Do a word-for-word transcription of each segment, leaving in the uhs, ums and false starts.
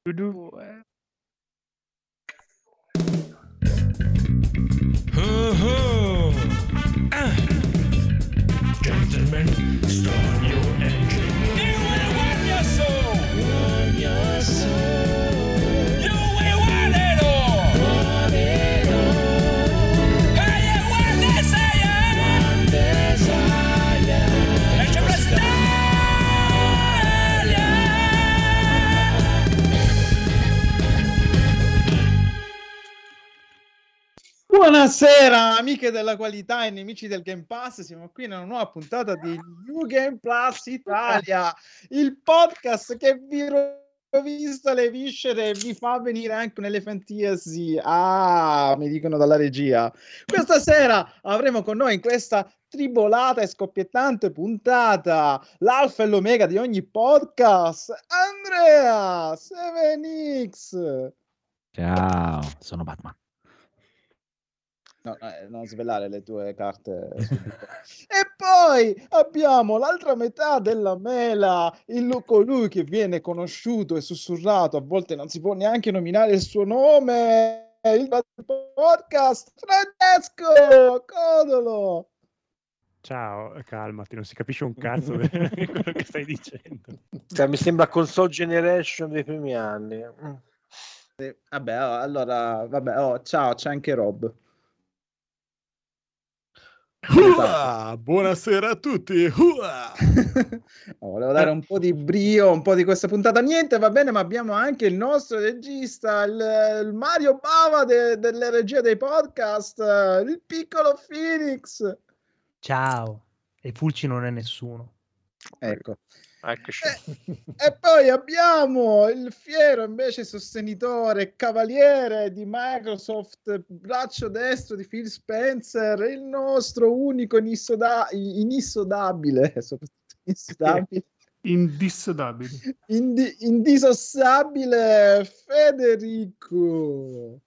Due. Oh, oh. Ah. Gentlemen, start your engine. You will want your soul. Want your soul. You will want it all. Want it all. Hey, you want desire. Want desire. Let your breath die. Buonasera amiche della qualità e nemici del Game Pass, siamo qui in una nuova puntata di New Game Plus Italia, il podcast che vi rovista le viscere e vi fa venire anche un elefantiasi. Ah, mi dicono dalla regia. Questa sera avremo con noi in questa tribolata e scoppiettante puntata l'alfa e l'omega di ogni podcast, Andrea sette X. Ciao, sono Batman. No, eh, non svelare le tue carte subito. E poi abbiamo l'altra metà della mela, il colui che viene conosciuto e sussurrato, a volte non si può neanche nominare il suo nome, il podcast Francesco Codolo. Ciao, calmati, non si capisce un cazzo di quello che stai dicendo. Cioè, mi sembra console generation dei primi anni. Mm. Sì, vabbè, oh, allora, vabbè, oh, ciao, c'è anche Rob. Uah, buonasera a tutti. Uah. Oh, volevo dare un po' di brio, un po' di questa puntata. Niente, va bene, ma abbiamo anche il nostro regista, il, il Mario Bava de, delle regie dei podcast, il piccolo Phoenix. Ciao, e Fulci non è nessuno. Ecco. Eccoci. E, e poi abbiamo il fiero invece sostenitore, cavaliere di Microsoft, braccio destro di Phil Spencer, il nostro unico inissoda- inissodabile, soprattutto inissodabile, Indissodabile. indi- indisossabile Federico.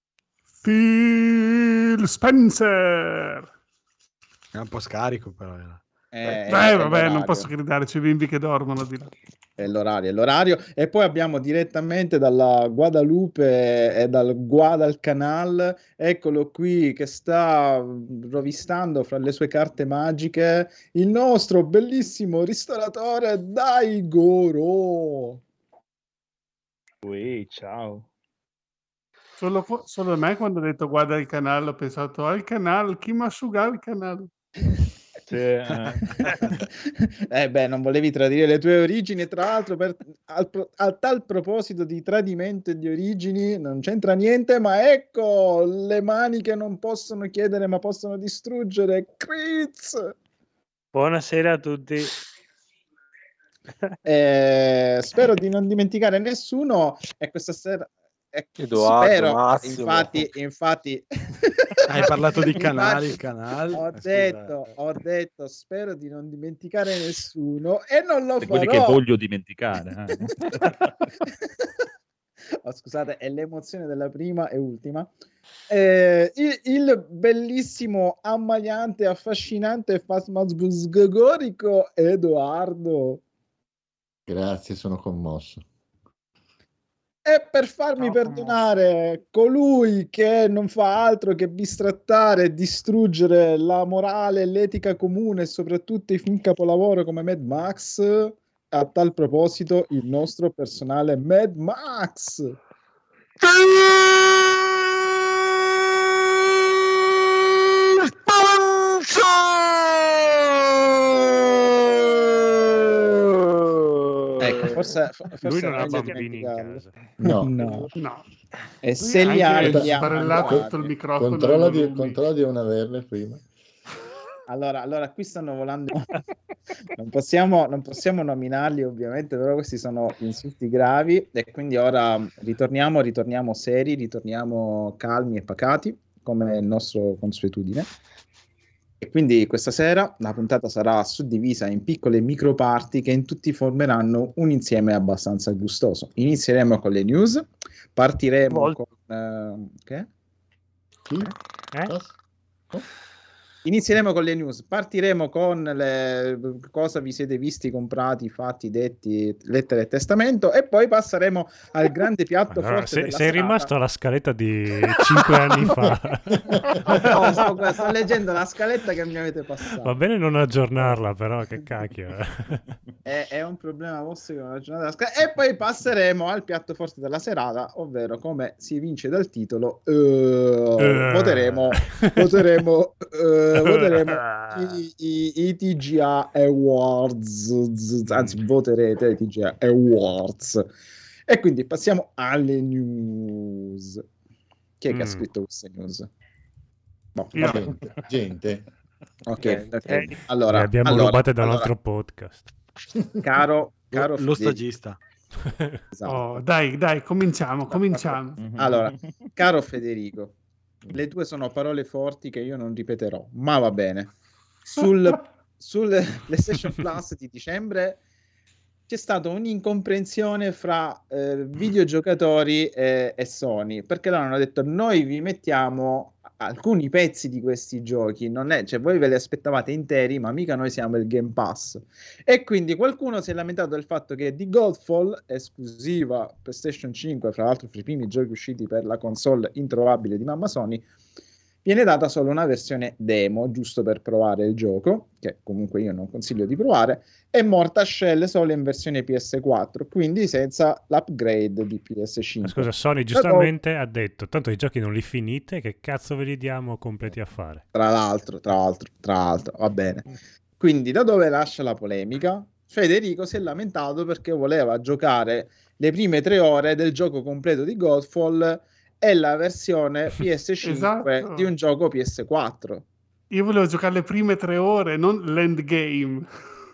Phil Spencer. È un po' scarico però era. Eh, Eh, è vabbè, l'orario. non posso gridare, c'è bimbi che dormono di là. È l'orario, è l'orario. E poi abbiamo direttamente dalla Guadalupe e dal Guadalcanal, eccolo qui che sta rovistando fra le sue carte magiche il nostro bellissimo ristoratore Daigoro. Ui, ciao. Solo, solo a me quando ho detto guarda il canale ho pensato al canale, chi mi asciuga il canale? Sì, eh. Eh beh, non volevi tradire le tue origini, tra l'altro per, al, pro- a tal proposito di tradimento e di origini non c'entra niente, ma ecco le mani che non possono chiedere ma possono distruggere. Kriz! Buonasera a tutti. Eh, spero di non dimenticare nessuno e questa sera eh, Edoardo, spero, Massimo. infatti, infatti Hai parlato di Infatti, canali, il canale. Ho Eh, detto, scusa. ho detto, spero di non dimenticare nessuno e non lo Di farò. quelli che voglio dimenticare. Eh. Oh, scusate, è l'emozione della prima e ultima. Eh, il, il bellissimo, ammaliante, affascinante, fasmasgorico Edoardo. Grazie, sono commosso. E per farmi Ciao, perdonare colui che non fa altro che bistrattare e distruggere la morale e l'etica comune e soprattutto i film capolavoro come Mad Max, a tal proposito il nostro personale Mad Max. Ecco, forse, forse Lui non è ha meglio bambini in dimenticarlo. casa. No. No. No. E se li ha, Anche li ha sparellato mandati. tutto il microfono. Controlla e i di, volumi. controlla di non averle prima. Allora, allora, qui stanno volando. Non possiamo, non possiamo nominarli, ovviamente, però questi sono insulti gravi. E quindi ora ritorniamo, ritorniamo seri, ritorniamo calmi e pacati, come il nostro consuetudine. E quindi questa sera la puntata sarà suddivisa in piccole micro parti che in tutti formeranno un insieme abbastanza gustoso. Inizieremo con le news, partiremo Vol- con... eh, che? Eh? Inizieremo con le news, partiremo con le cosa vi siete visti, comprati, fatti, detti, lettere e testamento, e poi passeremo al grande piatto Allora, forte se- della sei serata. rimasto alla scaletta di cinque anni fa. No, sto, sto leggendo la scaletta che mi avete passato. Va bene non aggiornarla, però che cacchio. eh. È, è un problema vostro che non aggiornate la scaletta. E poi passeremo al piatto forte della serata, ovvero, come si vince dal titolo, eh, Eh. voteremo voteremo eh, voteremo i, i- i T G A Awards, anzi voterete i T G A Awards. E quindi passiamo alle news. Chi è che ha Mm. scritto queste news? Boh, Io. vabbè. Gente, gente. Ok, ok. Eh, Allora, Le abbiamo allora, rubate da un allora, altro podcast. caro, caro Lo Federico, stagista. esatto. Oh, dai, dai, cominciamo, cominciamo. Allora, caro Federico, le tue sono parole forti che io non ripeterò, ma va bene. Sul, sul PlayStation Plus di dicembre c'è stata un'incomprensione fra eh, videogiocatori e, e Sony, perché loro hanno detto noi vi mettiamo alcuni pezzi di questi giochi, non è, cioè voi ve li aspettavate interi, ma mica noi siamo il Game Pass. E quindi qualcuno si è lamentato del fatto che di Godfall, esclusiva PlayStation cinque, fra l'altro fra i primi giochi usciti per la console introvabile di mamma Sony, viene data solo una versione demo, giusto per provare il gioco, che comunque io non consiglio di provare, e Mortal Shell solo in versione P S quattro, quindi senza l'upgrade di P S Ma cinque. scusa, Sony giustamente ha detto, tanto i giochi non li finite, che cazzo ve li diamo completi a fare? Tra l'altro, tra l'altro, tra l'altro, va bene. Quindi da dove lascia la polemica? Federico si è lamentato perché voleva giocare le prime tre ore del gioco completo di Godfall e la versione P S cinque Esatto. di un gioco P S quattro. Io volevo giocare le prime tre ore, non l'endgame.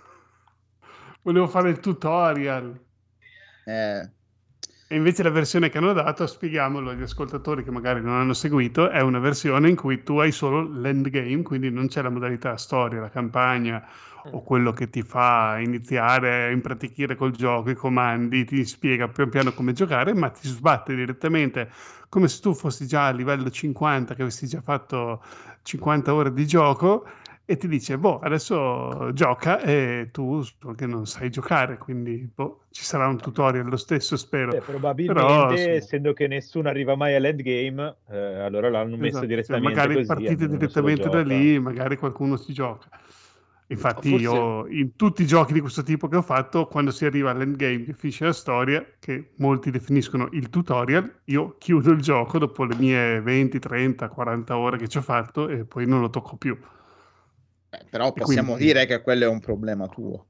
Volevo fare il tutorial. Eh, E invece la versione che hanno dato, spieghiamolo agli ascoltatori che magari non hanno seguito, è una versione in cui tu hai solo l'endgame, quindi non c'è la modalità storia, la campagna o quello che ti fa iniziare a impratichire col gioco, i comandi, ti spiega pian piano come giocare, ma ti sbatte direttamente come se tu fossi già a livello cinquanta, che avessi già fatto cinquanta ore di gioco, e ti dice, boh, adesso gioca, e tu so che non sai giocare, quindi boh, ci sarà un tutorial lo stesso, spero. Beh, probabilmente, Però, sì. essendo che nessuno arriva mai all'endgame, eh, allora l'hanno messo Esatto, cioè, direttamente magari così. partite almeno uno se lo direttamente da gioca. lì, magari qualcuno si gioca. Infatti Forse- io in tutti i giochi di questo tipo che ho fatto, quando si arriva all'endgame che finisce la storia, che molti definiscono il tutorial, io chiudo il gioco dopo le mie venti, trenta, quaranta ore che ci ho fatto e poi non lo tocco più. beh, però E possiamo quindi- dire che quello è un problema tuo.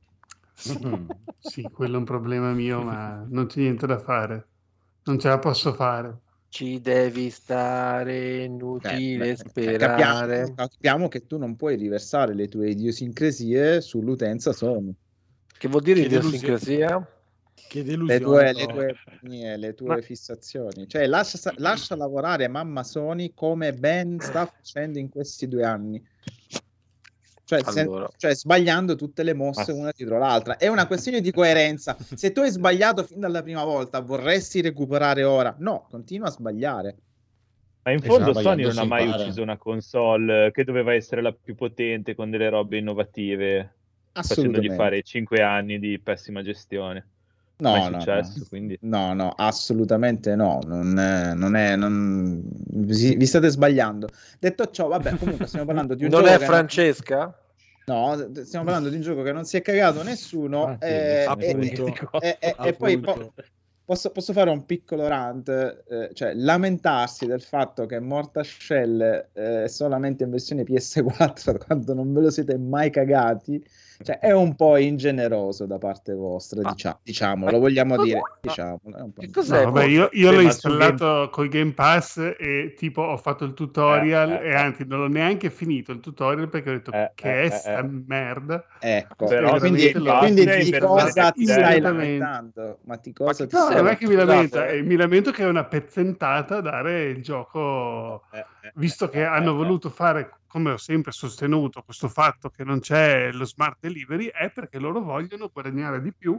Sì, quello è un problema mio, ma non c'è niente da fare. Non ce la posso fare. Ci devi stare, Eh, inutile beh, sperare. capiamo, capiamo che tu non puoi riversare le tue idiosincrasie sull'utenza Sony. Che vuol dire Che delusione. idiosincrasia? Che Le delusione. tue, le però. tue, manie, le tue Ma- fissazioni, cioè lascia, sa- lascia lavorare mamma Sony come ben sta facendo in questi due anni, cioè, se- Allora. cioè sbagliando tutte le mosse Ma- una dietro l'altra. È una questione di coerenza. Se tu hai sbagliato fin dalla prima volta, vorresti recuperare ora? No, continua a sbagliare. Ma in Esatto, fondo Sony sbagliando non ha si mai impara. ucciso una console che doveva essere la più potente con delle robe innovative, facendogli Assolutamente. fare cinque anni di pessima gestione. No, Mai no, successo, no. quindi. No, no, assolutamente no. Non è, non è, non... Vi, vi state sbagliando. Detto ciò, vabbè, comunque stiamo parlando di un Non gioco è che Francesca? No, stiamo parlando di un gioco che non si è cagato nessuno. Ah, sì, eh, nessuno e, appunto. e- e- e- e poi po- Appunto. posso, posso fare un piccolo rant, eh, cioè lamentarsi del fatto che Mortal Shell eh, è solamente in versione P S quattro quando non ve lo siete mai cagati, cioè è un po' ingeneroso da parte vostra, Ma- dicia- diciamolo, lo vogliamo Ma- dire, ma- diciamolo. È un po' Che un- cos'è? No, vabbè, io, io Beh, l'ho ma su installato col Game Pass e tipo ho fatto il tutorial Eh, eh, e anzi non l'ho neanche finito il tutorial perché ho detto Eh, che eh, è eh, sta eh. Ecco, merda. e Però quindi, veramente l'ho- quindi Pass è di in cosa versione ti stai Esattamente. lamentando? Ma di cosa Ma ti che No, stai non è che mi Scusate, lamenta, eh. eh, mi lamento che è una pezzentata dare il gioco, Eh, eh, visto eh, che eh, hanno eh. voluto fare, come ho sempre sostenuto, questo fatto che non c'è lo smart delivery, è perché loro vogliono guadagnare di più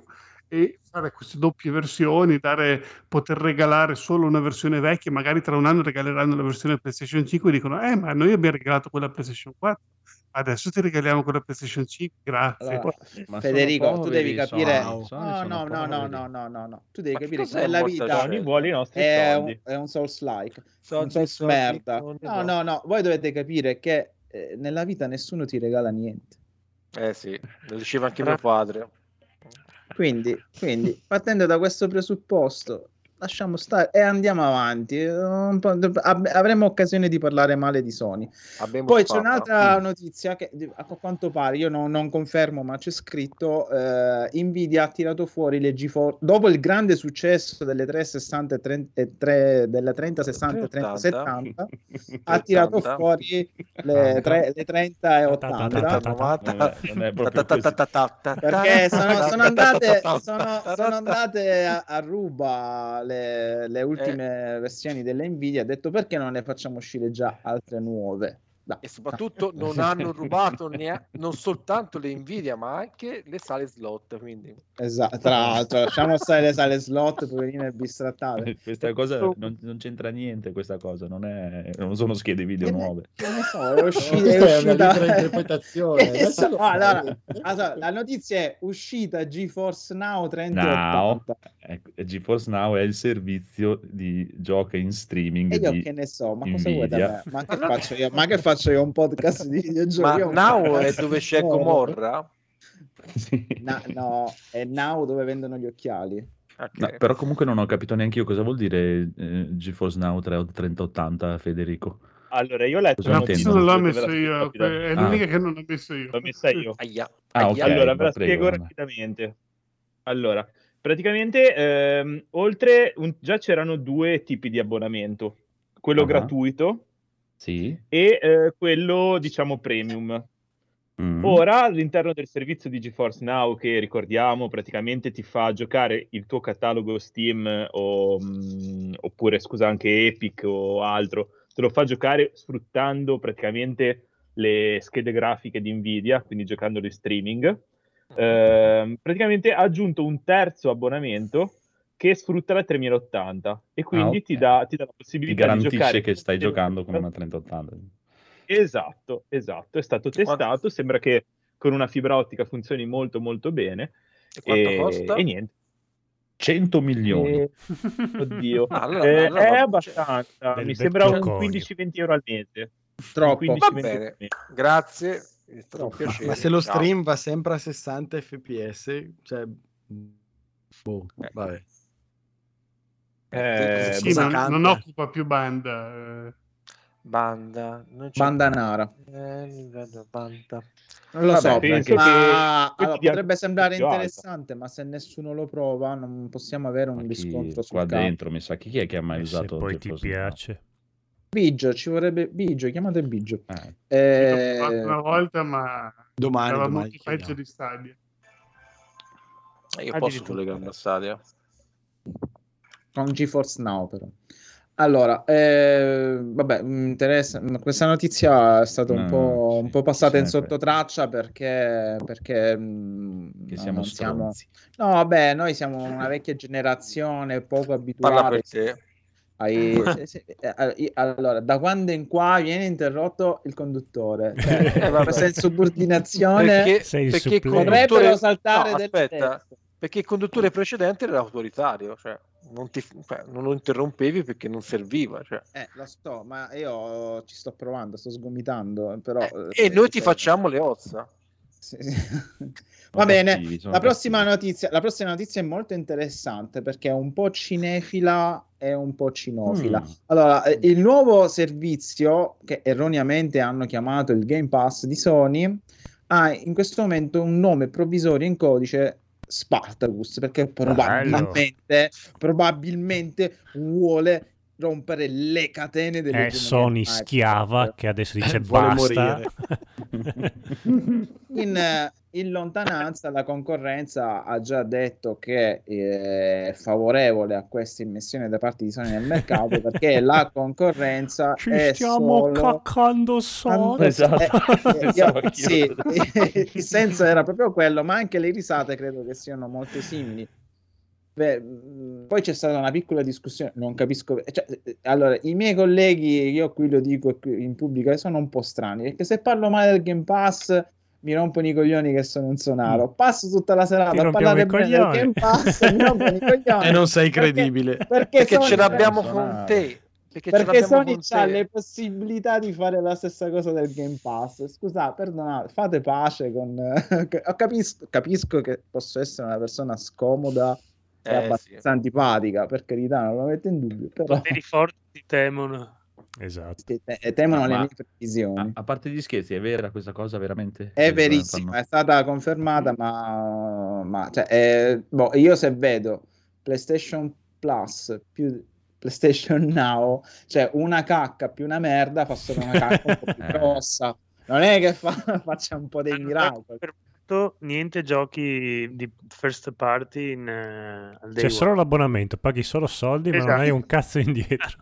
e fare queste doppie versioni, dare, poter regalare solo una versione vecchia, magari tra un anno regaleranno la versione PlayStation cinque e dicono eh ma noi abbiamo regalato quella PlayStation quattro, adesso ti regaliamo quella PlayStation cinque, grazie. Allora, Ma Federico, sono tu poveri, devi capire Sony, Sony no, sono no, no, no, poveri. no, no, no, no. Tu devi Ma che capire che cos'è nella Mortal vita Sony vuole i nostri è un, soldi. è un Souls-like, un Soldi, Souls soldi, merda. soldi, No, no, no, voi dovete capire che eh, nella vita nessuno ti regala niente. Eh sì, lo diceva anche mio padre. Quindi, quindi, partendo da questo presupposto, lasciamo stare e andiamo avanti. Un po'- ab- avremo occasione di parlare male di Sony. Abbiamo Poi c'è spalla. un'altra notizia che a quanto pare, io non, non confermo, ma c'è scritto: eh, Nvidia ha tirato fuori le GeForce dopo il grande successo delle trecentosessanta e trenta e tre, delle trenta sessanta e trenta settanta. Ha tirato ottanta. fuori le, tre- le trenta e ottanta. novanta. Non è- non è proprio così. Perché sono, sono andate, sono, sono andate a, a ruba le, le ultime versioni delle Nvidia. Ha detto perché non ne facciamo uscire già altre nuove. No. E soprattutto non hanno rubato nea- non soltanto le Nvidia ma anche le sale slot, quindi Esatto, tra l'altro lasciamo stare le sale slot, poverine bistrattate. Questa cosa non, non c'entra niente, questa cosa non, è, non sono schede video Che ne- nuove. Che ne so, è uscita, Questa è è una uscita... libera interpretazione. Che ne so, Lascialo allora, fare. allora, la notizia è uscita GeForce Now trenta Now, ottanta. ecco, GeForce Now è il servizio di giochi in streaming E io di che ne so, ma cosa vuoi da Nvidia. me? Ma che faccio io? Ma che faccio io un podcast di videogiochi? ma Io un Now podcast è dove c'è nuovo. Gomorra. Sì. Na- no, è Now dove vendono gli occhiali. Ok. No, però comunque non ho capito neanche io cosa vuol dire eh, GeForce Now trenta ottanta, Federico. Allora, io ho letto Cosa una No, intendo? questo notizia, non l'ho volete ve messo la io, spiego que- è Ah. l'unica che non ho messo io. L'ho messa io. Aia. Ah, Aia. ok. Allora, ve la va, prego, spiego Anna. rapidamente. Allora, praticamente, ehm, oltre, un- già c'erano due tipi di abbonamento, quello Ah. gratuito Sì. e eh, quello, diciamo, premium. Mm. Ora, all'interno del servizio di GeForce Now, che ricordiamo, praticamente ti fa giocare il tuo catalogo Steam o, mh, oppure, scusa, anche Epic o altro, te lo fa giocare sfruttando praticamente le schede grafiche di Nvidia, quindi giocando in streaming. Ehm, praticamente ha aggiunto un terzo abbonamento che sfrutta la tremila ottanta e quindi Ah, ok. ti, dà, ti dà la Ti possibilità di garantisce giocare che stai giocando con una trenta ottanta. Esatto, esatto, è stato testato, sembra che con una fibra ottica funzioni molto molto bene E quanto e, costa? e niente. cento milioni. E- Oddio, Ah, allora- Eh, allora è va- abbastanza, Del mi sembra un Becchiocconio. quindici venti euro al mese. Troppo. quindici Va venti bene, euro al mese. grazie, è stato un Ma, piacere. ma se lo Ciao. stream va sempre a sessanta effe pi esse, cioè, boh, vabbè. Eh, Sì, cosa non, canta? non occupa più banda. eh. Banda, non c'è Banda Nara. Eh, banda. Non lo Vabbè, so, penso ma che- allora, quindi potrebbe anche sembrare più alta. interessante, ma se nessuno lo prova non possiamo avere Ma un chi- riscontro sul qua campo. dentro, mi sa, chi è che ha mai E se usato poi ti GeForce Now? piace. Bigio, ci vorrebbe Bigio, chiamate Bigio. Eh, L'ho Eh, provato una volta, ma Domani, andava domani molto peggio chiediamo. di Stadia. Eh, Io posso Addirittura. collegarmi a Stadia. con GeForce Now però. Allora, eh, vabbè, mi interessa, ma questa notizia è stata un, No, po', sì, un po' passata in se ne frega. sottotraccia perché, perché mh, che no, siamo non siamo... stronzi. No, vabbè, noi siamo una vecchia generazione, poco Parla abituata per te. ai... se- se- eh, io- allora, da quando in qua viene interrotto il conduttore, cioè, Eh, vabbè. questa insubordinazione Perché, Sei il perché il supplente. conduttore potrebbero saltare no, delle aspetta, teste. perché il conduttore precedente era autoritario, cioè non, ti, cioè, non lo interrompevi perché non serviva, cioè. Eh, lo so, ma io ci sto provando, sto sgomitando, però... E eh, noi ti cioè, facciamo le ossa. sì, sì. Va bene, cattivi, sono la prossima, cattivi. notizia, la prossima notizia è molto interessante perché è un po' cinefila e un po' cinofila. Mm. Allora, eh, il nuovo servizio che erroneamente hanno chiamato il Game Pass di Sony ha in questo momento un nome provvisorio in codice Spartacus perché probabilmente, probabilmente vuole rompere le catene delle È Sony schiava che adesso dice Vuole basta. morire. In, eh, in lontananza la concorrenza ha già detto che eh, è favorevole a questa immissione da parte di Sony nel mercato perché la concorrenza Ci è stiamo solo... caccando sotto. Esatto. Eh, eh, Pensavo io- anch'io. sì, il senso era proprio quello, ma anche le risate credo che siano molto simili. Beh, mh, poi c'è stata una piccola discussione, non capisco, cioè, eh, allora, i miei colleghi, io qui lo dico qui in pubblico, sono un po' strani, perché se parlo male del Game Pass mi rompono i coglioni che sono un sonaro, passo tutta la Ti serata a rompiamo parlare i bene del coglioni. Game Pass e mi rompono i coglioni. E non sei Perché- credibile. Perché, Perché Sony- ce l'abbiamo Suonare. con te. Perché, ce perché l'abbiamo Sony con ha te. le possibilità di fare la stessa cosa del Game Pass. Scusa, perdonate, fate pace con... capisco, capisco che posso essere una persona scomoda e Eh, abbastanza sì. antipatica, per carità, non lo metto in dubbio, però Poteri forti ti temono. Esatto. te- te- temono Ah, le ma- mie previsioni. A, a parte gli scherzi, è vera questa cosa veramente? È Che verissimo, fanno- è stata confermata, ma, ma cioè, eh, boh, io se vedo PlayStation Plus più PlayStation Now, cioè una cacca più una merda, fa solo una cacca un po' più Eh. grossa. Non è che fa, faccia un po' dei Hanno miracoli. confermato niente giochi di first party in, eh, al day C'è solo one. l'abbonamento, paghi solo soldi, ma non Esatto. hai un cazzo indietro.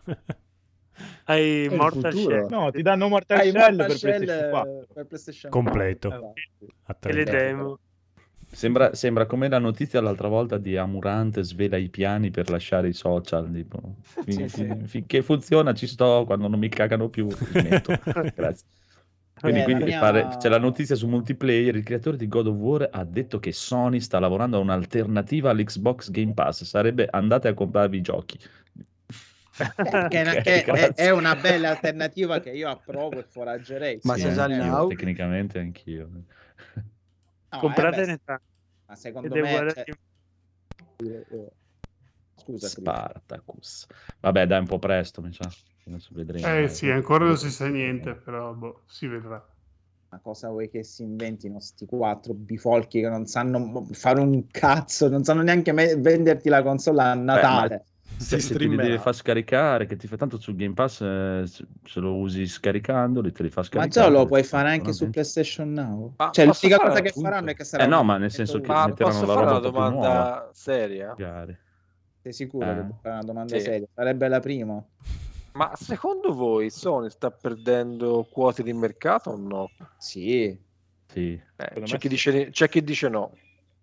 Hai il Mortal futuro. Shell No, ti danno Mortal Hai Shell Mortal per Shell, PlayStation quattro. eh, per PlayStation Completo. quattro. A e le trenta. demo. Sembra, sembra come la notizia l'altra volta di Amurante svela i piani per lasciare i social. Tipo, fin- Sì, sì. fin- finché funziona ci sto, quando non mi cagano più smetto. Grazie. Quindi, Eh, quindi la mia- pare- c'è la notizia su multiplayer, il creatore di God of War ha detto che Sony sta lavorando a un'alternativa all'Xbox Game Pass, sarebbe andate a comprarvi i giochi. Che, Ok, che è, grazie. è una bella alternativa che io approvo e foraggerei. Ma sì, c'è Sì, già il eh. anch'io, now? tecnicamente anch'io. No, eh, Compratene beh, tanti. ma secondo Ed è me uguale cioè, a- eh, scusa Chris. Spartacus. Vabbè, dai, un po' presto, mi sa. Adesso vedremo. Eh dai. sì, ancora non si sa niente, però boh, si vedrà. Ma cosa vuoi che si inventino sti quattro bifolchi che non sanno fare un cazzo, non sanno neanche me- venderti la console a Natale? Se, se ti li deve far scaricare, che ti fa tanto sul Game Pass, eh, se, se lo usi scaricandoli, te li fa Ma scaricare. già lo te li puoi fa fare anche su sicuramente. PlayStation Now. Ma Cioè, posso l'unica fare cosa che appunto- faranno è che sarà Eh no, un ma nel senso che Ma metteranno posso la fare roba una un po' più nuova. domanda seria? Magari. Sei sicuro Eh. che puoi fare una domanda Sì. seria? Sarebbe la prima. Ma secondo voi Sony sta perdendo quote di mercato o no? Sì. Sì. Eh, Secondo c'è, me chi sì. dice, c'è chi dice no.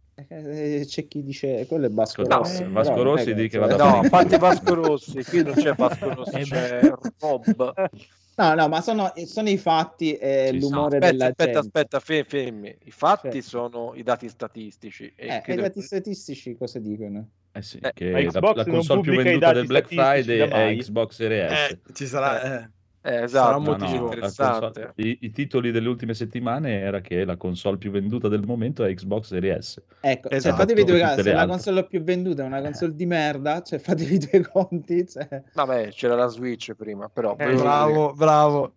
Eh, C'è chi dice quello è Vasco No, Rossi. eh, Vasco però non è Rossi che- di che cioè- vada No, bene. a parte Vasco Rossi, qui non c'è Vasco Rossi, Eh, c'è Rob. No, no, ma sono, sono i fatti e Sì, l'umore Aspetta, della aspetta, gente. aspetta, fe- fermi. I fatti Certo. sono i dati statistici. E Eh, e i credo- dati statistici cosa dicono? Eh sì, Eh, che ma la, Xbox la non console più pubblica i venduta dati del Black statistici Friday da è mai? Xbox Series S. Eh, ci sarà... eh. Eh, Sarà esatto, un No, motivo. no, la interessante. console- i, i titoli delle ultime settimane era che la console più venduta del momento è Xbox Series S. Ecco, cioè, Esatto. fatevi due Tutte casi, le se la altre. console più venduta è una console di merda, cioè fatevi due conti, cioè... Vabbè, c'era la Switch prima, però... Eh, volevo Bravo, bravo.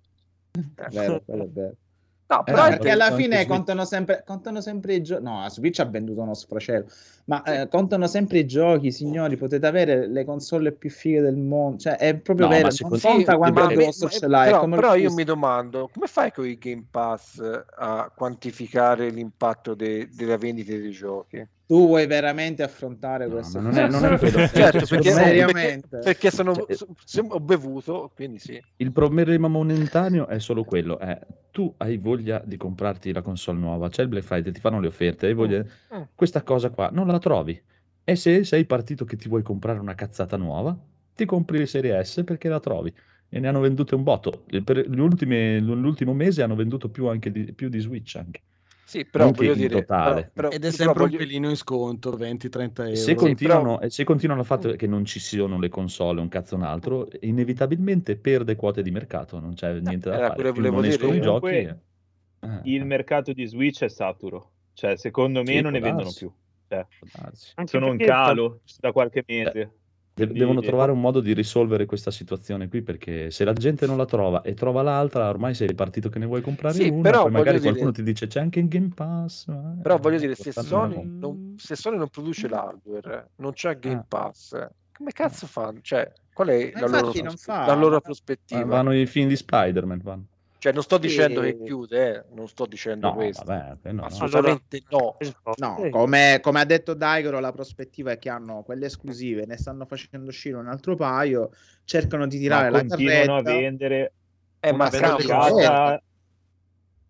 Vero, quello è vero. dire- No, Eh, però No, ma perché alla anche fine Switch. contano sempre, contano sempre i giochi. No, la Switch ha venduto uno sfracello, ma eh, contano sempre i giochi, signori. Potete avere le console più fighe del mondo, cioè è proprio No, vero. ma Non secondo- conta sì, quanto ma- grosso ma- ce l'hai. è però, come il però io fusto. mi domando come fai con i Game Pass a quantificare l'impatto de- della vendita dei giochi? Tu vuoi veramente affrontare No, questo? ma non è- non è quello. Certo, perché, seriamente. perché, perché sono, Cioè, so- so- ho bevuto, quindi sì. Il problema momentaneo è solo quello, è tu hai voglia di comprarti la console nuova, c'è il Black Friday, ti fanno le offerte, hai voglia... Mm. Questa cosa qua non la trovi. E se sei partito che ti vuoi comprare una cazzata nuova, ti compri le serie S perché la trovi. E ne hanno vendute un botto. Per gli ultimi- l'ultimo mese hanno venduto più, anche di, più di Switch anche. Sì, però Non che voglio in dire, totale. però- però- Ed è però sempre un voglio- pelino in sconto, venti trenta euro. Se Sì, continuano, però- e se continuano al fatto che non ci siano le console, un cazzo un altro, inevitabilmente perde quote di mercato, non c'è niente da era fare. quello Più volevo non dire. escono i giochi... Comunque, eh, Il eh, mercato di Switch è saturo, cioè secondo me Sì, non ne può vendono darsi. più. Cioè, può darsi. Anche sono in perché calo da qualche mese. De- Quindi- Devono trovare un modo di risolvere questa situazione qui, perché se la gente non la trova e trova l'altra, ormai sei partito che ne vuoi comprare Sì, una, però poi magari voglio dire- qualcuno ti dice c'è anche in Game Pass. ma- Però eh, voglio dire, se portarne Sony una- non, se Sony non produce l'hardware, non c'è Game Ah. Pass, come cazzo fanno? Cioè, qual è Ma la loro, infatti non fa, la loro ma- prospettiva? Ah, vanno i film di Spider-Man. Vanno. Cioè, non sto Sì. dicendo che chiude, eh, non sto dicendo No, questo. vabbè, eh, no, no. Assolutamente no. No, come, come ha detto Daigoro, la prospettiva è che hanno quelle esclusive, ne stanno facendo uscire un altro paio, cercano di tirare Ma la continuano a carretta. vendere Eh, ma una cavolo, cazzo, stronzata.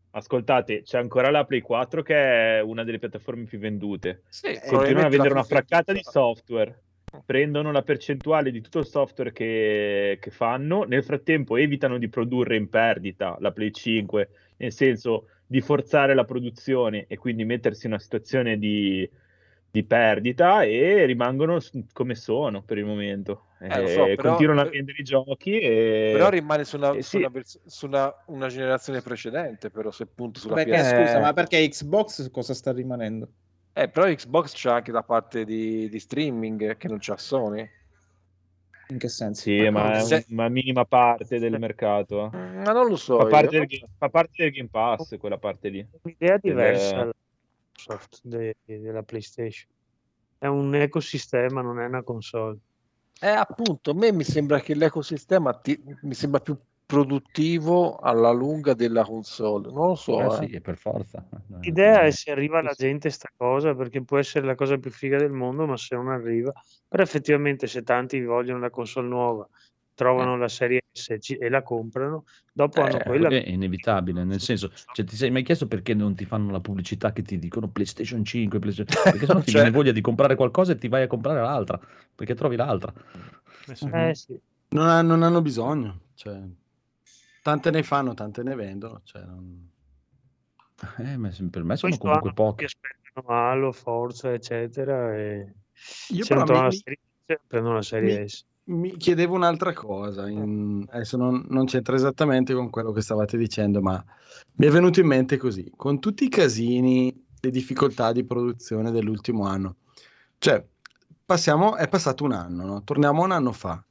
ascoltate, c'è ancora la Play quattro che è una delle piattaforme più vendute. Sì, Continuano a probabilmente vendere la una più fraccata di venduta. software, prendono la percentuale di tutto il software che, che fanno, nel frattempo evitano di produrre in perdita la Play cinque, nel senso di forzare la produzione e quindi mettersi in una situazione di, di perdita, e rimangono s- come sono per il momento. Eh, lo so, Eh, però, continuano a per- vendere i giochi e, però rimane su una, e su sì, una vers- su una- una generazione precedente, però se punto sulla Perché, P S. scusa, Eh, ma perché Xbox cosa sta rimanendo? Eh, però Xbox c'è anche la parte di, di streaming che non c'ha Sony. In che senso? sì, ma è Se- una minima parte del mercato. eh. Mm, Ma non lo so Fa io. parte del, ga- fa parte del Game Pass, quella parte lì. Un'idea diversa Del- la Microsoft de- della PlayStation. È un ecosistema, non è una console. Eh, appunto, a me mi sembra che l'ecosistema ti- mi sembra più produttivo alla lunga della console. Non lo so. Eh eh. sì, è per forza. L'idea è se arriva alla gente sta cosa, perché può essere la cosa più figa del mondo, ma se non arriva, però effettivamente se tanti vogliono la console nuova, trovano la serie S e ci- e la comprano, dopo hanno Eh, quella. è inevitabile, nel senso, cioè, ti sei mai chiesto perché non ti fanno la pubblicità che ti dicono PlayStation cinque, PlayStation... perché sennò ti Cioè- viene voglia di comprare qualcosa e ti vai a comprare l'altra, perché trovi l'altra. Eh sì. Eh sì. Non, ha- non hanno bisogno, cioè, tante ne fanno, tante ne vendono. Cioè, non- Eh, ma se- per me sono Questo comunque anno tutti poche. aspettano Halo, Forza, eccetera, e Io se però non trovano mi- la serie S, prendono la serie mi- S. Mi chiedevo un'altra cosa, in- adesso non, non c'entra esattamente con quello che stavate dicendo, ma mi è venuto in mente così, con tutti i casini e difficoltà di produzione dell'ultimo anno, cioè passiamo, è passato un anno, no? Torniamo a un anno fa.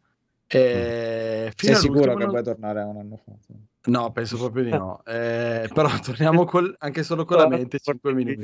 E fino Sei sicuro all'ultimo che non- vuoi tornare a un anno fa? No, penso proprio di no. Eh, però torniamo col- anche solo con la mente cinque minuti.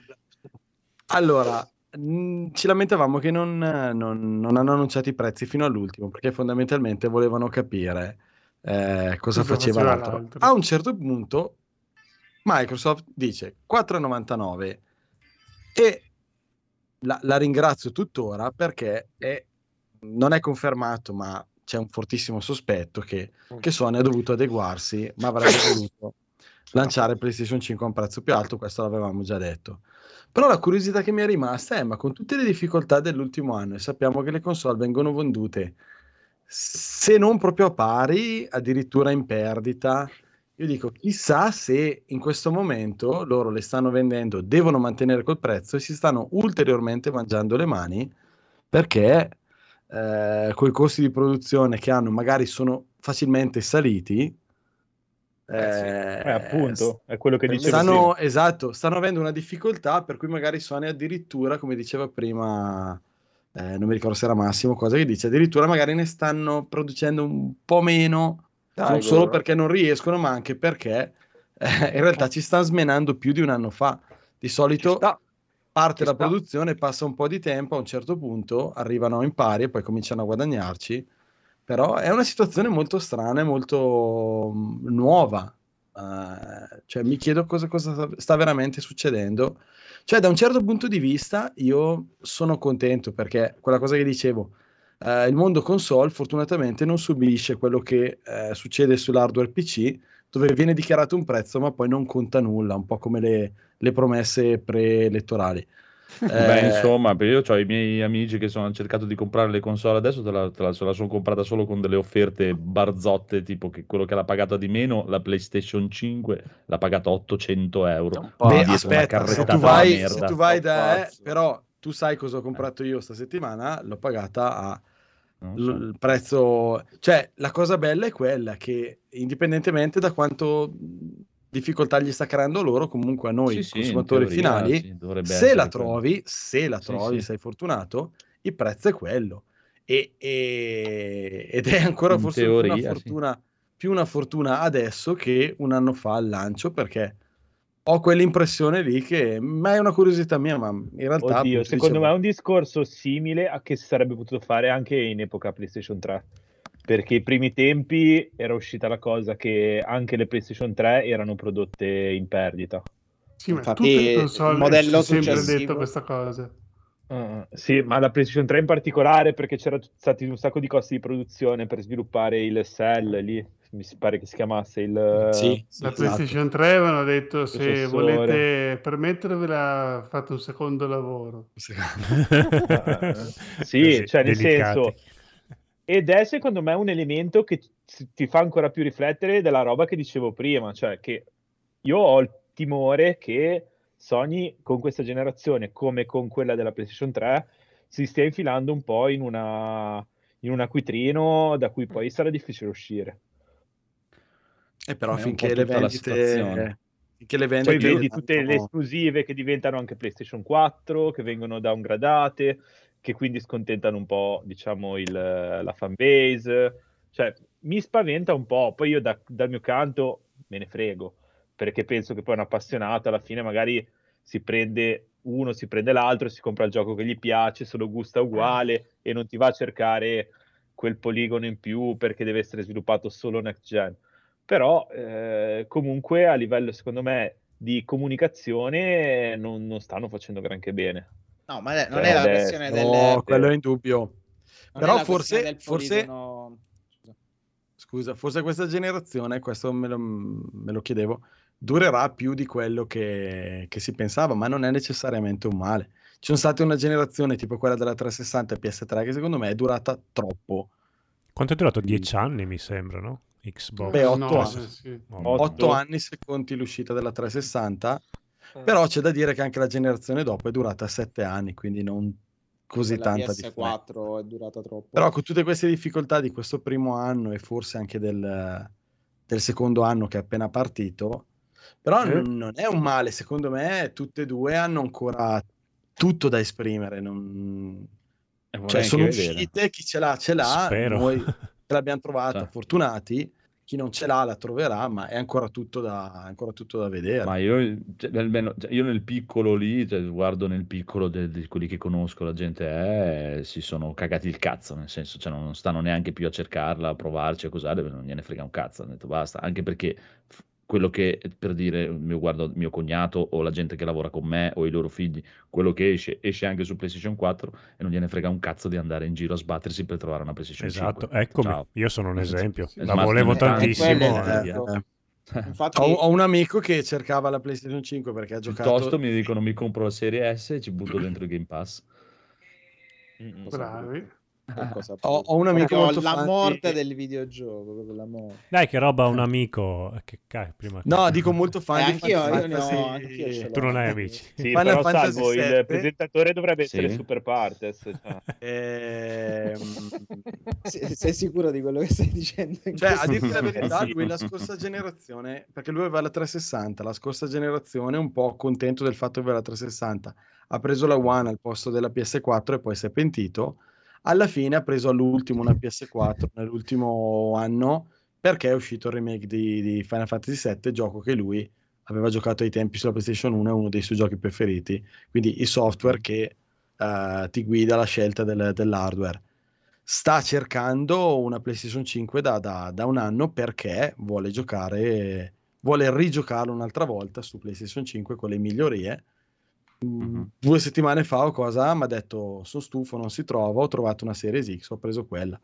Allora, mh, ci lamentavamo che non, non- non hanno annunciato i prezzi fino all'ultimo, perché fondamentalmente volevano capire eh, cosa Cosa faceva faceva l'altro. l'altro. A un certo punto Microsoft dice quattro e novantanove e la, la ringrazio tuttora perché è- non è confermato, ma c'è un fortissimo sospetto che, che Sony ha dovuto adeguarsi, ma avrebbe voluto lanciare PlayStation cinque a un prezzo più alto, questo l'avevamo già detto. Però la curiosità che mi è rimasta è, ma con tutte le difficoltà dell'ultimo anno, e sappiamo che le console vengono vendute, se non proprio a pari, addirittura in perdita, io dico, chissà se in questo momento loro le stanno vendendo, devono mantenere quel prezzo e si stanno ulteriormente mangiando le mani, perché eh, coi costi di produzione che hanno magari sono facilmente saliti. Eh, appunto, è quello che dicevo stanno, prima. esatto, stanno avendo una difficoltà per cui magari Sony addirittura, come diceva prima, eh, non mi ricordo se era Massimo, cosa che dice, addirittura magari ne stanno producendo un po' meno, Dai, non solo guarda. perché non riescono, ma anche perché eh, in realtà ci stanno smenando più di un anno fa. Di solito parte ci la sta. produzione, passa un po' di tempo, a un certo punto arrivano in pari e poi cominciano a guadagnarci. Però è una situazione molto strana e molto mm, nuova. Eh, cioè, mi chiedo cosa, cosa sta veramente succedendo. Cioè, da un certo punto di vista, io sono contento perché quella cosa che dicevo, eh, il mondo console fortunatamente non subisce quello che eh, succede sull'hardware P C, dove viene dichiarato un prezzo ma poi non conta nulla, un po' come le, le promesse preelettorali. Beh, Eh, insomma, io ho i miei amici che sono, hanno cercato di comprare le console adesso, te la, te la- se la sono comprata solo con delle offerte barzotte, tipo che quello che l'ha pagata di meno, la PlayStation cinque, l'ha pagata ottocento euro. Beh, dietro una aspetta, se carrettata tu di vai, merda. se tu vai da... eh, Pazzo. però tu sai cosa ho comprato io sta settimana? L'ho pagata a Non l- so. il prezzo... Cioè, la cosa bella è quella che, indipendentemente da quanto difficoltà gli sta creando loro, comunque a noi, Sì, sì, in consumatori teoria, finali, sì, dovrebbe se essere la quello. trovi, se la Sì, trovi, sì. sei fortunato, il prezzo è quello. E, e- ed è ancora In forse teoria, una sì. fortuna, più una fortuna adesso che un anno fa al lancio, perché ho quell'impressione lì che, ma è una curiosità mia, ma in realtà Oddio, appunto, secondo dicevo, me è un discorso simile a che si sarebbe potuto fare anche in epoca PlayStation tre. Perché ai primi tempi era uscita la cosa che anche le PlayStation tre erano prodotte in perdita. Sì, ma Infatti, tutte le il console modello si è sempre successivo- detto questa cosa. Ah, sì, ma la PlayStation tre in particolare perché c'erano stati un sacco di costi di produzione per sviluppare il S L lì, mi pare che si chiamasse il... Sì, sì, La esatto. PlayStation tre avevano detto se Processore. volete permettervela fate un secondo lavoro. Eh, sì, Così, cioè nel delicati. senso, ed è secondo me un elemento che ti- ti fa ancora più riflettere della roba che dicevo prima, cioè che io ho il timore che Sony con questa generazione, come con quella della PlayStation tre, si stia infilando un po' in una in un acquitrino da cui poi sarà difficile uscire. E però È un po' finché le tutta la situazione. vendite finché le Poi vendite vedi tutte le vanno- esclusive che diventano anche PlayStation quattro, che vengono downgradate, che quindi scontentano un po', diciamo, il, la fanbase. Cioè, mi spaventa un po'. Poi io da- dal mio canto me ne frego, perché penso che poi un appassionato alla fine magari si prende uno, si prende l'altro, si compra il gioco che gli piace, se lo gusta uguale e non ti va a cercare quel poligono in più perché deve essere sviluppato solo next gen. Però eh, comunque a livello, secondo me, di comunicazione non, non stanno facendo granché bene. No, ma è- non Cioè, è la ed è- questione del... No, quello è indubbio. non è Però la questione forse, del forse, poligono... Scusa. scusa, forse questa generazione, questo me lo, me lo chiedevo, durerà più di quello che, che si pensava, ma non è necessariamente un male. Ci sono state una generazione tipo quella della trecentosessanta e P S tre che secondo me è durata troppo. Quanto è durato? Dieci anni, mi sembra, no? Xbox. Beh, otto No, anni. sì. Oh, Otto Otto. anni se conti l'uscita della trecentosessanta, però c'è da dire che anche la generazione dopo è durata sette anni, quindi non così Quella tanta P S differenza. quattro è durata troppo. Però con tutte queste difficoltà di questo primo anno e forse anche del, del secondo anno che è appena partito, però Eh? non, non è un male, secondo me tutte e due hanno ancora tutto da esprimere, non... E vorrei cioè anche sono vedere. uscite, chi ce l'ha ce l'ha, Spero. noi ce l'abbiamo trovata, Cioè. fortunati, chi non ce l'ha la troverà, ma è ancora tutto da, ancora tutto da vedere. Ma io, cioè, almeno, cioè, io nel piccolo lì, cioè, guardo nel piccolo de- di quelli che conosco, la gente è, si sono cagati il cazzo, nel senso, cioè, non stanno neanche più a cercarla, a provarci, a cos'è, non gliene frega un cazzo, hanno detto basta, anche perché f- quello che, per dire, mio, guardo mio cognato o la gente che lavora con me o i loro figli, quello che esce, esce anche su PlayStation quattro e non gliene frega un cazzo di andare in giro a sbattersi per trovare una PlayStation Esatto, cinque. eccomi, Ciao. io sono un Eh, esempio. è La smasto volevo in tanti, tantissimo. quello è eh. il Eh, eh. Infatti, Ho, ho un amico che cercava la PlayStation cinque perché ha giocato... Piuttosto mi dicono mi compro la serie S e ci butto dentro il Game Pass. Mm-mm. Bravi. che cosa Ho, ho un brutta. amico Proprio molto la fan morte di- del videogioco, proprio la morte. Dai, che roba un amico. Che cazzo, prima che- No, dico molto fan Eh, di anch'io, Final io ne ho, Fantasy- anch'io ce l'ho. Tu non hai amici. Sì, Final però Fantasy salvo il sette. presentatore dovrebbe essere Sì. Super Partes. Cioè. Ehm, Se- sei sicuro di quello che stai dicendo? in Cioè, a questo dirti la momento? verità, Sì. lui la scorsa generazione, perché lui aveva la trecentosessanta, la scorsa generazione, un po' contento del fatto di avere la trecentosessanta, ha preso la One al posto della P S quattro e poi si è pentito. Alla fine ha preso all'ultimo una P S quattro nell'ultimo anno perché è uscito il remake di, di Final Fantasy sette, gioco che lui aveva giocato ai tempi sulla PlayStation uno, è uno dei suoi giochi preferiti, quindi il software che eh, ti guida la scelta del- dell'hardware. Sta cercando una PlayStation cinque da, da- da un anno perché vuole giocare, vuole rigiocarlo un'altra volta su PlayStation cinque con le migliorie. Mm, Mhm. Due settimane fa o cosa mi ha detto sono stufo, non si trova, ho trovato una Series X, ho preso quella.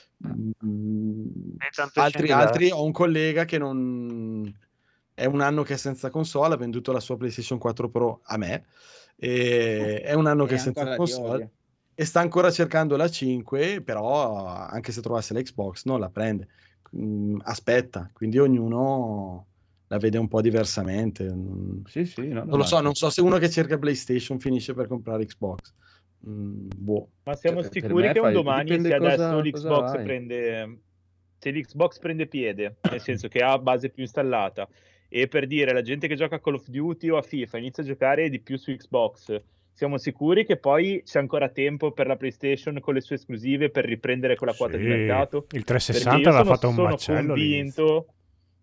Mm, E tanto altri, scende da- altri ho un collega che non è un anno che è senza console, ha venduto la sua PlayStation quattro Pro a me e è un anno E che è senza ancora ti console odia. e sta ancora cercando la cinque, però anche se trovasse l'Xbox non la prende. Mm, aspetta, quindi ognuno la vede un po' diversamente. Mm, Sì, sì, no, no, non lo ma- so, non so se uno che cerca PlayStation finisce per comprare Xbox. Mm, boh. Ma siamo Cioè, per sicuri me che un fai- domani, dipende se cosa- adesso cosa l'Xbox hai. prende, se l'Xbox prende piede, nel senso che ha base più installata, e per dire la gente che gioca a Call of Duty o a FIFA inizia a giocare di più su Xbox, siamo sicuri che poi c'è ancora tempo per la PlayStation con le sue esclusive per riprendere quella quota di Sì, mercato? il Perché trecentosessanta io aveva sono, fatto un sono macello all'inizio. convinto.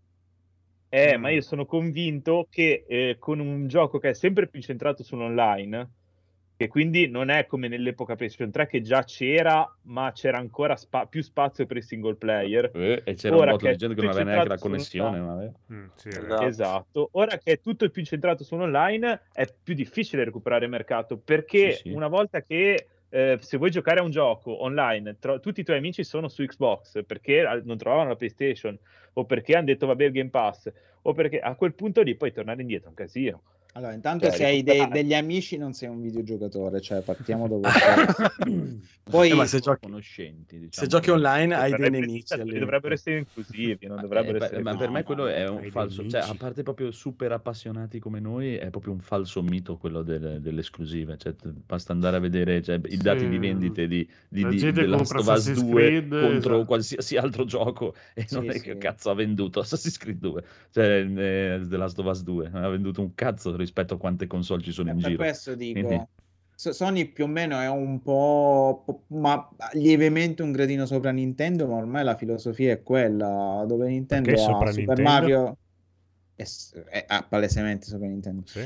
Eh, Mm. ma io sono convinto che eh, con un gioco che è sempre più centrato sull'online, che quindi non è come nell'epoca PlayStation tre che già c'era, ma c'era ancora spa- più spazio per i single player. Eh, e c'era un Ora botto che di è gente che tutto non aveva neanche la incentrato connessione. sull'online- non aveva. Mm, sì, è vero. Esatto. Esatto, ora che è tutto più incentrato sull'online è più difficile recuperare mercato perché Sì, sì. una volta che eh, se vuoi giocare a un gioco online, tro- tutti i tuoi amici sono su Xbox perché al- non trovavano la PlayStation, o perché hanno detto vabbè il Game Pass, o perché a quel punto lì puoi tornare indietro, è un casino. Allora, intanto Cioè, se hai dei- recuperare. degli amici non sei un videogiocatore, cioè partiamo da questo. Poi Eh, ma se giochi, conoscenti, diciamo se giochi così. online hai dei Dovrebbero, nemici essere- all'elenco. dovrebbero essere inclusivi, non Ma, dovrebbero eh, per- essere ma per così. me quello è un Hai dei falso, cioè a amici. parte proprio super appassionati come noi, è proprio un falso mito quello del- delle esclusive, cioè t- basta andare a vedere, cioè, i dati di Sì, vendite di, di, la di gente The Last compra of Us Assassin's due Creed, contro esatto. qualsiasi altro gioco e non Sì, è sì. che cazzo ha venduto Assassin's Creed due, cioè eh, The Last of Us due, non ha venduto un cazzo rispetto a quante console ci sono Eh, in per giro. questo dico, Quindi, So- Sony più o meno è un po', po- ma lievemente un gradino sopra Nintendo, ma ormai la filosofia è quella, dove Perché Nintendo ha sopra Super Nintendo? Mario, è, s- è- ha palesemente sopra Nintendo, Sì.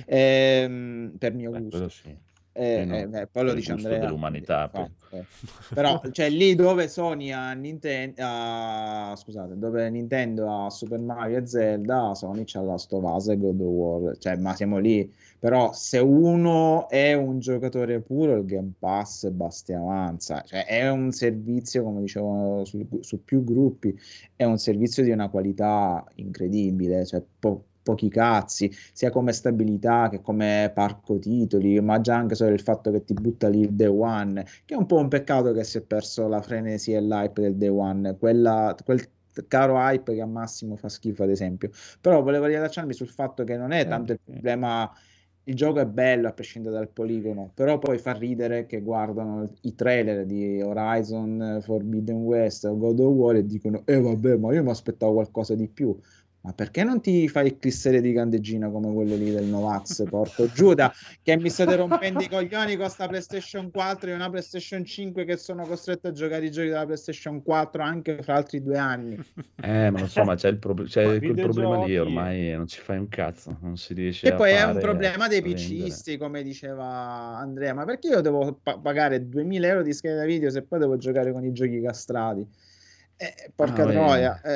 Ehm, per mio beh, gusto. quello sì. Eh, Sì, no, eh, beh, poi lo per il dice gusto Andrea. dell'umanità, poi. Infatti, eh. Però, cioè, lì dove Sony ha Nintendo, scusate, dove Nintendo ha Super Mario e Zelda, Sony c'ha Last of Us e God of War, cioè, ma siamo lì. Però se uno è un giocatore puro, il Game Pass basta e avanza, cioè è un servizio, come dicevo su, su più gruppi, è un servizio di una qualità incredibile, cioè po- pochi cazzi, sia come stabilità che come parco titoli, ma già anche solo il fatto che ti butta lì il Day One, che è un po' un peccato che si è perso la frenesia e l'hype del Day One, quella, quel caro hype che a Massimo fa schifo ad esempio. Però volevo riallacciarmi sul fatto che non è tanto il problema, il gioco è bello a prescindere dal poligono, però poi fa ridere che guardano i trailer di Horizon Forbidden West o God of War e dicono eh vabbè, ma io mi aspettavo qualcosa di più. Ma perché non ti fai il clissere di candeggina come quello lì del Novax, porco Giuda, che mi state rompendo i coglioni con sta PlayStation quattro e una PlayStation cinque che sono costretto a giocare i giochi della PlayStation quattro anche fra altri due anni. Eh, ma lo so, ma c'è, il prob- c'è quel problema lì, Videogiochi. ormai non ci fai un cazzo, non si riesce E a poi è fare, un problema dei a vendere. PCisti, come diceva Andrea, ma perché io devo pa- pagare duemila euro di scheda video se poi devo giocare con i giochi castrati? Eh, porca Ah, beh. troia, eh,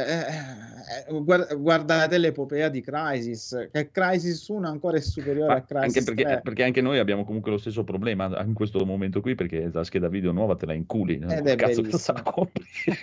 eh, eh, guarda- guardate l'epopea di Crysis, che Crysis uno ancora è superiore Ma a Crysis anche perché, tre. perché anche noi abbiamo comunque lo stesso problema in questo momento qui, perché la scheda video nuova te la inculi, no? Ed Col è cazzo che se la verissimo. compri.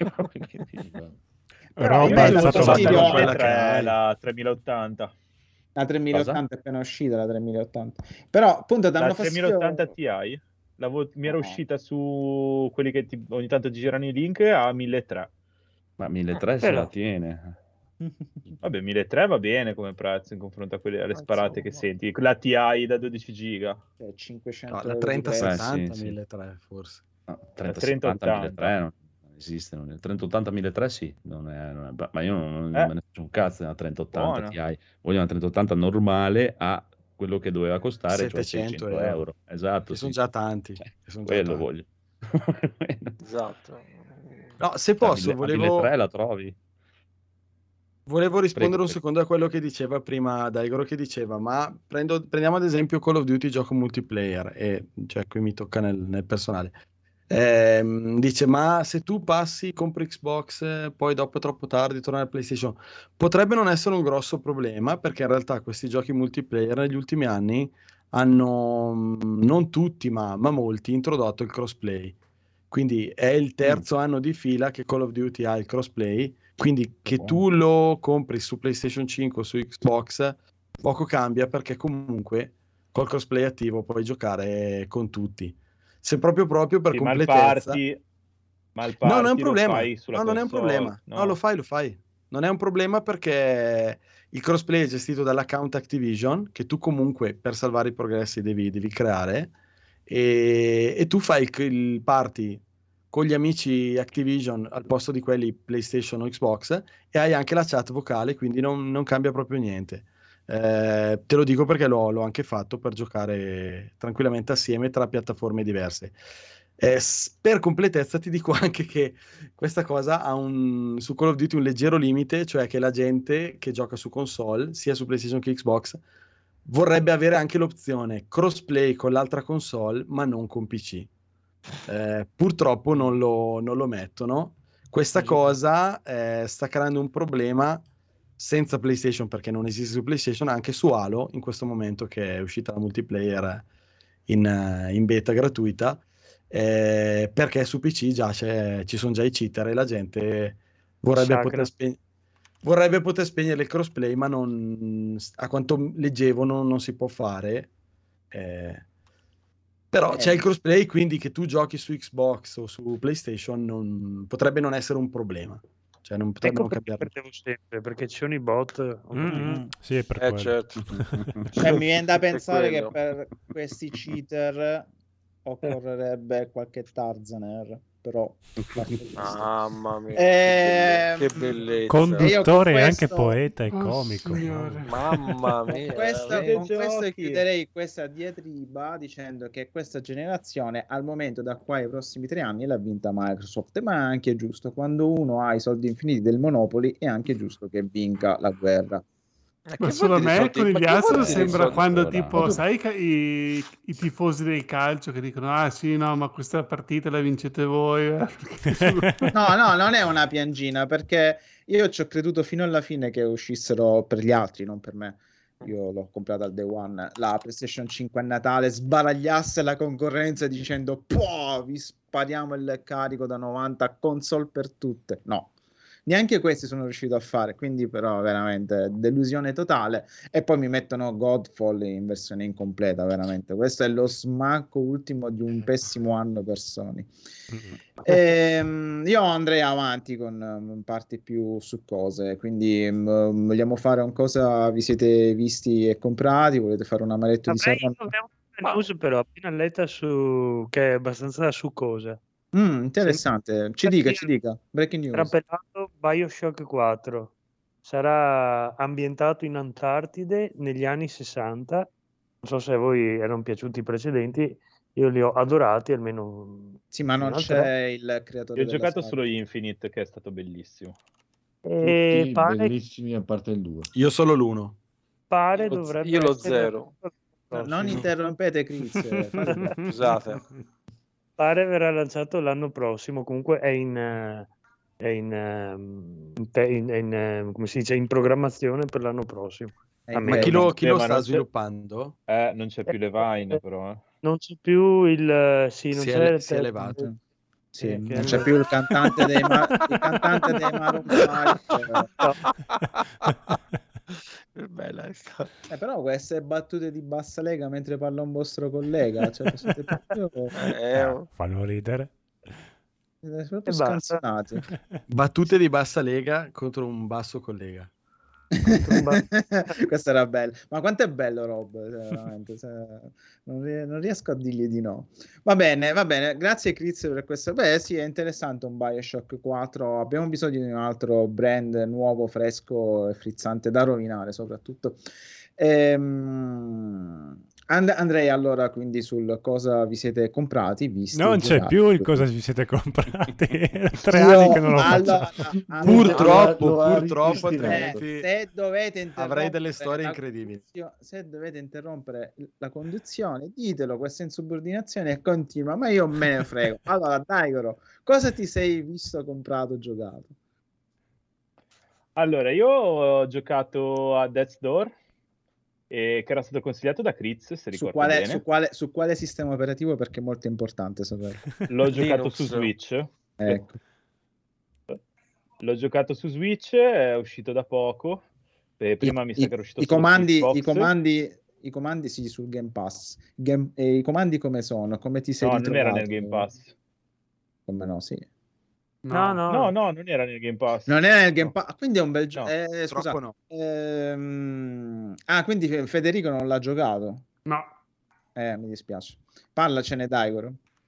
Però Roba a me alzato dà la fastidio- mano. quella che hai. la tremila ottanta. La tremila ottanta è appena uscita, la tremila ottanta. Però appunto danno La fastidio. tremila ottanta Ti la vo- mi era No. uscita su quelli che ti- ogni tanto ti girano i link a milletrecento. Ma milletrecento se Però- la tiene. Vabbè, milletrecento va bene come prezzo in confronto a quelle alle sparate che Insomma. senti. La Ti da dodici giga. Cioè, cinquecento No, la euro di trenta prezzo. Eh, settanta, sì, sì. milletrecento forse. No, La trenta trenta settanta ottanta. milletrecento non esiste, non è. trenta ottanta milletrecento sì, non è, non è- ma io non, non Eh. me ne faccio un cazzo della trenta ottanta Buona. Ti. Voglio una trenta ottanta normale a quello che doveva costare, cioè settecento seicento euro. Esatto, Che sono sì. già tanti. Cioè, che sono già quello tanti. voglio. Esatto. No, se Cioè, posso, a volevo, milletrecento la trovi? volevo rispondere Prego, un prego. secondo a quello che diceva prima Daigoro, che diceva, ma prendo- prendiamo ad esempio Call of Duty, gioco multiplayer, e cioè qui mi tocca nel, nel personale. Ehm, dice, ma se tu passi, compri Xbox, eh, poi dopo è troppo tardi, torna alla PlayStation. Potrebbe non essere un grosso problema, perché in realtà questi giochi multiplayer negli ultimi anni hanno, mm, non tutti, ma, ma molti, introdotto il crossplay. Quindi è il terzo anno di fila che Call of Duty ha il crossplay, quindi che buono. tu lo compri su PlayStation cinque o su Xbox, poco cambia, perché comunque col crossplay attivo puoi giocare con tutti. Se proprio proprio per Sì, ma il completezza... party, ma il No, non è un party lo problema. fai sulla No, non è un console, problema. No? no? lo fai, lo fai. Non è un problema, perché il crossplay è gestito dall'account Activision, che tu comunque per salvare i progressi devi, devi creare, e, e tu fai il, il party con gli amici Activision al posto di quelli PlayStation o Xbox, e hai anche la chat vocale, quindi non, non cambia proprio niente. Eh, te lo dico perché l'ho, l'ho anche fatto per giocare tranquillamente assieme tra piattaforme diverse. Eh, s- per completezza ti dico anche che questa cosa ha un, su Call of Duty un leggero limite, cioè che la gente che gioca su console, sia su PlayStation che Xbox, vorrebbe avere anche l'opzione crossplay con l'altra console, ma non con P C. Eh, purtroppo non lo, non lo mettono. Questa cosa eh, sta creando un problema senza PlayStation, perché non esiste su PlayStation, anche su Halo in questo momento, che è uscita la multiplayer in, eh, in beta gratuita. eh, perché su P C già c'è- ci sono già i cheater e la gente vorrebbe Sacra. poter, spe- vorrebbe poter spegnere il crossplay, ma non, a quanto leggevo non, non si può fare. Eh, però Eh, c'è il crossplay, quindi che tu giochi su Xbox o su PlayStation non, potrebbe non essere un problema. Cioè non potrebbe Ecco non perché cambiare. perdevo sempre, perché ci sono i bot. Mm-mm. Sì, è per Eh quello. certo. Cioè, mi viene da È pensare che quello. per questi cheater occorrerebbe qualche Tarzaner, però Mamma mia, Ehm, che bellezza. e io Conduttore con e anche questo- poeta e Oh, comico. signore. Mamma Con mia. questo, veramente. con questo Giochi. chiuderei questa diatriba dicendo che questa generazione al momento da qua ai prossimi tre anni l'ha vinta Microsoft, ma è anche giusto, quando uno ha i soldi infiniti del Monopoly è anche giusto che vinca la guerra. Ma Ma che solo a vuol dire me soldi? con Ma gli che vuol Astro dire sembra soldi? quando Allora, tipo, tu- sai, ca- i, i tifosi del calcio che dicono ah sì, no, ma questa partita la vincete voi. eh." No, no, non è una piangina, perché io ci ho creduto fino alla fine che uscissero per gli altri, non per me. Io l'ho comprata al day one. La PlayStation cinque a Natale sbaragliasse la concorrenza dicendo "Poh, vi spariamo il carico da novanta console per tutte". No, neanche questi sono riuscito a fare, quindi però veramente delusione totale. E poi mi mettono Godfall in versione incompleta, veramente. Questo è lo smacco ultimo di un pessimo anno per Sony. Mm-mm. Ehm, io andrei avanti con um, parti più succose, quindi um, vogliamo fare un cosa vi siete visti e comprati? Volete fare un amaretto di Vabbè, io Serrano? avevo una news però appena letta su che è abbastanza succosa. Mm, interessante, ci dica, ci dica, breaking news. Trapelato BioShock quattro sarà ambientato in Antartide negli anni sessanta. Non so se a voi erano piaciuti i precedenti, io li ho adorati, almeno Sì, ma non fino al tre. c'è il creatore Io ho della giocato saga. solo Infinite, che è stato bellissimo. E Tutti pare, bellissimi a parte il due. Io solo l'uno. pare Io lo, dovrebbe io lo essere zero. No, prossimo. non interrompete Chris, fate- Scusate. Pare verrà lanciato l'anno prossimo, comunque è in, eh, è in, ehm, in te- in- in, eh, come si dice, in programmazione per l'anno prossimo. È A in Ma me- chi lo, chi Eh, lo ma sta non c'è- sviluppando? Eh, non c'è più Levine, Eh, però. eh. Non c'è più il... Sì, non Si è c'è le- il si è te- levato. Sì, eh, che non è- c'è più il cantante dei, ma- il cantante dei Maroon five. Che bella questa. Eh, però queste battute di bassa lega mentre parla un vostro collega, cioè siete proprio, Eh, Ah, fanno ridere. siete proprio E basta. scansionati. Battute di bassa lega contro un basso collega. Questo era bello, ma quanto è bello Rob, cioè, veramente, cioè, non, rie- non riesco a dirgli di no. Va bene, va bene, grazie Chris per questo. Beh sì, è interessante un BioShock quattro, abbiamo bisogno di un altro brand nuovo, fresco e frizzante da rovinare soprattutto. Ehm, and- andrei allora quindi sul cosa vi siete comprati, visti, Non c'è giocati. più il cosa vi siete comprati. È tre Io- anni che non lo allora, facciamo. allora, Purtroppo, Lo ha purtroppo, ripristinato. Trempi, se dovete interrompere avrei delle storie la incredibili. conduzio- se dovete interrompere la conduzione, ditelo questa insubordinazione e continua, ma io me ne frego. Allora, Daigoro, cosa ti sei visto, comprato, giocato? Allora, io ho giocato a Death's Door, eh, che era stato consigliato da Chris, se Su ricordo quale, bene. su, quale, su quale sistema operativo? Perché è molto importante saperlo. L'ho giocato Linux. su Switch. Ecco. L'ho giocato su Switch, è uscito da poco. Eh, prima I, mi sa i- che era uscito i solo su comandi, Xbox. i comandi, i comandi sì, sul Game Pass. Game- e i comandi come sono? Come ti sei No, non ritrovato? era nel Game Pass. Come no, sì. No, no, No, no, non era nel Game Pass. Non era nel Game No. Pass, quindi è un bel gioco. No, eh, scusa. Troppo no. Ehm, Ah, quindi Fe- Federico non l'ha giocato? No. Eh, mi dispiace. Parlacene, Daigoro.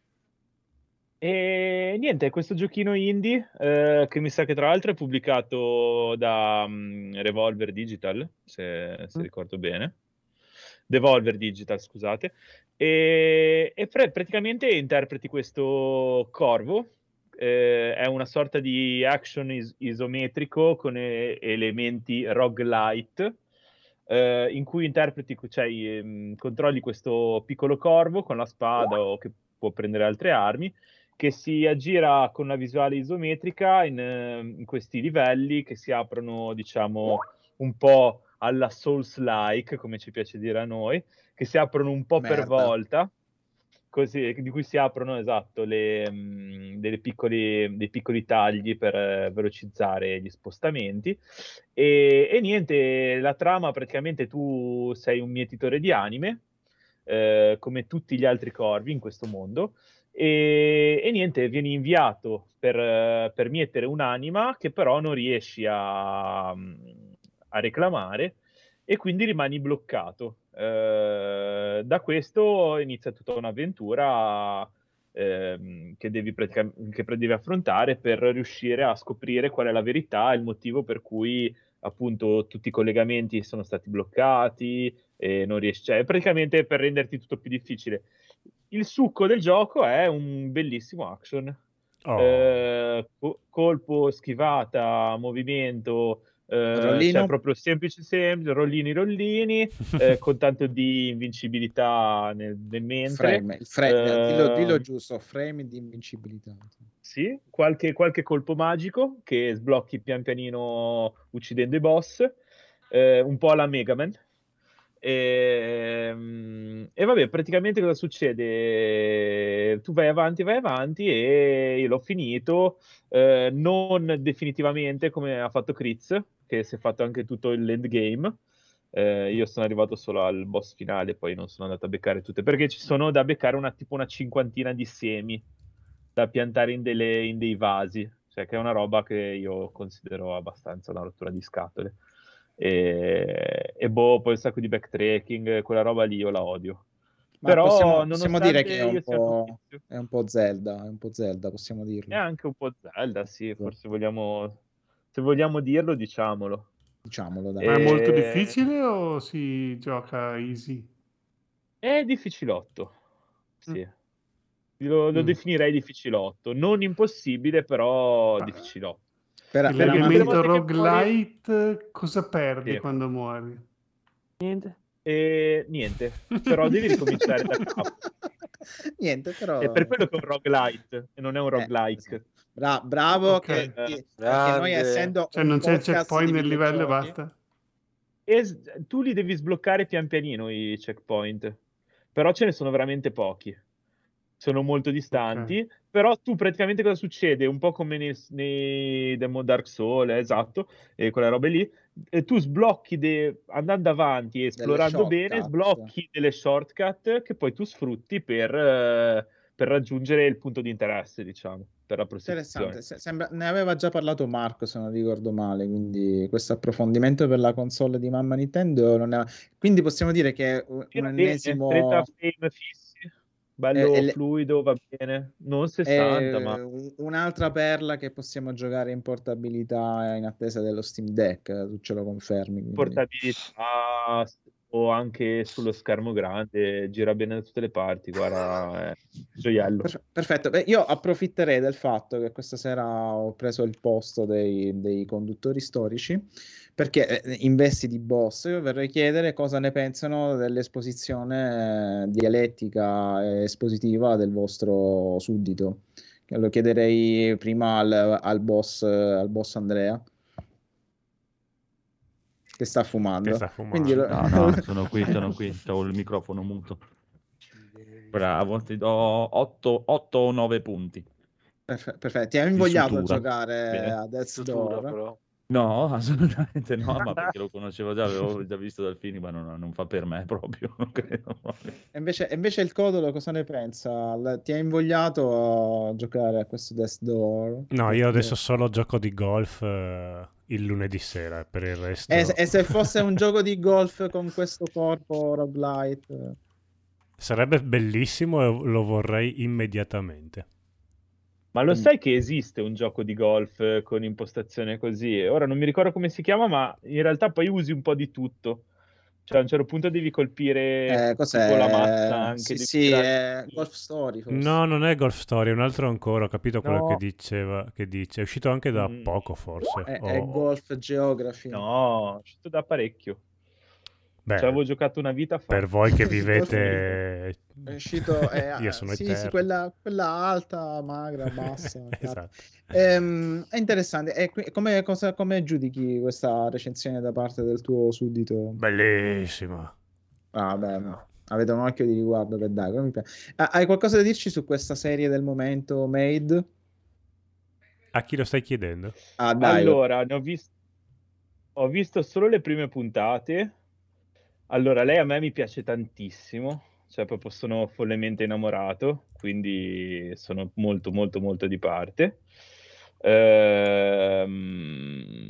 E niente, questo giochino indie, eh, che mi sa che tra l'altro è pubblicato da mm, Revolver Digital, se, se Mm. ricordo bene. Devolver Digital, scusate. E, e pre- praticamente interpreti questo corvo. eh, è una sorta di action is- isometrico con eh, elementi roguelite, eh, in cui interpreti, cioè, ehm, controlli questo piccolo corvo con la spada o che può prendere altre armi, che si aggira con una visuale isometrica in, eh, in questi livelli che si aprono, diciamo, un po' alla Souls-like, come ci piace dire a noi, che si aprono un po' per Merda. volta, così, di cui si aprono, esatto, le, mh, delle piccoli, dei piccoli tagli per eh, velocizzare gli spostamenti. E, e niente, la trama praticamente tu sei un mietitore di anime, eh, come tutti gli altri corvi in questo mondo, e, e niente, vieni inviato per, eh, per mietere un'anima che però non riesci a, a reclamare e quindi rimani bloccato. Eh, da questo inizia tutta un'avventura ehm, che devi, pratica- che devi affrontare per riuscire a scoprire qual è la verità e il motivo per cui appunto tutti i collegamenti sono stati bloccati e non riesci, cioè praticamente per renderti tutto più difficile. Il succo del gioco è un bellissimo action. Oh. Eh, co- colpo, schivata, movimento, eh, Rollino? cioè proprio semplice semplice, rollini rollini, eh, con tanto di invincibilità nel, nel mentre. Frame, il frame, dillo, dillo Eh, giusto, frame di invincibilità. sì, qualche, qualche colpo magico che sblocchi pian pianino uccidendo i boss, eh, un po' alla Mega Man. E, e vabbè, praticamente cosa succede? Tu vai avanti, vai avanti e io l'ho finito, eh, non definitivamente come ha fatto Chris, che si è fatto anche tutto l'endgame. Eh, io sono arrivato solo al boss finale, poi non sono andato a beccare tutte, perché ci sono da beccare una, tipo una cinquantina di semi da piantare in, delle, in dei vasi, cioè che è una roba che io considero abbastanza una rottura di scatole. E, e boh, poi un sacco di backtracking, quella roba lì io la odio. Ma Però possiamo, possiamo dire nonostante che è un, io sia po', all'inizio, è un po' Zelda, è un po' Zelda, possiamo è dirlo. anche un po' Zelda, sì, forse vogliamo, se vogliamo dirlo, diciamolo. Diciamolo, dai. Ma è molto E- difficile o si gioca easy? È difficilotto, sì. Lo, lo Mm. definirei difficilotto. Non impossibile, però difficilotto. Per, Il per amanti- elemento volte che muori- roguelite cosa perdi Sì. quando muori? Niente. E niente, però devi ricominciare da capo. Niente, però... È per quello che è un roguelite e non è un roguelike. Bra- bravo, Ok. che, che- perché Grande. noi essendo Cioè un non c'è il podcast checkpoint di nel livello e videogiochi- basta? E s- tu li devi sbloccare pian pianino i checkpoint, però ce ne sono veramente pochi. Sono molto distanti, però tu praticamente cosa succede? Un po' come nei, nei Demo Dark Souls, eh, esatto, e quelle robe lì, e tu sblocchi de- andando avanti e esplorando bene, shortcut. sblocchi delle shortcut che poi tu sfrutti per, eh, per raggiungere il punto di interesse, diciamo, per la prosecuzione. Interessante, Se- sembra- ne aveva già parlato Marco se non ricordo male, quindi questo approfondimento per la console di mamma Nintendo non è... quindi possiamo dire che è un Gira un bene, ennesimo trenta frame fissi, bello È- è le- fluido, va bene, non sessanta, è ma un- un'altra perla che possiamo giocare in portabilità in attesa dello Steam Deck, tu ce lo confermi, quindi- portabilità o anche sullo schermo grande, gira bene da tutte le parti, guarda, è gioiello. Per- perfetto. Beh, io approfitterei del fatto che questa sera ho preso il posto dei, dei conduttori storici perché eh, in vesti di boss io vorrei chiedere cosa ne pensano dell'esposizione eh, dialettica e espositiva del vostro suddito. Lo chiederei prima al, al boss, al boss Andrea che sta fumando. Che sta fumando. Quindi lo- No, no, sono qui, sono qui, ho il microfono muto. Bravo, ti do otto o nove punti. Perfe- perfetto, ti hai invogliato a sutura. giocare Bene. a Death's Sutura, Door? però. No, assolutamente no, ma perché lo conoscevo già, avevo già visto dal film, ma non, non fa per me proprio, non credo. E invece, e invece il Codolo cosa ne pensa? La- ti ha invogliato a giocare a questo Death's Door? No, io adesso solo gioco di golf eh, il lunedì sera, per il resto... E, e se fosse un gioco di golf con questo corpo roguelite? Sarebbe bellissimo e lo vorrei immediatamente. Ma lo sai che esiste un gioco di golf eh, con impostazione così? Ora non mi ricordo come si chiama, ma in realtà poi usi un po' di tutto. Cioè a un certo punto devi colpire Eh, cos'è? tipo la mazza anche. Sì, devi sì, tirare- è Golf Story forse. No, non è Golf Story, è un altro ancora, ho capito quello No. che diceva, che dice. È uscito anche da Mm. poco forse. È, o- è Golf Geography. No, è uscito da parecchio. Beh, Ci avevo giocato una vita fa. per voi che vivete... È uscito... è- Io sono sì, eterno. sì, quella, quella alta, magra, bassa. Esatto. Ehm, è interessante. E qui- come, cosa, come giudichi questa recensione da parte del tuo suddito? Bellissima. Ah, beh, no. avete un occhio di riguardo per Dago. Mi piace. Ah, hai qualcosa da dirci su questa serie del momento, Made? A chi lo stai chiedendo? Ah, Daigo. Allora, ne ho visto ho visto solo le prime puntate. Allora, lei a me mi piace tantissimo, cioè proprio sono follemente innamorato, quindi sono molto molto molto di parte. Ehm,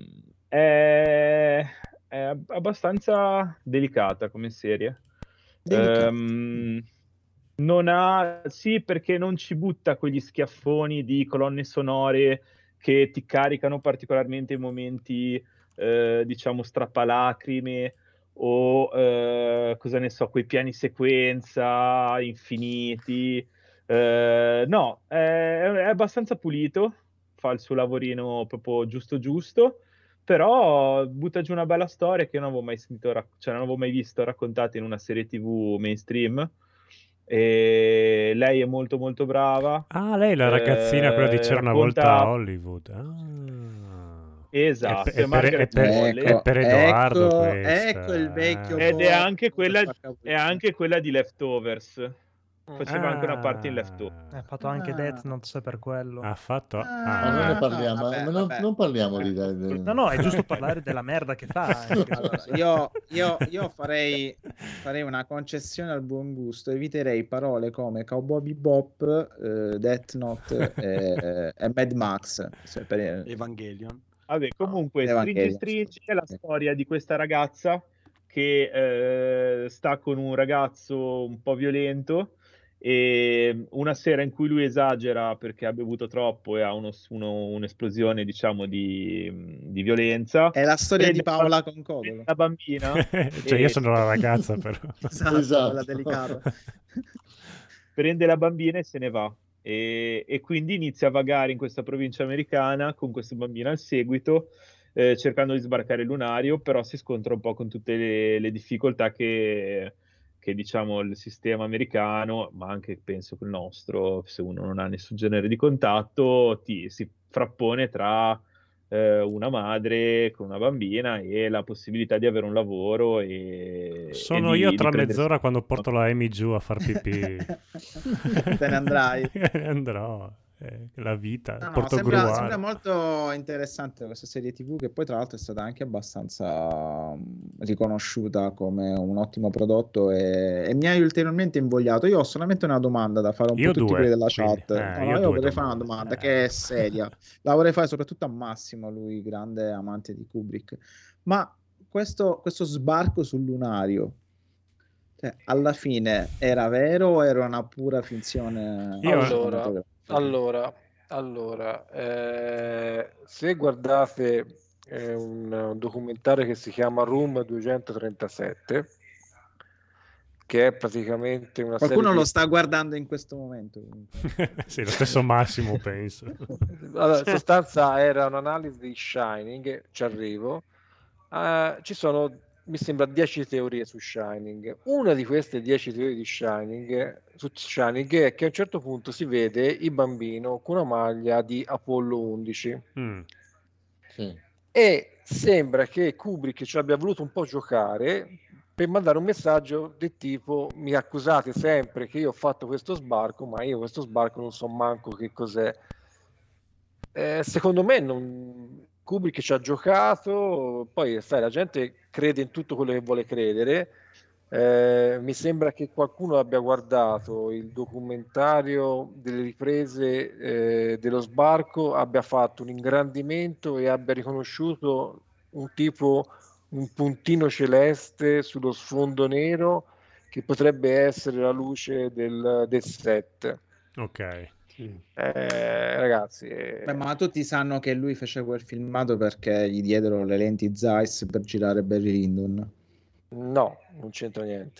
è, è abbastanza delicata come serie. Delicata. Ehm, non ha, sì, perché non ci butta quegli schiaffoni di colonne sonore che ti caricano particolarmente i momenti, eh, diciamo, strappalacrime o eh, cosa ne so, quei piani sequenza infiniti. Eh, no, è, è abbastanza pulito, fa il suo lavorino proprio giusto giusto, però butta giù una bella storia che io non avevo mai sentito, rac- cioè non avevo mai visto raccontata in una serie tivù mainstream. E lei è molto molto brava. Ah, lei è la ragazzina, quella di Eh, C'era una volta a racconta Hollywood. Ah. esatto, È per, è è per- è Margaret per- Qualley. è per Edoardo ecco, questa. ecco il vecchio eh. Ed è po' anche quella, spaccapucci. è anche quella di Leftovers. Faceva anche una parte in Ah. Leftovers. Ha fatto anche Ah. Death Note se per quello. Ha fatto... Ma non ne Ah, Ah. parliamo, vabbè, ma non, vabbè. non parliamo di... Eh. di- No, no, è giusto parlare della merda che fa. eh, che- Allora, io, io, io farei, farei una concessione al buon gusto, eviterei parole come Cowboy Bebop, eh, Death Note e, e Mad Max. Se per- Evangelion. Vabbè, comunque, Evangelion. Stringi Stringi è la storia di questa ragazza che eh, sta con un ragazzo un po' violento e una sera in cui lui esagera perché ha bevuto troppo e ha uno- uno- un'esplosione, diciamo, di, di violenza. È la storia di prende Paola con Codolo. la bambina. Cioè, io e- sono la ragazza, però. Esatto, Esatto. quella delicata. prende la bambina e se ne va. E, e quindi inizia a vagare in questa provincia americana con questa bambina al seguito, eh, cercando di sbarcare il lunario, però si scontra un po' con tutte le, le difficoltà che, che, diciamo, il sistema americano, ma anche penso il nostro, se uno non ha nessun genere di contatto, ti, si frappone tra eh, una madre con una bambina e la possibilità di avere un lavoro e, Sono e di, io di tra prendersi- mezz'ora quando porto la Amy giù a far pipì. Te ne andrai. Andrò. eh, la vita, No, no, porto sembra, gruare. sembra molto interessante questa serie tivù che poi tra l'altro è stata anche abbastanza um, riconosciuta come un ottimo prodotto e, e mi hai ulteriormente invogliato. Io ho solamente una domanda da fare un Io po' a tutti due, quelli della quindi, chat. eh, No, no, io io due vorrei fare una domande. domanda Eh. che è seria. La vorrei fare soprattutto a Massimo, lui grande amante di Kubrick. Ma questo, questo sbarco sul lunario, cioè, alla fine era vero o era una pura finzione? Io- Allora, cinematografica? allora, allora eh, se guardate eh, un, un documentario che si chiama Room duecentotrentasette, che è praticamente una Qualcuno serie lo di... sta guardando in questo momento. Sì, lo stesso Massimo, penso. Allora, in sostanza era un'analisi di Shining, ci arrivo. Eh, ci sono, mi sembra, dieci teorie su Shining. Una di queste dieci teorie di Shining, su Shining è che a un certo punto si vede il bambino con una maglia di Apollo undici Mm. Sì. e sembra che Kubrick ci abbia voluto un po' giocare per mandare un messaggio del tipo: mi accusate sempre che io ho fatto questo sbarco, ma io questo sbarco non so manco che cos'è. Eh, secondo me non... Kubrick ci ha giocato, poi sai, la gente crede in tutto quello che vuole credere. Eh, mi sembra che qualcuno abbia guardato il documentario delle riprese eh, dello sbarco, abbia fatto un ingrandimento e abbia riconosciuto un tipo, un puntino celeste sullo sfondo nero che potrebbe essere la luce del, del set. Ok. Eh, ragazzi, eh, Beh, ma tutti sanno che lui fece quel filmato perché gli diedero le lenti Zeiss per girare Barry Lyndon. no, non c'entra niente.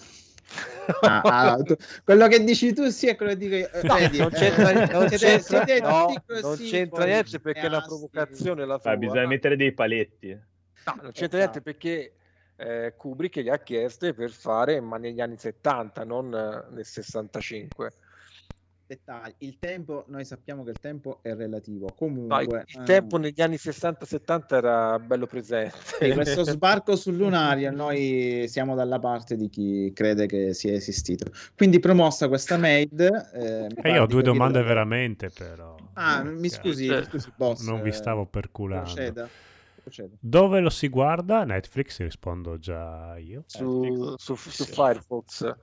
Ah, ah, tu- quello che dici tu sì è quello che dico io. Eh, No, vedi, non c'entra, eh, non siete- c'entra- siete no, tutti così, non c'entra poi, niente perché è una neasti. provocazione la tua. Ah, bisogna mettere dei paletti. No, non c'entra Esatto. niente perché eh, Kubrick gli ha chieste per fare, ma negli anni settanta, non eh, nel sessantacinque. dettagli. Il tempo, noi sappiamo che il tempo è relativo. No, il, Comunque, il eh, tempo negli anni sessanta settanta era bello presente. sì, questo sbarco sul lunario, noi siamo dalla parte di chi crede che sia esistito. Quindi promossa questa maid. Eh, mi E pare io ho di due capire domande da- veramente, però. Ah, mi Cioè, scusi, mi scusi, boss. non vi eh, stavo perculando. Proceda. proceda. Dove lo si guarda? Netflix, rispondo già io. su, su, su Firefox.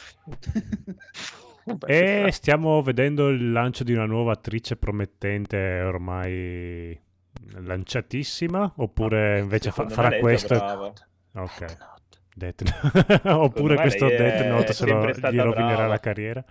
Vabbè, ci E sta. stiamo vedendo il lancio di una nuova attrice promettente ormai lanciatissima, oppure invece fa- Secondo me farà lei è questo. brava. Ok. Death Note. Oppure me questo lei è Death Note se lo, sempre gli stata rovinerà brava. la carriera.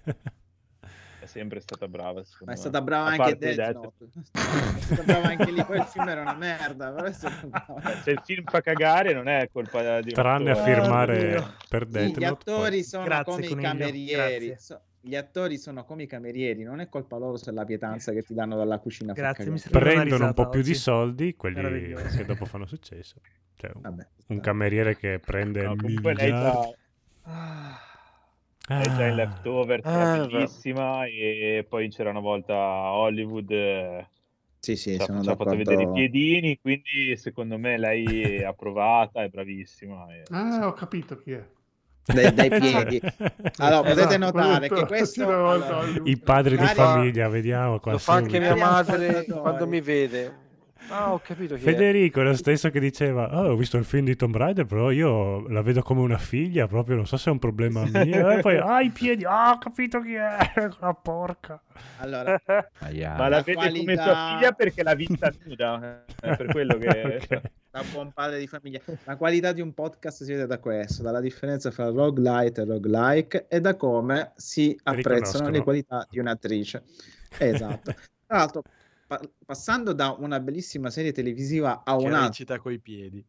È sempre stata brava, secondo Ma è me. stata brava A anche parte Death Death- Note. È stata brava anche lì, poi il film era una merda. Però è stata brava. Se il film fa cagare non è colpa di un Tranne a attore. firmare Oddio. per Sì, Death gli Note. poi- attori sono Grazie, come i Coniglio, camerieri. grazie. So- gli attori sono come i camerieri, non è colpa loro se la pietanza che ti danno dalla cucina fa Grazie, cagare. mi serviva una Prendono un po' risata più di oggi. soldi, quelli Meraviglioso. che dopo fanno successo. Cioè, un, Vabbè, un sta- cameriere che prende No, comunque lei miliardi. già, Ah, lei già in Ah, Leftover Ah, era vabbè. bellissima, e poi c'era una volta a Hollywood, eh, sì, sì, ci ha sono ci ha fatto vedere i d'accordo. piedini, quindi secondo me lei è approvata, è bravissima. e- Ah, ho capito chi è. Dai, dai piedi. Allora, potete Esatto, notare quello che detto questo... la prossima volta allora, Hollywood. I padri di Cari- famiglia, vediamo qua Lo fa anche subito. mia Cari madre ascoltatori. quando mi vede. Ah, ho capito chi è. Federico è lo stesso che diceva: "Oh, ho visto il film di Tomb Raider, però io la vedo come una figlia, proprio non so se è un problema mio." E poi, ah, i piedi, ah, ho capito chi è, la porca. allora, Aia. Ma la La vede come qualità- sua figlia perché l'ha vista nuda, è per quello che... Ok. da buon padre di famiglia, la qualità di un podcast si vede da questo, dalla differenza fra roguelite e roguelike e da come si apprezzano Riconoscono. le qualità di un'attrice. Esatto. Tra l'altro, pa- passando da una bellissima serie televisiva a Che un'altra... recita coi piedi.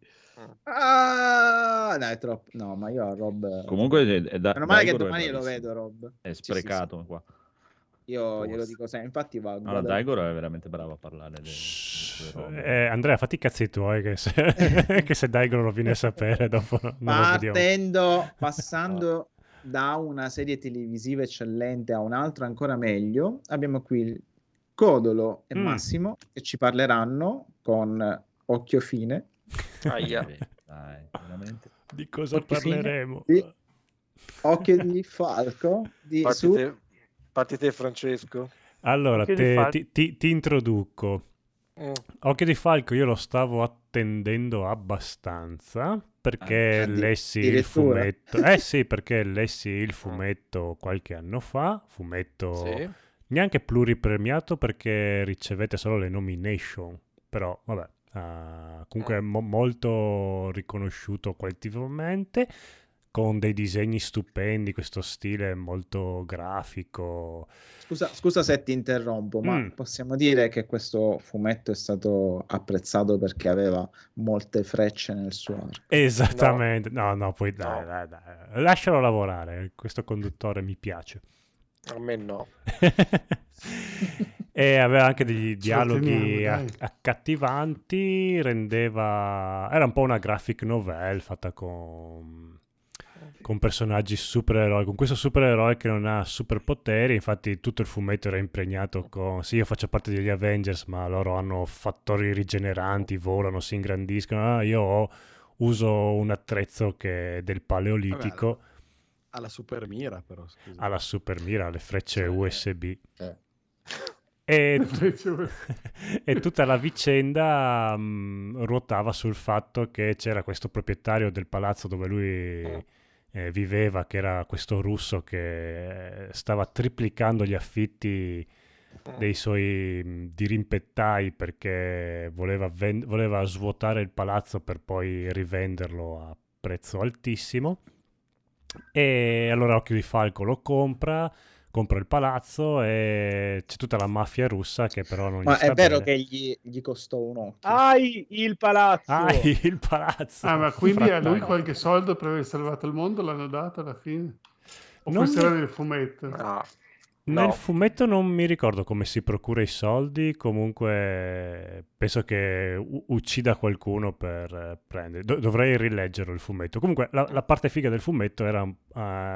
Ah, dai, troppo. No, ma io a Rob... Comunque è, è da, Meno male che Daigoro è domani lo bravissimo. vedo, Rob. È Sì, sì, sprecato qua. sì. Io Forse. glielo dico sempre. Infatti va No, no, guarda- Daigoro è veramente bravo a parlare delle, delle sue robe. Eh, Andrea, fatti i cazzi tuoi che se, che se Daigoro lo viene a sapere dopo non lo vediamo. Partendo, passando da una serie televisiva eccellente a un'altra ancora meglio, abbiamo qui Codolo e Mm. Massimo che ci parleranno con Occhio Fine Aia. Dai, dai, veramente. Di cosa Occhio Fine parleremo? di Occhio di Falco di, Parti su te, parti te, Francesco. Allora, Occhio di te- Falco. ti, ti- ti introduco. Mm. Occhio di Falco io lo stavo attendendo abbastanza perché Ah, addi- lessi il addirittura? fumetto. Eh sì, perché lessi il fumetto qualche anno fa, fumetto Sì. neanche pluripremiato perché ricevete solo le nomination, però vabbè, ah, comunque Ah. mo- molto riconosciuto qualitativamente, con dei disegni stupendi, questo stile molto grafico. Scusa, scusa se ti interrompo, ma Mm. possiamo dire che questo fumetto è stato apprezzato perché aveva molte frecce nel suo arco. Esattamente, no, no, poi dai, No. dai, dai. Lascialo lavorare, questo conduttore mi piace. A me no. E aveva anche degli Ce lo dialoghi teniamo, a- dai. accattivanti, rendeva... era un po' una graphic novel fatta con, con personaggi supereroi, con questo supereroe che non ha superpoteri, infatti tutto il fumetto era impregnato con, sì, io faccio parte degli Avengers, ma loro hanno fattori rigeneranti, volano, si ingrandiscono, ah, io ho- uso un attrezzo che è del paleolitico, Alla super mira, però. Scusa. alla super mira, le frecce Sì. U S B. Eh. E, Invece- e tutta la vicenda mh, ruotava sul fatto che c'era questo proprietario del palazzo dove lui eh, viveva, che era questo russo che eh, stava triplicando gli affitti dei suoi mh, dirimpettai perché voleva, ven- voleva svuotare il palazzo per poi rivenderlo a prezzo altissimo. E allora Occhio di Falco lo compra, compra il palazzo e c'è tutta la mafia russa che però non gli Ma sta è vero bene. che gli, gli costò un occhio. Hai il palazzo! Ah, il palazzo. Ah, ma quindi a lui Frattaglia. qualche soldo per aver salvato il mondo l'hanno dato alla fine? O Non questo mi- era nel fumetto? No. Nel No. fumetto non mi ricordo come si procura i soldi, comunque penso che u- uccida qualcuno per eh, prendere. Do- dovrei rileggerlo il fumetto. Comunque la, la parte figa del fumetto era eh,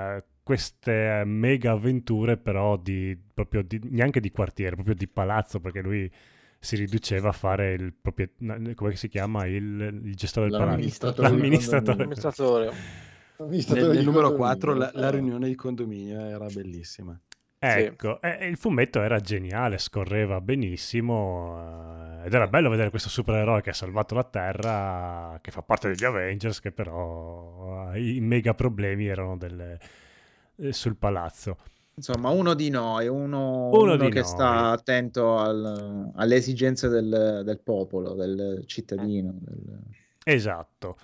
queste eh, mega avventure però di, proprio di, neanche di quartiere, proprio di palazzo, perché lui si riduceva a fare il proprio, come si chiama, il, il gestore del palazzo, L'amministratore di l'amministratore. Amministratore. Nel, Amministratore nel di numero condominio, quattro la, la eh. riunione di condominio era bellissima. Ecco, e il fumetto era geniale, scorreva benissimo eh, ed era bello vedere questo supereroe che ha salvato la Terra, che fa parte degli Avengers, che però eh, i mega problemi erano delle, eh, sul palazzo. Insomma, uno di noi, uno, Uno uno di che noi. sta attento al- alle esigenze del, del popolo, del cittadino. del- Esatto.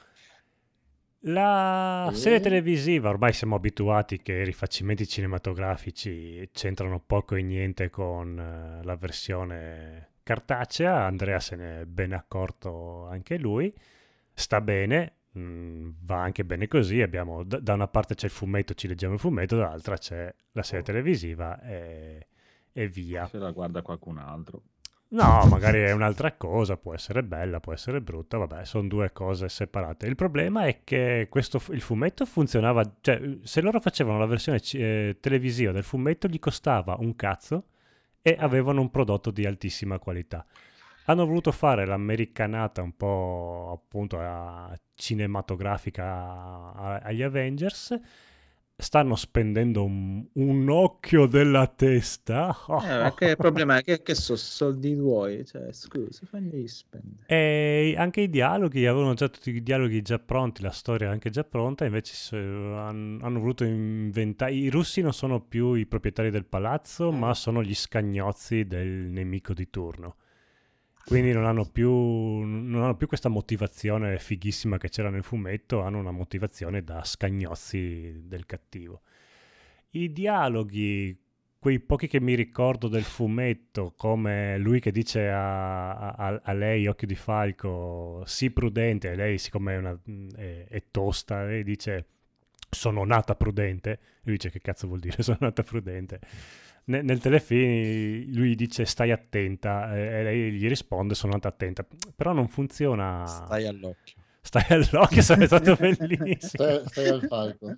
La E- serie televisiva, ormai siamo abituati che i rifacimenti cinematografici c'entrano poco e niente con eh, la versione cartacea. Andrea se ne è ben accorto anche lui. Sta bene, mh, va anche bene così. Abbiamo, da, da una parte c'è il fumetto, ci leggiamo il fumetto, dall'altra c'è la serie televisiva e, e via. Se la guarda qualcun altro. No, magari è un'altra cosa, può essere bella, può essere brutta, vabbè, sono due cose separate. Il problema è che questo, il fumetto funzionava, cioè se loro facevano la versione ci- eh, televisiva del fumetto gli costava un cazzo e avevano un prodotto di altissima qualità. Hanno voluto fare l'americanata un po' appunto a- cinematografica a- agli Avengers. Stanno spendendo un, un occhio della testa. Eh, che problema è? Che, che so, soldi tuoi? Cioè, scusa, fagli spendere. E anche i dialoghi, avevano già tutti i dialoghi già pronti, la storia anche già pronta, invece s- han- hanno voluto inventare. I russi non sono più i proprietari del palazzo, ma sono gli scagnozzi del nemico di turno. Quindi non hanno più, non hanno più questa motivazione fighissima che c'era nel fumetto, hanno una motivazione da scagnozzi del cattivo. I dialoghi, quei pochi che mi ricordo del fumetto, come lui che dice a, a- a lei, Occhio di Falco, sii prudente, e lei siccome è, una, è, è tosta, lei dice sono nata prudente, lui dice che cazzo vuol dire sono nata prudente. Ne- Nel telefilm lui dice stai attenta e e lei gli risponde sono nata attenta, però non funziona. Stai all'occhio. Stai all'occhio, sarebbe stato bellissimo. Stai, stai al falco.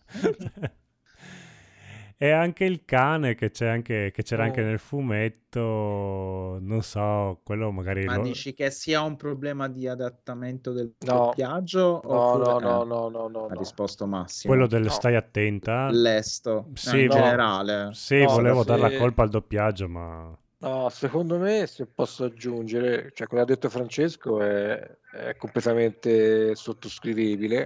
E anche il cane che c'è anche, che c'era anche Oh. nel fumetto, non so, quello magari Ma lo- dici che sia un problema di adattamento del No. doppiaggio? No, oppure- no, no, eh, no, no, no, ha no. risposto Massimo. quello del No. stai attenta. Lesto, no, Sì, in vo- generale. Sì, No, volevo se- dare la colpa al doppiaggio, ma No, secondo me, se posso aggiungere, cioè quello che ha detto Francesco è, è completamente sottoscrivibile.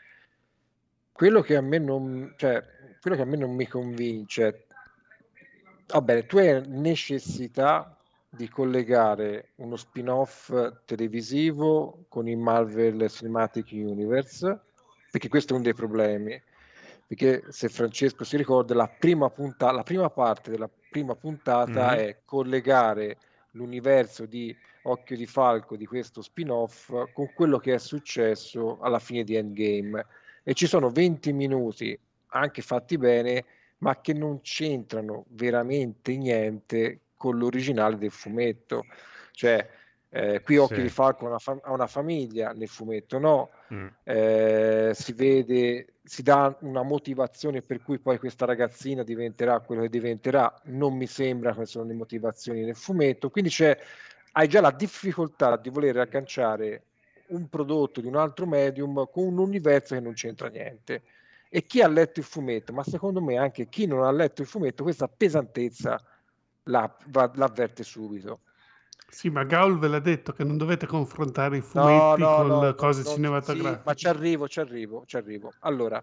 Quello che a me non, cioè, quello che a me non mi convince, va bene, tu hai necessità di collegare uno spin-off televisivo con il Marvel Cinematic Universe, perché questo è uno dei problemi. Perché se Francesco si ricorda, la prima, punta- la prima parte della prima puntata Mhm. è collegare l'universo di Occhio di Falco di questo spin-off con quello che è successo alla fine di Endgame. E ci sono venti minuti, anche fatti bene, ma che non c'entrano veramente niente con l'originale del fumetto. Cioè, eh, qui Occhio Sì. di Falco ha una, fa- ha una famiglia, nel fumetto no. Mm. Eh, si vede, si dà una motivazione per cui poi questa ragazzina diventerà quello che diventerà. Non mi sembra che sono le motivazioni nel fumetto, quindi c'è, hai già la difficoltà di voler agganciare un prodotto di un altro medium con un universo che non c'entra niente. E chi ha letto il fumetto, ma secondo me anche chi non ha letto il fumetto, questa pesantezza la, va- l'avverte subito. Sì, ma Gaul ve l'ha detto che non dovete confrontare i No, fumetti no, con no, le no, cose no, sì, cinematografiche. ma ci arrivo, ci arrivo, ci arrivo. Allora,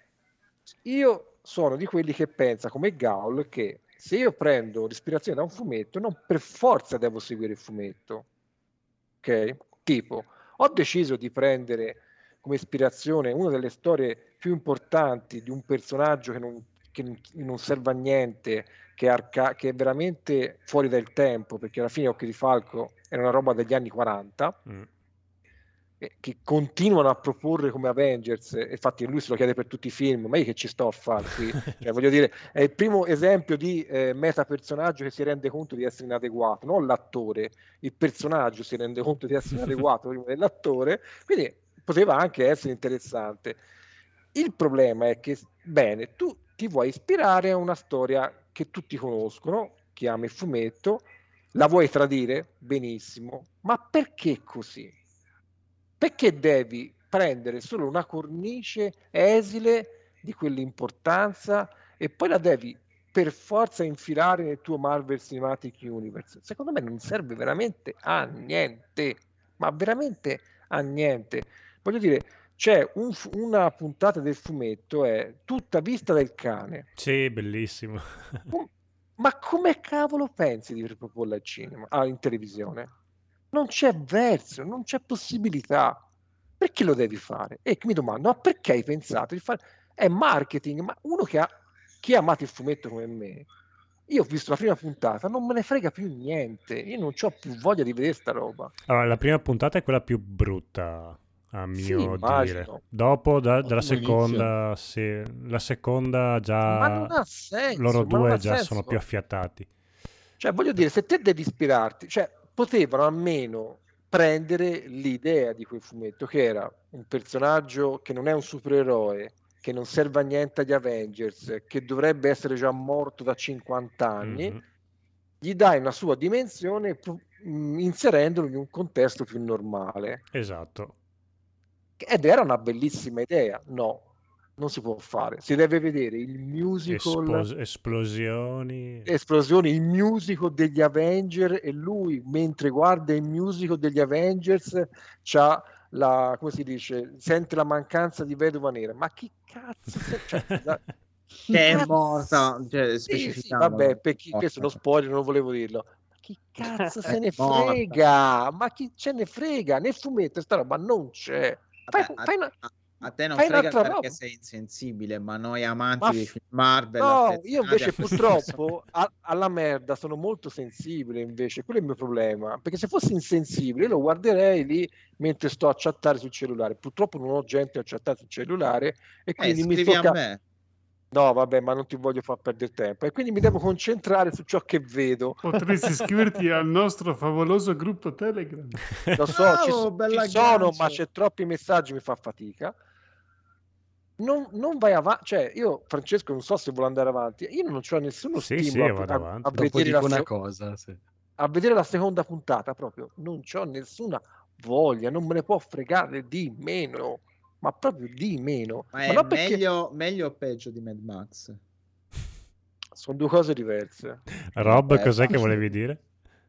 io sono di quelli che pensa come Gaul che se io prendo l'ispirazione da un fumetto, non per forza devo seguire il fumetto. Ok? Tipo, ho deciso di prendere come ispirazione una delle storie più importanti di un personaggio che non, che non- non serve a niente, che è, arca- che è veramente fuori dal tempo, perché alla fine Occhio di Falco era una roba degli anni quaranta, Mm. eh, che continuano a proporre come Avengers, e infatti lui se lo chiede per tutti i film, ma io che ci sto a fare qui? Cioè, voglio dire, è il primo esempio di eh, metapersonaggio che si rende conto di essere inadeguato, non l'attore, il personaggio si rende conto di essere inadeguato prima dell'attore, quindi poteva anche essere interessante. Il problema è che, bene, tu ti vuoi ispirare a una storia che tutti conoscono, chi ama il fumetto, la vuoi tradire? Benissimo, ma perché così? Perché devi prendere solo una cornice esile di quell'importanza e poi la devi per forza infilare nel tuo Marvel Cinematic Universe? Secondo me non serve veramente a niente, ma veramente a niente. Voglio dire, c'è un fu- una puntata del fumetto, è tutta vista del cane. Sì, bellissimo. Com- Ma come cavolo pensi di riproporla al cinema, ah, in televisione? Non c'è verso, non c'è possibilità. Perché lo devi fare? E mi domando, ma perché hai pensato di fare? È marketing, ma uno che ha, chi ha amato il fumetto come me, io ho visto la prima puntata, non me ne frega più niente, io non ho più voglia di vedere sta roba. Allora, la prima puntata è quella più brutta, a Sì, mio dire. immagino. Dopo, da- dalla Ottimo seconda, sì, la seconda Ma non già, ha senso, loro ma non due ha già senso. sono più affiatati. Cioè, voglio dire, se te devi ispirarti, cioè, potevano almeno prendere l'idea di quel fumetto, che era un personaggio che non è un supereroe, che non serve a niente agli Avengers, che dovrebbe essere già morto da cinquanta anni, Mhm. gli dai una sua dimensione pu- mh, inserendolo in un contesto più normale. Esatto. Ed era una bellissima idea. No, non si può fare. Si deve vedere il musical, Espos- esplosioni. esplosioni, il musical degli Avengers, e lui, mentre guarda il musical degli Avengers, c'ha la, come si dice, sente la mancanza di Vedova Nera. Ma chi cazzo se- cioè, da- chi Che è cazzo- morta, cioè, Sì, sì, specificando. vabbè, per chi, Morta. questo è uno spoiler, non volevo dirlo. Ma chi cazzo se ne Morta. frega? Ma chi ce ne frega? Nel fumetto sta roba non c'è. Fai, Vabbè, a, fai una, a- a te non fai frega un'altra perché roba. sei insensibile, ma noi amanti Ma dei f- film Marvel, No, affezionati io invece a questi purtroppo a- alla merda sono molto sensibile, invece, quello è il mio problema, perché se fossi insensibile io lo guarderei lì mentre sto a chattare sul cellulare. Purtroppo non ho gente a chattare sul cellulare e Eh, quindi mi scrivi sto a ca- me. No, vabbè, ma non ti voglio far perdere tempo e quindi mi devo concentrare su ciò che vedo. Potresti iscriverti al nostro favoloso gruppo Telegram. Lo so, ci, Bravo, ci bella sono, aggancio. ma c'è troppi messaggi, mi fa fatica. Non, non vai avanti, cioè io, Francesco, non so se vuole andare avanti, io non ho nessuno Sì, sì, stimolo a, vado a- avanti. a Dopo vedere dico la, una se- cosa, sì. a vedere la seconda puntata, proprio non c'ho nessuna voglia, non me ne può fregare di meno, ma proprio di meno. Ma Ma è non perché meglio, meglio o peggio di Mad Max? sono due cose diverse. Rob, Beh, cos'è che basta. volevi dire?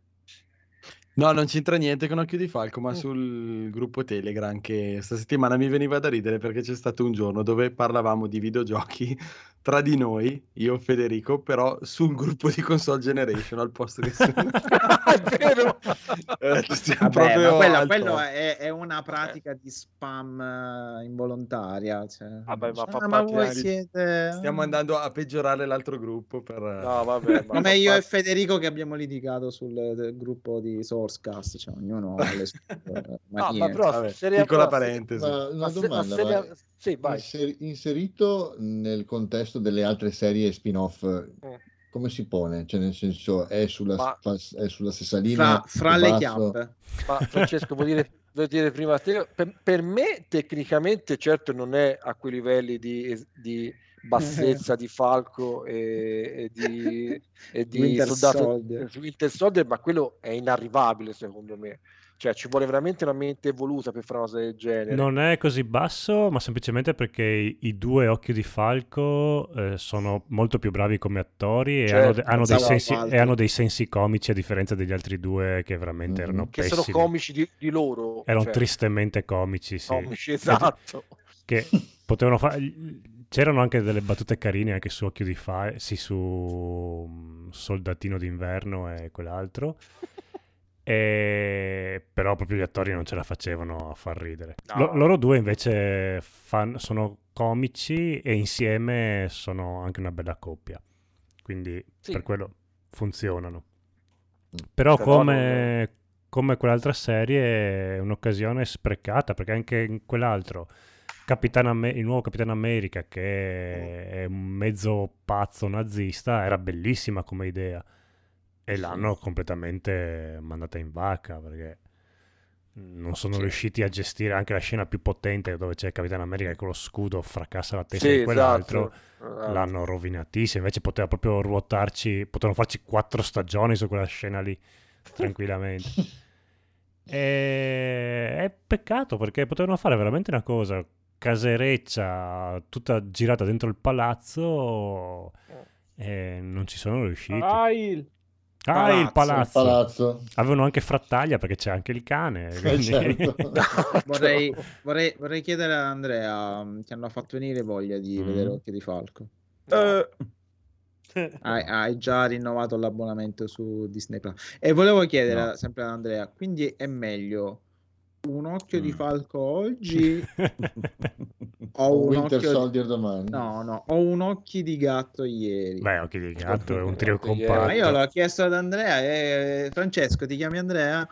No, non c'entra niente con Occhio di Falco, ma Mm. sul gruppo Telegram che sta settimana mi veniva da ridere perché c'è stato un giorno dove parlavamo di videogiochi tra di noi, io e Federico, però sul gruppo di Console Generation al posto che su... È vero. Eh, stiamo Vabbè, proprio ma quello, al quello top. è, è una pratica di spam eh, involontaria. Cioè, Vabbè, ma dice, fa "Ah, ma parte voi anche- siete... Stiamo andando a peggiorare l'altro gruppo per... No, vabbè, ma Come fa io e parte- Federico che abbiamo litigato sul eh, gruppo di Sourcecast, cioè ognuno ha le sue eh, No, ma manie. però Vabbè, seria- piccola però, se- parentesi. Ma una ma se- ma domanda, seria- ma sì, vai. inser- inserito nel contesto delle altre serie spin-off, Mm. come si pone? Cioè, nel senso, è sulla, Ma- fa- è sulla stessa linea? Fra, fra più le basso? chiappe. Ma Francesco, vuol dire, vuol dire prima te, per, per me tecnicamente certo non è a quei livelli di, di bassezza di Falco e, e di, e di Winter Soldato Soldier. Winter Soldier, ma quello è inarrivabile secondo me. Cioè ci vuole veramente una mente evoluta per fare una cosa del genere. Non è così basso, ma semplicemente perché i, i due Occhio di Falco eh, sono molto più bravi come attori e, Certo, hanno, de- hanno dei pensavo a sensi, altri. e hanno dei sensi comici a differenza degli altri due che veramente Mhm. erano Che pessimi. sono comici di, di loro. Erano cioè, tristemente comici, sì. comici, esatto. Che potevano fare... C'erano anche delle battute carine anche su Occhio di Falco, sì, su mm, Soldatino d'inverno e quell'altro. E... Però proprio gli attori non ce la facevano a far ridere. No. Lo- loro due invece fan- sono comici e insieme sono anche una bella coppia. Quindi Sì. per quello funzionano. Però, Però come, come quell'altra serie è un'occasione sprecata, perché anche in quell'altro Capitan Ame- il nuovo Capitan America, che è un mezzo pazzo nazista, era bellissima come idea e l'hanno completamente mandata in vacca, perché non sono Sì. riusciti a gestire anche la scena più potente dove c'è Capitano America che con lo scudo fracassa la testa Sì, di quell'altro. esatto. esatto. L'hanno rovinatissima, invece poteva proprio ruotarci, potevano farci quattro stagioni su quella scena lì tranquillamente. E... è peccato perché potevano fare veramente una cosa casereccia tutta girata dentro il palazzo e non ci sono riusciti. Ah, il... Ah, il Palazzo. palazzo. Palazzo. Avevano anche Frattaglia perché c'è anche il cane. Eh, quindi- certo. Vorrei, vorrei, vorrei chiedere a Andrea, um, ti hanno fatto venire voglia di Mm. vedere Occhi di Falco. Eh, Hai, hai già rinnovato l'abbonamento su Disney Plus. E volevo chiedere No. sempre ad Andrea, quindi è meglio un occhio di Mm. falco oggi o O un Winter occhio Soldier di... domani. No, no, o un occhio di gatto ieri. Beh, Occhi di Gatto è un trio Occhi di Ma compatto. io l'ho chiesto ad Andrea e Francesco, ti chiami Andrea?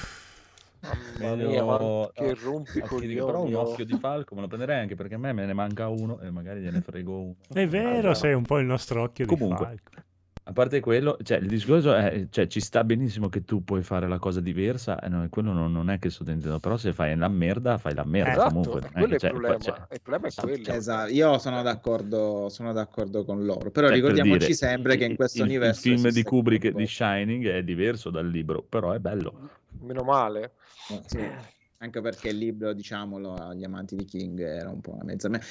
Mamma mia, ma Meglio- che oh, rompi occhi di- però un coglioni. oh. occhio di falco me lo prenderei anche perché a me me ne manca uno e magari gliene frego uno. È vero, Ah, sei un po' il nostro occhio Comunque, di falco. a parte quello, cioè, il discorso è, cioè, ci sta benissimo che tu puoi fare la cosa diversa, e no, quello non, non è che sto dentro, però se fai la merda, fai la merda Esatto, comunque. è non è quello che, il cioè, problema. poi, cioè, Il problema è esatto, quello. Esatto, io sono d'accordo, sono d'accordo con loro, però cioè, per ricordiamoci dire, sempre che in questo il, il universo film di esiste Kubrick qualcosa. di Shining è diverso dal libro, però è bello. Meno male. Eh, Sì, anche perché il libro, diciamolo, agli amanti di King era un po' una mezza me-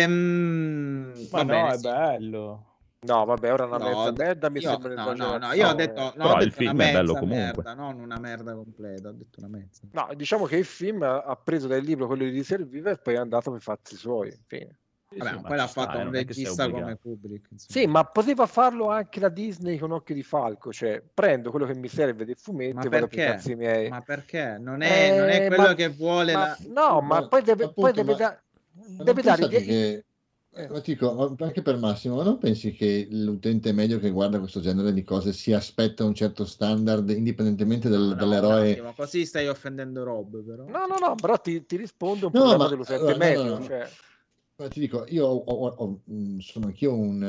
Ehm, ma va no, bene, è sì. bello. No, vabbè, ora una No, mezza d- merda mi io, sembra no, no, no, un'esagerazione. io ho detto, no, ho Però il detto una film è bello mezza comunque. merda, non una merda completa, ho detto una mezza. No, diciamo che il film ha ha preso dal libro quello di Serviva e poi è andato per i fatti suoi. Fine. Sì, Vabbè, sì, ma ma poi ci l'ha sta, fatto eh, un non è che sei regista come obbligato. Kubrick, insomma. Sì, ma poteva farlo anche la Disney con Occhi di Falco, cioè prendo quello che mi serve dei fumetti Ma e vado per i perché? cazzi miei. Ma perché? Non è, non è Eh, quello ma, che vuole ma- la... no, ma Ma poi deve, poi appunto, deve, ma, da- ma deve non dare pensate idee. che, eh, ma ti dico, ma anche per Massimo, ma non pensi che l'utente medio che guarda questo genere di cose si aspetta un certo standard indipendentemente No, del- no, un dall'eroe? attimo, così stai offendendo Rob, però. No, no, no, però ti, ti rispondo un No, problema ma dell'utente allora, no, no, medio. no. Cioè, Ma ti dico, io ho- ho- ho- mh, sono anch'io un,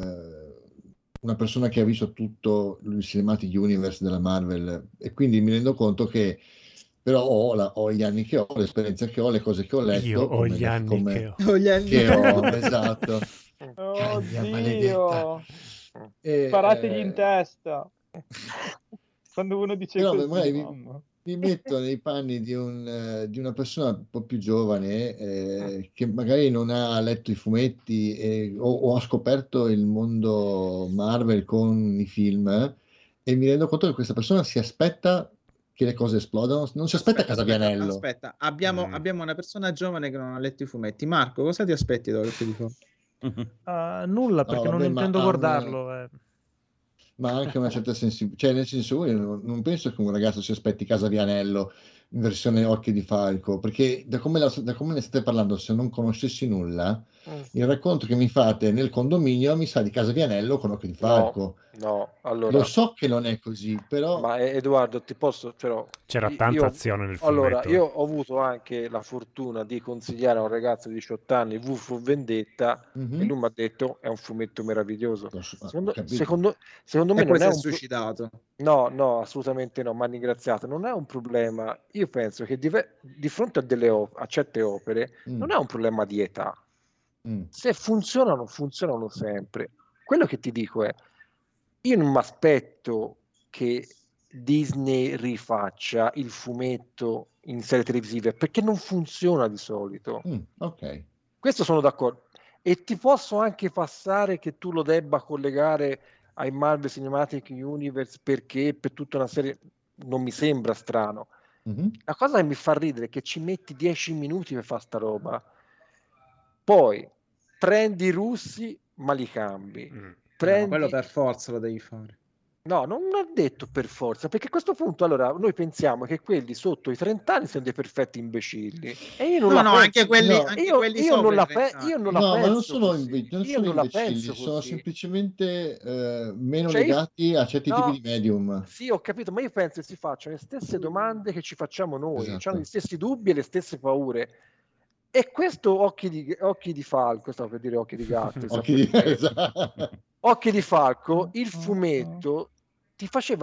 eh, una persona che ha visto tutto il Cinematic Universe della Marvel e quindi mi rendo conto che però ho, la- ho gli anni che ho, l'esperienza che ho, le cose che ho letto, Io ho come, gli anni come- che ho. Oh, gli anni- che ho, esatto. Oddio, maledetta. E, sparategli eh, in testa. Quando uno dice Però così, magari vi- mamma. mi metto nei panni di, un, eh, di una persona un po' più giovane eh, che magari non ha letto i fumetti e- o, o ha scoperto il mondo Marvel con i film eh, e mi rendo conto che questa persona si aspetta che le cose esplodano, non si aspetta Aspetta, Casabianello. aspetta, abbiamo, Mm. abbiamo una persona giovane che non ha letto i fumetti. Marco, cosa ti aspetti da Occhi di Falco? Ah, nulla, perché No, non vabbè, ma intendo ha una- guardarlo. eh. ma anche una certa sensibilità, cioè nel senso io non, non penso che un ragazzo si aspetti Casabianello in versione Occhi di Falco, perché da come, la- da come ne state parlando, se non conoscessi nulla, mm, il racconto che mi fate nel condominio mi sa di Casabianello con Occhi di Falco. no, allora, Lo so che non è così, però ma eh, Edoardo, ti posso, però, C'era io- tanta io- azione nel allora, fumetto. io ho avuto anche la fortuna di consigliare a un ragazzo di diciotto anni V for Vendetta Mhm. e lui mi ha detto è un fumetto meraviglioso. Lo so, ho Secondo, capito. secondo, secondo me E poi non è si è un pro- suicidato. No, no, assolutamente no, mi ha ringraziato. Non è un problema. Io penso che di, di fronte a, delle op- a certe opere Mm, non è un problema di età. mm. Se funzionano, funzionano sempre. Quello che ti dico è, io non mi aspetto che Disney rifaccia il fumetto in serie televisive perché non funziona di solito. Mm, ok. Questo sono d'accordo. E ti posso anche passare che tu lo debba collegare ai Marvel Cinematic Universe perché per tutta una serie non mi sembra strano. Mhm. La cosa che mi fa ridere è che ci metti dieci minuti per fare sta roba. Poi prendi i russi, ma li cambi. Mm. Prendi... No, quello per forza lo devi fare. No, non è detto per forza, perché a questo punto allora noi pensiamo che quelli sotto i trenta anni siano dei perfetti imbecilli. E io non No, la no, penso. anche quelli, No. anche Io, quelli io sopra non i la, trenta pe- io anni. non la No, ma penso non sono, così. imbe- non Io sono non la imbecilli, penso sono così. semplicemente eh, meno Cioè, io- legati a certi no, tipi di medium. Sì, ho capito, ma io penso che si facciano le stesse domande che ci facciamo noi, Esatto. hanno gli stessi dubbi e le stesse paure. E questo occhi di, occhi di falco, stavo per dire occhi di gatto, stavo Occhi per di- dire- esatto. Occhi di falco, il fumetto ti faceva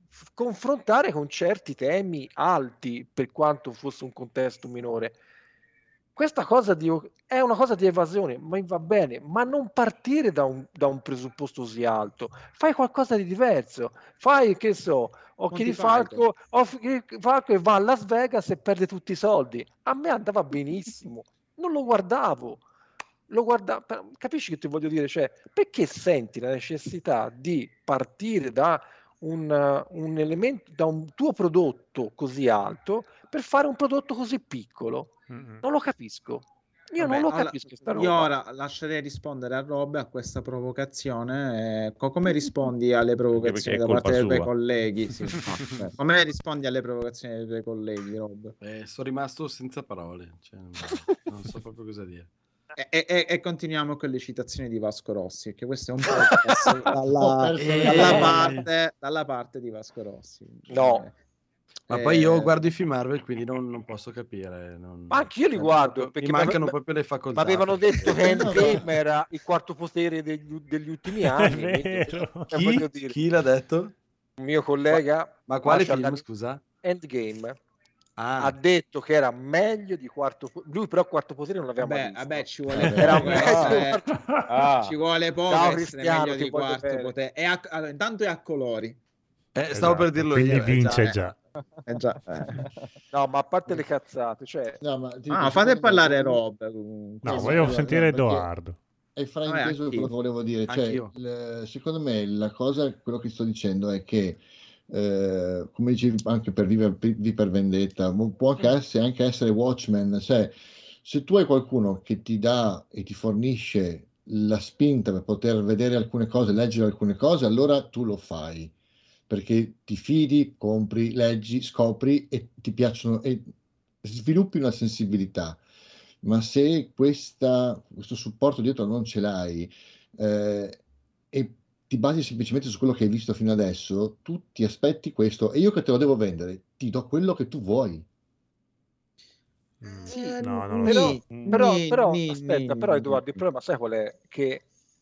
f- confrontare con certi temi alti, per quanto fosse un contesto minore. Questa cosa di, è una cosa di evasione, ma va bene, ma non partire da un, da un presupposto così alto. Fai qualcosa di diverso. Fai, che so, Occhi Monty di Python. Falco, Occhi di Falco e va a Las Vegas e perde tutti i soldi. A me andava benissimo, non lo guardavo. Lo guarda, per- capisci che ti voglio dire? Cioè, perché senti la necessità di partire da un, uh, un elemento, da un tuo prodotto così alto per fare un prodotto così piccolo? Mm-mm. Non lo capisco. Io Vabbè, non lo allora, capisco sta io roba. ora lascerei rispondere a Rob a questa provocazione. eh, co- come rispondi alle provocazioni è da parte colpa dei tuoi sua. colleghi? Sì, no, eh, come rispondi alle provocazioni dei tuoi colleghi, Rob? Eh, sono rimasto senza parole, cioè, non, non so proprio cosa dire. E, e- e continuiamo con le citazioni di Vasco Rossi, che questo è un podcast dalla, Ho perso le dalla parole. parte, dalla parte di Vasco Rossi. No. Eh, Ma poi io eh, guardo i film Marvel, quindi non, non posso capire. Non... Ma anche io li cioè, guardo, proprio- perché mi mi mancano ave- proprio le Mi facoltà. avevano per- detto che Endgame era il quarto potere degli, degli ultimi È anni. vero. E voglio Chi? dire, Chi l'ha detto? un mio collega, Ma quale Marshall film, Dan- scusa? Endgame, Ah, ha detto che era meglio di quarto po- lui però quarto potere non l'aveva mai vabbè, visto. vabbè, ci vuole Vabbè. Era poco, meglio di eh, quarto- Ah, ci vuole poco Ciao, essere Cristiano, meglio ti di voglio quarto bene. potere. E a- allora, intanto è a colori. eh, stavo Esatto, per dirlo quindi io. eh, vince già. già. Eh già, eh. No, ma a parte le cazzate, cioè No, ma ti Ah, dico, fate secondo me parlare quello- Rob. comunque. No, Esatto, voglio no, sentire no, perché- Edoardo. È frainteso Vabbè, quello che anch'io. volevo dire. Cioè, Anch'io. il- secondo me la cosa, quello che sto dicendo è che, eh, come dicevi anche per V per, per Vendetta, mo- può anche essere, anche essere Watchmen. Cioè, se tu hai qualcuno che ti dà e ti fornisce la spinta per poter vedere alcune cose, leggere alcune cose, allora tu lo fai. Perché ti fidi, compri, leggi, scopri e ti piacciono e sviluppi una sensibilità. Ma se questa, questo supporto dietro non ce l'hai eh, e ti basi semplicemente su quello che hai visto fino adesso, tu ti aspetti questo e io che te lo devo vendere, ti do quello che tu vuoi. Mm, Sì, no, non lo però, so. però, Ni- però ni- aspetta, ni- però ni- Edoardo, il problema sai qual è? Che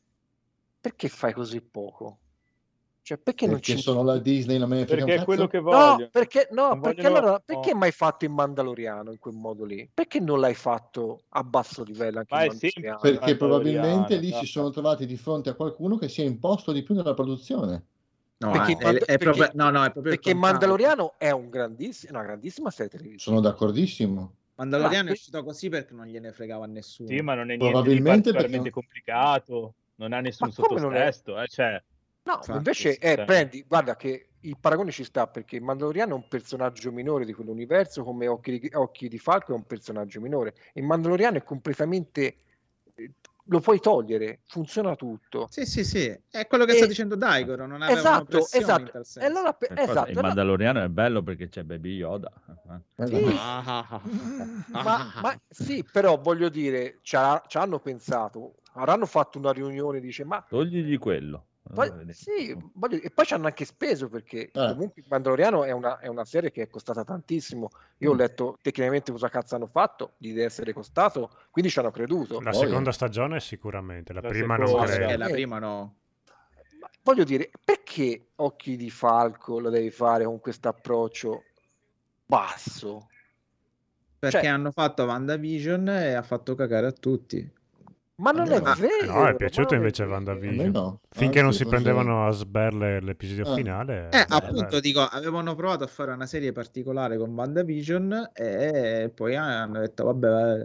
perché fai così poco? Cioè, perché non Perché ci sono la Disney, non me ne frega un perché è quello cazzo. che No, vogliono. perché, no, Non perché vogliono- allora perché no. mai fatto il Mandaloriano in quel modo lì? Perché non l'hai fatto a basso livello anche Ma il è semplice. Mandaloriano? Perché Mandaloriano, probabilmente lì dai. si sono trovati di fronte a qualcuno che si è imposto di più nella produzione. No, Perché, è- il Mand- è, è proprio, perché- no, no, è proprio il perché il contrario. Mandaloriano è un grandissimo, una grandissima serie televisiva. Sono d'accordissimo. Mandaloriano Ah, è uscito così perché non gliene fregava a nessuno. Sì, ma non è niente di Probabilmente particolarmente perché- complicato. Non ha nessun Ma come non è? sottotesto. Eh, cioè, No, Infatti, invece sì, eh, cioè. prendi, guarda che il paragone ci sta perché il Mandaloriano è un personaggio minore di quell'universo come Occhi di, Occhi di Falco è un personaggio minore. Il Mandaloriano è completamente eh, lo puoi togliere, funziona tutto. Sì, sì, sì, è quello che E- sta dicendo Daigoro, non avevano Esatto, pressioni in esatto. tal E senso. allora, pe- Per cosa- esatto, il allora- Mandaloriano è bello perché c'è Baby Yoda. eh. Sì. Ah, ah, ah, ah, ma, ah, ma sì, però voglio dire, ci, ha- ci hanno pensato, avranno fatto una riunione, dice, ma Togligli quello. poi- Allora, vedi. sì, voglio dire, e poi ci hanno anche speso perché Eh. comunque il Mandaloriano è una, è una serie che è costata tantissimo. Io ho Mm. letto tecnicamente cosa cazzo hanno fatto di essere costato, quindi ci hanno creduto. La Poi- seconda stagione sicuramente, la, La prima seconda, non ah, credo. eh, la prima no. Ma voglio dire, perché Occhi di Falco lo devi fare con questo approccio basso? Perché Cioè- hanno fatto WandaVision e ha fatto cagare a tutti. Ma non me è no. vero. No, è ma piaciuto non è invece vero. A me WandaVision. no. Finché non Anzi, si forse- prendevano a sberle l'episodio Ah. finale. Eh, eh, appunto, beh. dico, avevano provato a fare una serie particolare con WandaVision e poi hanno detto, vabbè,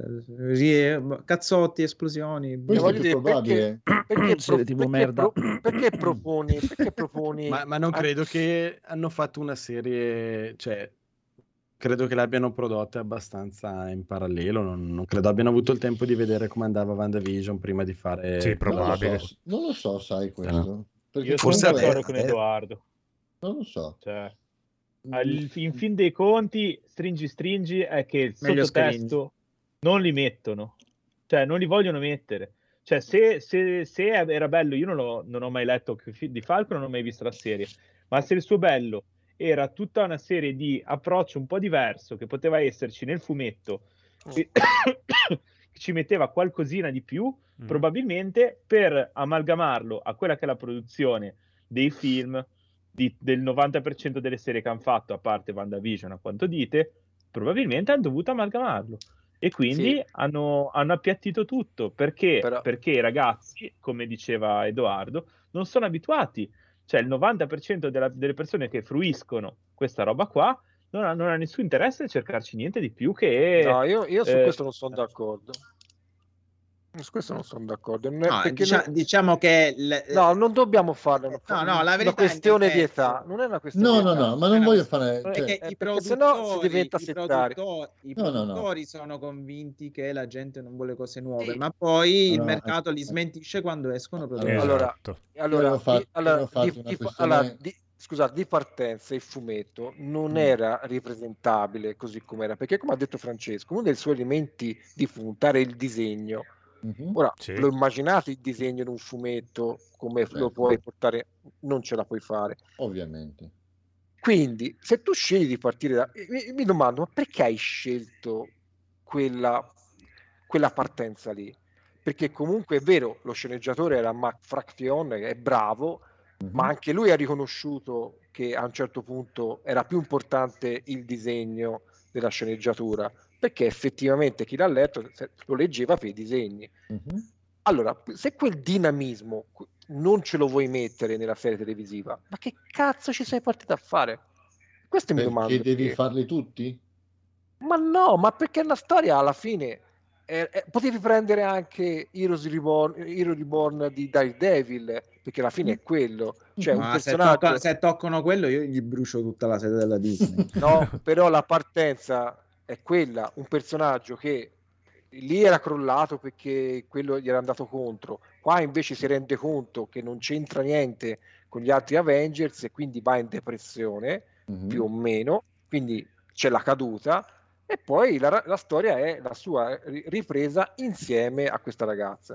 ri- cazzotti, esplosioni. Questo voglio è più dire, probabile. Perché, Serie pro- tivù perché merda. pro- perché proponi, perché proponi Ma, ma non Ah, credo che hanno fatto una serie, cioè, credo che l'abbiano prodotta abbastanza in parallelo, non, non credo abbiano avuto il tempo di vedere come andava WandaVision prima di fare... Sì, Non lo, probabile. so, non lo so, sai questo. Perché io sono Forse comunque- d'accordo adesso- con Edoardo. Non lo so. Cioè, Mm, al- in fin dei conti, stringi stringi è che il Meglio sottotesto non li mettono, cioè non li vogliono mettere. Cioè, se, se- se era bello, io non, l'ho- non ho mai letto di Falco, non ho mai visto la serie, ma se il suo bello era tutta una serie di approccio un po' diverso che poteva esserci nel fumetto, che ci metteva qualcosina di più, Mm. probabilmente per amalgamarlo a quella che è la produzione dei film, di- del novanta per cento delle serie che hanno fatto, a parte WandaVision, a quanto dite, probabilmente hanno dovuto amalgamarlo. E quindi Sì, hanno, hanno appiattito tutto. Perché? però Perché i ragazzi, come diceva Edoardo, non sono abituati. Cioè il novanta per cento della- delle persone che fruiscono questa roba qua non ha, non ha nessun interesse a cercarci niente di più che... no, io, io su eh, questo non sono d'accordo. Su questo non sono d'accordo. Non è- No, perché dicia- noi- diciamo che l- no, non dobbiamo farlo. no, no, la una verità questione nel di mezzo- età. Non è una questione No, di no, età. no, ma è non una voglio questione- fare... Eh, cioè, perché eh, i perché produttori, sennò si diventa i settario. produttori, i No, no, no. produttori sono convinti che la gente non vuole cose nuove, Sì. ma poi il Allora, mercato li eh, smentisce quando escono prodotti. allora, Allora, Esatto. allora, avevo fatto- di, allora, avevo fatto di- una di- questione- allora, di- scusate, di partenza il fumetto non Mm. era ripresentabile così com'era, perché come ha detto Francesco, uno dei suoi elementi di punta era il disegno. Mhm. Ora, Sì. lo immaginate il disegno in un fumetto come lo Certo. puoi portare? Non ce la puoi fare. Ovviamente. Quindi, se tu scegli di partire da... Mi, mi domando, ma perché hai scelto quella, quella partenza lì? Perché comunque è vero, lo sceneggiatore era Mark Fraction, che è bravo, Mhm. ma anche lui ha riconosciuto che a un certo punto era più importante il disegno della sceneggiatura, perché effettivamente chi l'ha letto se- lo leggeva per i disegni. Mhm. Allora, se quel dinamismo non ce lo vuoi mettere nella serie televisiva, ma che cazzo ci sei partito a fare? Questo mi domando. Perché devi perché- farli tutti? Ma no, ma perché la storia alla fine eh, eh, potevi prendere anche Heroes Reborn, Hero Reborn di Daredevil, perché alla fine è quello, cioè un Ma se, personaggio. tocca- se toccano quello io gli brucio tutta la sede della Disney. No, però la partenza è quella, un personaggio che lì era crollato perché quello gli era andato contro, qua invece si rende conto che non c'entra niente con gli altri Avengers e quindi va in depressione, Mhm. più o meno, quindi c'è la caduta e poi la, la storia è la sua ri- ripresa insieme a questa ragazza.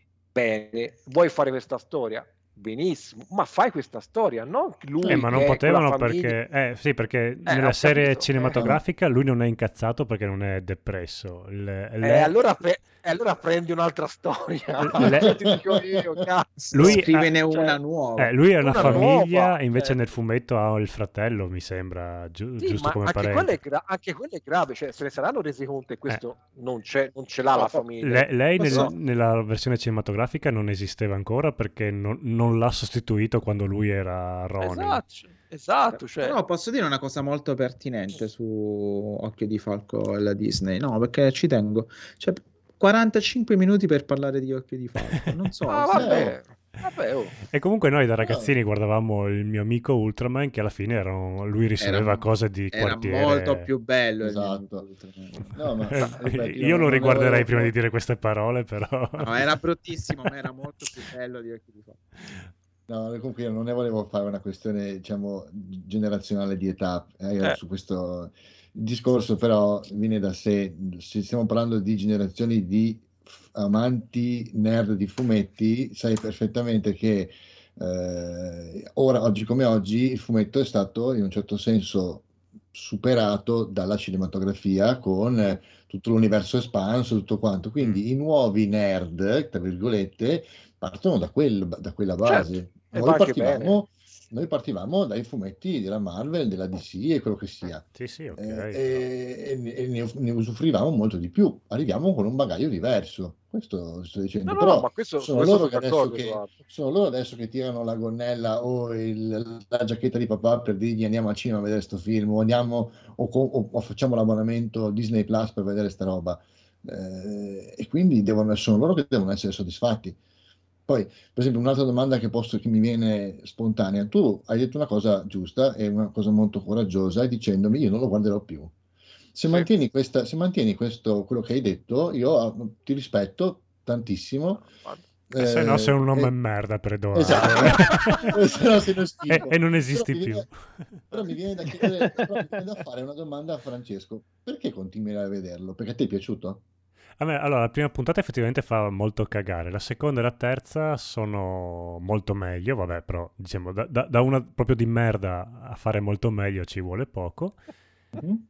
Bene, vuoi fare questa storia? Benissimo, ma fai questa storia, non lui Eh, ma non che è con potevano la famiglia. perché, eh, sì, perché Eh, nella ho serie capito. cinematografica lui non è incazzato perché non è depresso. Il- Eh, lei- allora, pre- eh, allora prendi un'altra storia. Le- Ti dico io, cazzo. Lui Scrivene ha- una cioè, nuova. eh, lui è una una famiglia, nuova, invece cioè. nel fumetto ha il fratello, mi sembra, giu- Sì, giusto ma come anche parente. quello, è gra- anche quello è grave, cioè se ne saranno resi conto e questo non, c'è, non ce l'ha la famiglia. Le- lei Lo nel- so. nella versione cinematografica non esisteva ancora perché non, non l'ha sostituito quando lui era Ronin. Esatto, esatto, cioè, Però posso dire una cosa molto pertinente su Occhio di Falco e la Disney, no, perché ci tengo. Cioè, quarantacinque minuti per parlare di Occhio di Falco, non so. ah, se- vabbè, vabbè, oh. E comunque noi da ragazzini guardavamo il mio amico Ultraman che alla fine erano- lui riceveva Era- cose di Era quartiere. molto più bello. il Esatto. mio Ultraman. No, ma, Eh, ripeto, io non- lo non riguarderei volevo- prima di dire queste parole, però. No, era bruttissimo, ma era molto più bello di Occhio di Falco. No, comunque io non ne volevo fare una questione, diciamo, generazionale di età eh, Eh. su questo discorso, però viene da sé, se stiamo parlando di generazioni di f- amanti nerd di fumetti, sai perfettamente che eh, ora, oggi come oggi, il fumetto è stato in un certo senso superato dalla cinematografia con eh, tutto l'universo espanso, tutto quanto. Quindi i nuovi nerd, tra virgolette, partono da, quel- da quella base. Certo, e Noi va anche partivamo, noi partivamo dai fumetti della Marvel, della D C e quello che sia. Sì, sì, ok. Eh, e, e ne- e ne, ne usufruivamo molto di più. Arriviamo con un bagaglio diverso. Questo sto dicendo. No, no, Però no, ma questo, sono, questo loro sono che adesso d'accordo, che, Edoardo. sono loro adesso che tirano la gonnella o il- la giacchetta di papà per dirgli andiamo al cinema a vedere sto film o, andiamo, o, co- o- o facciamo l'abbonamento Disney Plus per vedere sta roba. Eh, e quindi devono, sono loro che devono essere soddisfatti. Poi, per esempio, un'altra domanda che, posso, che mi viene spontanea. Tu hai detto una cosa giusta e una cosa molto coraggiosa dicendomi io non lo guarderò più. Se Sì. mantieni, questa, se mantieni questo, quello che hai detto, io ah, ti rispetto tantissimo. Eh, se no sei un nome eh, merda per Edoardo. Esatto. Se no sei uno schifo. e, e non esisti Però mi più. viene- Però mi viene da chiedere, però mi viene da fare una domanda a Francesco. Perché continui a vederlo? Perché a te è piaciuto? A me, allora, la prima puntata effettivamente fa molto cagare, la seconda e la terza sono molto meglio, vabbè, però diciamo da, da- da una proprio di merda a fare molto meglio ci vuole poco. Mhm.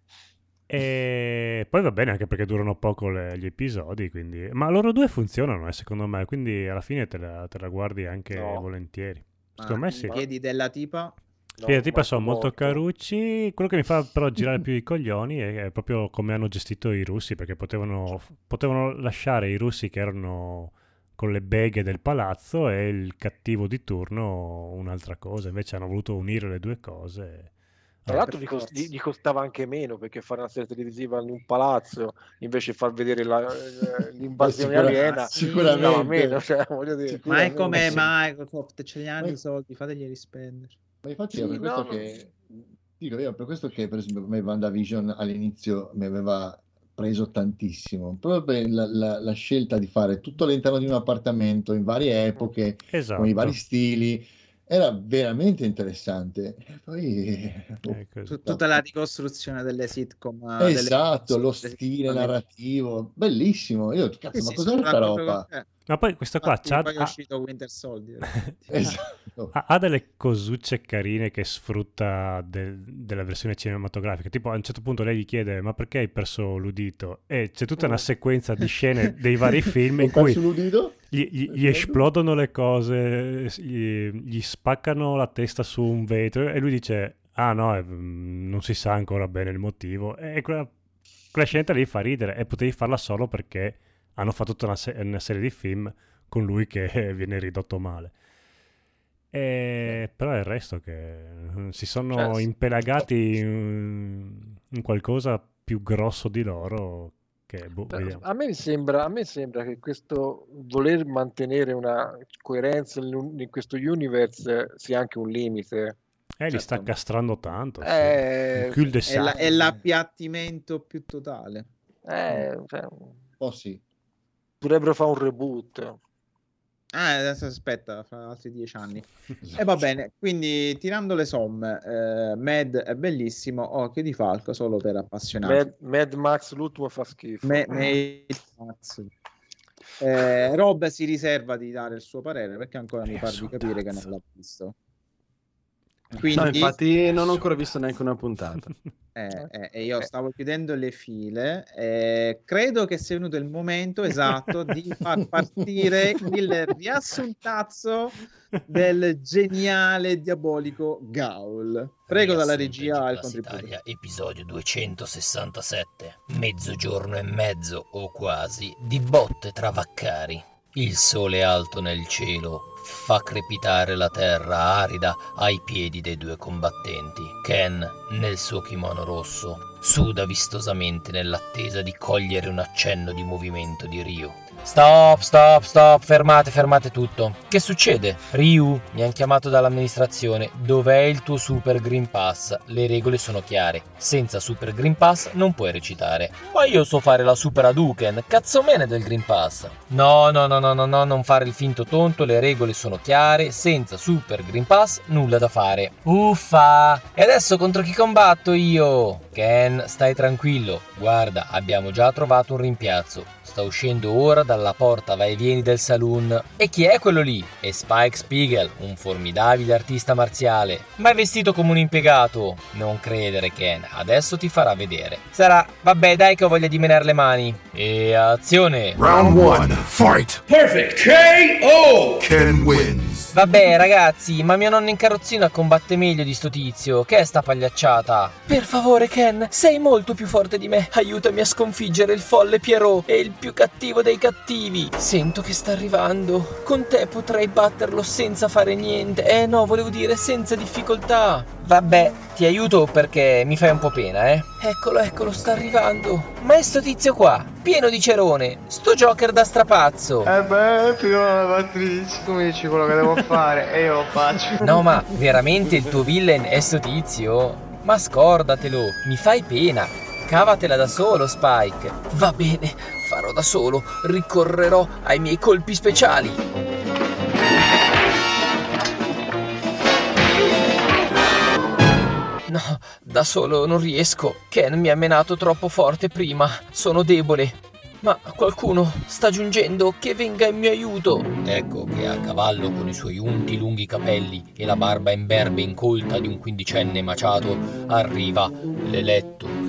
E poi va bene anche perché durano poco le- gli episodi, quindi... Ma loro due funzionano, eh, secondo me, quindi alla fine te la, te la guardi anche No. volentieri. Ma Secondo me i sì. piedi della tipa? Sì, tipo sono molto molto. carucci. Quello che mi fa però girare più i coglioni è, è proprio come hanno gestito i russi, perché potevano, potevano lasciare i russi che erano con le beghe del palazzo e il cattivo di turno un'altra cosa. Invece hanno voluto unire le due cose. Tra Ah, l'altro gli, cos- gli- gli costava anche meno, perché fare una serie televisiva in un palazzo invece far vedere la- eh, l'invasione Sicura- aliena sicuramente. costava meno, cioè, voglio dire. Ma è come Eh sì. Microsoft, ce li hanno Ma- i soldi, fateglieli spendere. Ma infatti Sì, è per questo no, che dico io, per questo che per esempio per me WandaVision all'inizio mi aveva preso tantissimo, proprio per la, la- la scelta di fare tutto all'interno di un appartamento in varie epoche, con i vari esatto. stili, era veramente interessante. E poi Eh, così. Tut- Tutta la ricostruzione delle sitcom. eh, delle- esatto, lo delle stile sitcom. narrativo, bellissimo. Io Sì, cazzo, ma sì, cos'è sono sta d'accordo roba? con te. Ma poi questo qua Infatti, c'ha, poi è ha, uscito Winter Soldier. Esatto. ha- ha delle cosucce carine che sfrutta del- della versione cinematografica. Tipo a un certo punto lei gli chiede: ma perché hai perso l'udito? E c'è tutta una sequenza di scene dei vari film in Ho cui perso l'udito? gli, gli- gli esplodono le cose, gli, gli spaccano la testa su un vetro e lui dice: ah no, eh, mm, non si sa ancora bene il motivo. E quella, quella scenetta lì fa ridere, e potevi farla solo perché hanno fatto tutta una, se- una serie di film con lui che viene ridotto male. E, però è il resto che mm, si sono Cioè, s- impelagati in, in qualcosa più grosso di loro che boh, Beh, vediamo. A me sembra, a me sembra che questo voler mantenere una coerenza in, in questo universe sia anche un limite. Eh, li sta certo. castrando tanto, sì. Eh, Un cul de È, la- sac. è l'appiattimento più totale. eh, cioè, Oh sì. potrebbero fare un reboot. Ah, adesso aspetta, fra altri dieci anni. E va bene, quindi tirando le somme, eh, Mad è bellissimo, Occhio di Falco solo per appassionati. Mad, Mad Max l'ultimo fa schifo. Me- me- cazzo. Eh, Rob si riserva di dare il suo parere perché ancora mi pare di capire che non l'ha visto. Quindi, No, infatti non ho ancora visto neanche una puntata. eh, eh, e io stavo chiudendo le file e credo che sia venuto il momento esatto di far partire il riassuntazzo del geniale e diabolico Gaul. Prego dalla regia il contributo. Italia, episodio duecentosessantasette. Mezzogiorno e mezzo, o quasi, di botte tra vaccari. Il sole alto nel cielo fa crepitare la terra arida ai piedi dei due combattenti. Ken, nel suo kimono rosso, suda vistosamente nell'attesa di cogliere un accenno di movimento di Ryu. Stop, stop, stop, fermate, fermate tutto. Che succede? Ryu, mi hanno chiamato dall'amministrazione. Dov'è il tuo Super Green Pass? Le regole sono chiare. Senza Super Green Pass non puoi recitare. Ma io so fare la Super Hadouken, cazzomene del Green Pass. No, no, no, no, no, no, non fare il finto tonto, le regole sono chiare. Senza Super Green Pass nulla da fare. Uffa! E adesso contro chi combatto io? Ken, stai tranquillo. Guarda, abbiamo già trovato un rimpiazzo. Sta uscendo ora dalla porta vai e vieni del saloon. E chi è quello lì? È Spike Spiegel, un formidabile artista marziale. Ma è vestito come un impiegato. Non credere, Ken, adesso ti farà vedere. Sarà, vabbè, dai che ho voglia di menare le mani. E azione! Round one, fight. Perfect K O. Ken wins. Vabbè ragazzi, ma mio nonno in carrozzina combatte meglio di sto tizio. Che è sta pagliacciata? Per favore Ken, sei molto più forte di me. Aiutami a sconfiggere il folle Pierrot e il più cattivo dei cattivi. Sento che sta arrivando. Con te potrei batterlo senza fare niente. Eh no, volevo dire senza difficoltà. Vabbè, ti aiuto perché mi fai un po' pena, eh. Eccolo, eccolo, sta arrivando. Ma è sto tizio qua, pieno di cerone. Sto Joker da strapazzo. Eh beh, più una lavatrice. Tu mi dici quello che devo fare e io lo faccio. No, ma veramente il tuo villain è sto tizio? Ma scordatelo, mi fai pena. Cavatela da solo, Spike. Va bene, farò da solo. Ricorrerò ai miei colpi speciali. No, da solo non riesco. Ken mi ha menato troppo forte prima. Sono debole. Ma qualcuno sta giungendo, che venga in mio aiuto. Ecco che a cavallo con i suoi unti lunghi capelli e la barba imberbe incolta di un quindicenne maciato arriva l'eletto,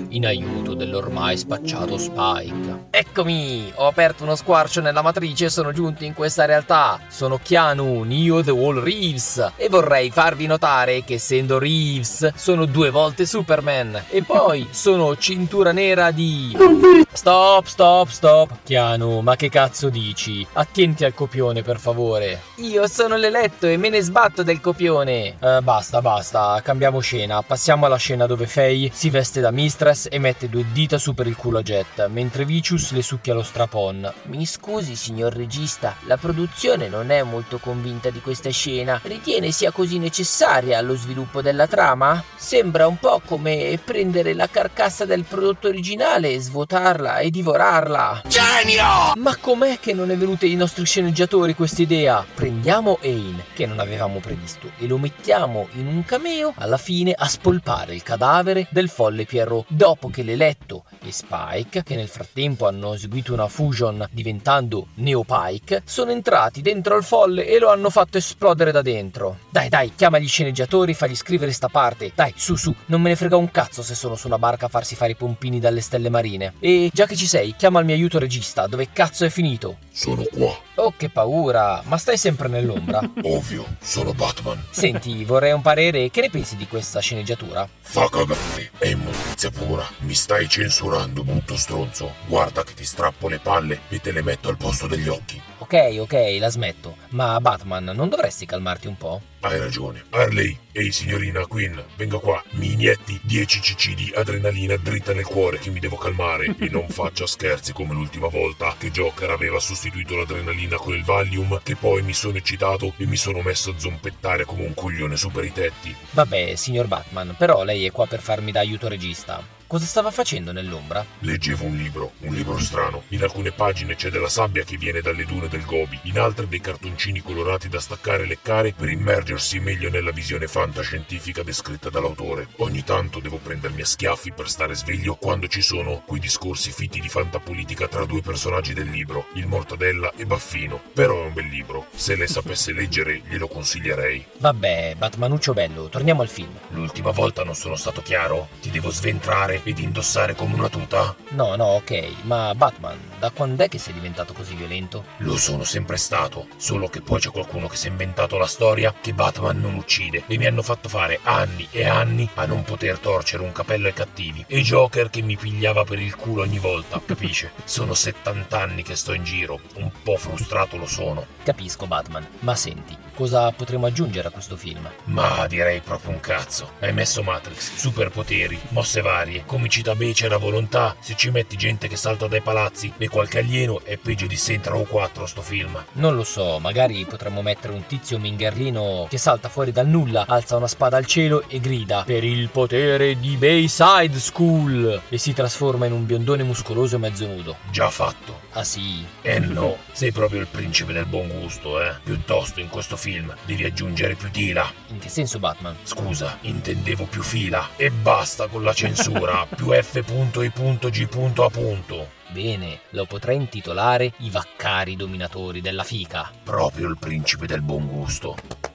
in aiuto dell'ormai spacciato Spike. Eccomi! Ho aperto uno squarcio nella matrice e sono giunto in questa realtà. Sono Keanu, Neo The Wall Reeves, e vorrei farvi notare che essendo Reeves sono due volte Superman. E poi sono cintura nera di... Stop, stop, stop. Keanu, ma che cazzo dici? Attienti al copione, per favore. Io sono l'eletto e me ne sbatto del copione. Eh, basta, basta, cambiamo scena. Passiamo alla scena dove Faye si veste da mistress e mette due dita su per il culo a Jet, mentre Vicious le succhia lo strapon. Mi scusi, signor regista, la produzione non è molto convinta di questa scena. Ritiene sia così necessaria allo sviluppo della trama? Sembra un po' come prendere la carcassa del prodotto originale e svuotarla e divorarla. Genio! Ma com'è che non è venuta ai nostri sceneggiatori questa idea? Prendiamo Ain, che non avevamo previsto, e lo mettiamo in un cameo alla fine a spolpare il cadavere del folle Pierrot, dopo che l'eletto e Spike, che nel frattempo hanno eseguito una fusion diventando Neo Pike, sono entrati dentro al folle e lo hanno fatto esplodere da dentro. Dai dai, chiama gli sceneggiatori, fagli scrivere sta parte. Dai, su su, non me ne frega un cazzo se sono su una barca a farsi fare i pompini dalle stelle marine. E già che ci sei, chiama il mio aiuto regista, dove cazzo è finito? Sono qua. Oh, che paura, ma stai sempre nell'ombra? Ovvio, sono Batman. Senti, vorrei un parere, che ne pensi di questa sceneggiatura? Fa cagare, è immondizia pura. Mi stai censurando, brutto stronzo. Guarda che ti strappo le palle e te le metto al posto degli occhi. Ok, ok, la smetto. Ma Batman, non dovresti calmarti un po'? Hai ragione. Harley, ehi signorina Quinn, venga qua. Mi inietti dieci cc di adrenalina dritta nel cuore che mi devo calmare. E non faccia scherzi come l'ultima volta che Joker aveva sostituito l'adrenalina con il Valium, che poi mi sono eccitato e mi sono messo a zompettare come un coglione su per i tetti. Vabbè, signor Batman, però lei è qua per farmi da aiuto regista. Cosa stava facendo nell'ombra? Leggevo un libro, un libro strano. In alcune pagine c'è della sabbia che viene dalle dune del Gobi, in altre dei cartoncini colorati da staccare e leccare per immergersi meglio nella visione fantascientifica descritta dall'autore. Ogni tanto devo prendermi a schiaffi per stare sveglio quando ci sono quei discorsi fitti di fantapolitica tra due personaggi del libro, il Mortadella e Baffino. Però è un bel libro. Se lei sapesse leggere, glielo consiglierei. Vabbè, Batmanuccio bello, torniamo al film. L'ultima volta non sono stato chiaro? Ti devo sventrare ed indossare come una tuta? No, no, ok, ma Batman, da quando è che sei diventato così violento? Lo sono sempre stato, solo che poi c'è qualcuno che si è inventato la storia che Batman non uccide e mi hanno fatto fare anni e anni a non poter torcere un capello ai cattivi, e Joker che mi pigliava per il culo ogni volta, capisce? Sono settanta anni che sto in giro, un po' frustrato lo sono. Capisco Batman, ma senti, cosa potremo aggiungere a questo film? Ma direi proprio un cazzo. Hai messo Matrix, superpoteri, mosse varie, comicità becera, volontà. Se ci metti gente che salta dai palazzi e qualche alieno è peggio di Central quattro sto film. Non lo so, magari potremmo mettere un tizio mingherlino che salta fuori dal nulla, alza una spada al cielo e grida per il potere di Bayside School e si trasforma in un biondone muscoloso e mezzo nudo. Già fatto. Ah sì? Eh no, sei proprio il principe del buon gusto, eh. Piuttosto in questo film devi aggiungere più tila. In che senso Batman? Scusa, intendevo più fila. E basta con la censura. Più F punto I punto G punto A punto. Bene, lo potrei intitolare I Vaccari dominatori della fica. Proprio il principe del buon gusto.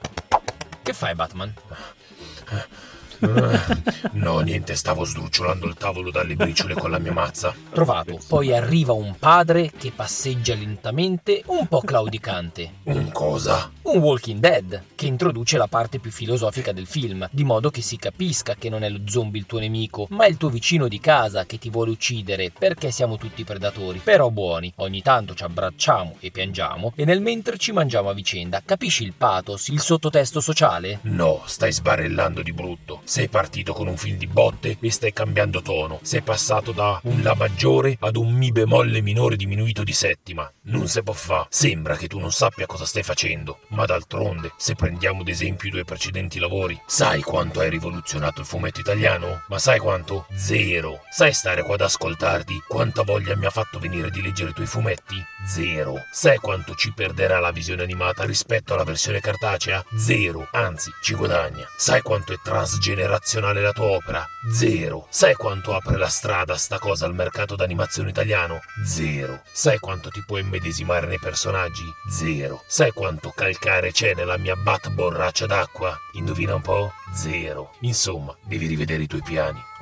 Che fai Batman? No, niente, stavo sdrucciolando il tavolo dalle briciole con la mia mazza. Trovato. Poi arriva un padre che passeggia lentamente, un po' claudicante. Un cosa? Un Walking Dead, che introduce la parte più filosofica del film, di modo che si capisca che non è lo zombie il tuo nemico, ma il tuo vicino di casa che ti vuole uccidere, perché siamo tutti predatori, però buoni. Ogni tanto ci abbracciamo e piangiamo, e nel mentre ci mangiamo a vicenda. Capisci il pathos, il sottotesto sociale? No, stai sbarellando di brutto. Sei partito con un film di botte e stai cambiando tono. Sei passato da un La maggiore ad un Mi bemolle minore diminuito di settima. Non si può fa. Sembra che tu non sappia cosa stai facendo. Ma d'altronde, se prendiamo ad esempio i tuoi precedenti lavori, sai quanto hai rivoluzionato il fumetto italiano? Ma sai quanto? Zero. Sai stare qua ad ascoltarti? Quanta voglia mi ha fatto venire di leggere i tuoi fumetti? Zero. Sai quanto ci perderà la visione animata rispetto alla versione cartacea? Zero. Anzi, ci guadagna. Sai quanto è transgenerazionale la tua opera? Zero. Sai quanto apre la strada sta cosa al mercato d'animazione italiano? Zero. Sai quanto ti puoi immedesimare nei personaggi? Zero. Sai quanto calcare c'è nella mia bat borraccia d'acqua? Indovina un po'? Zero. Insomma, devi rivedere i tuoi piani.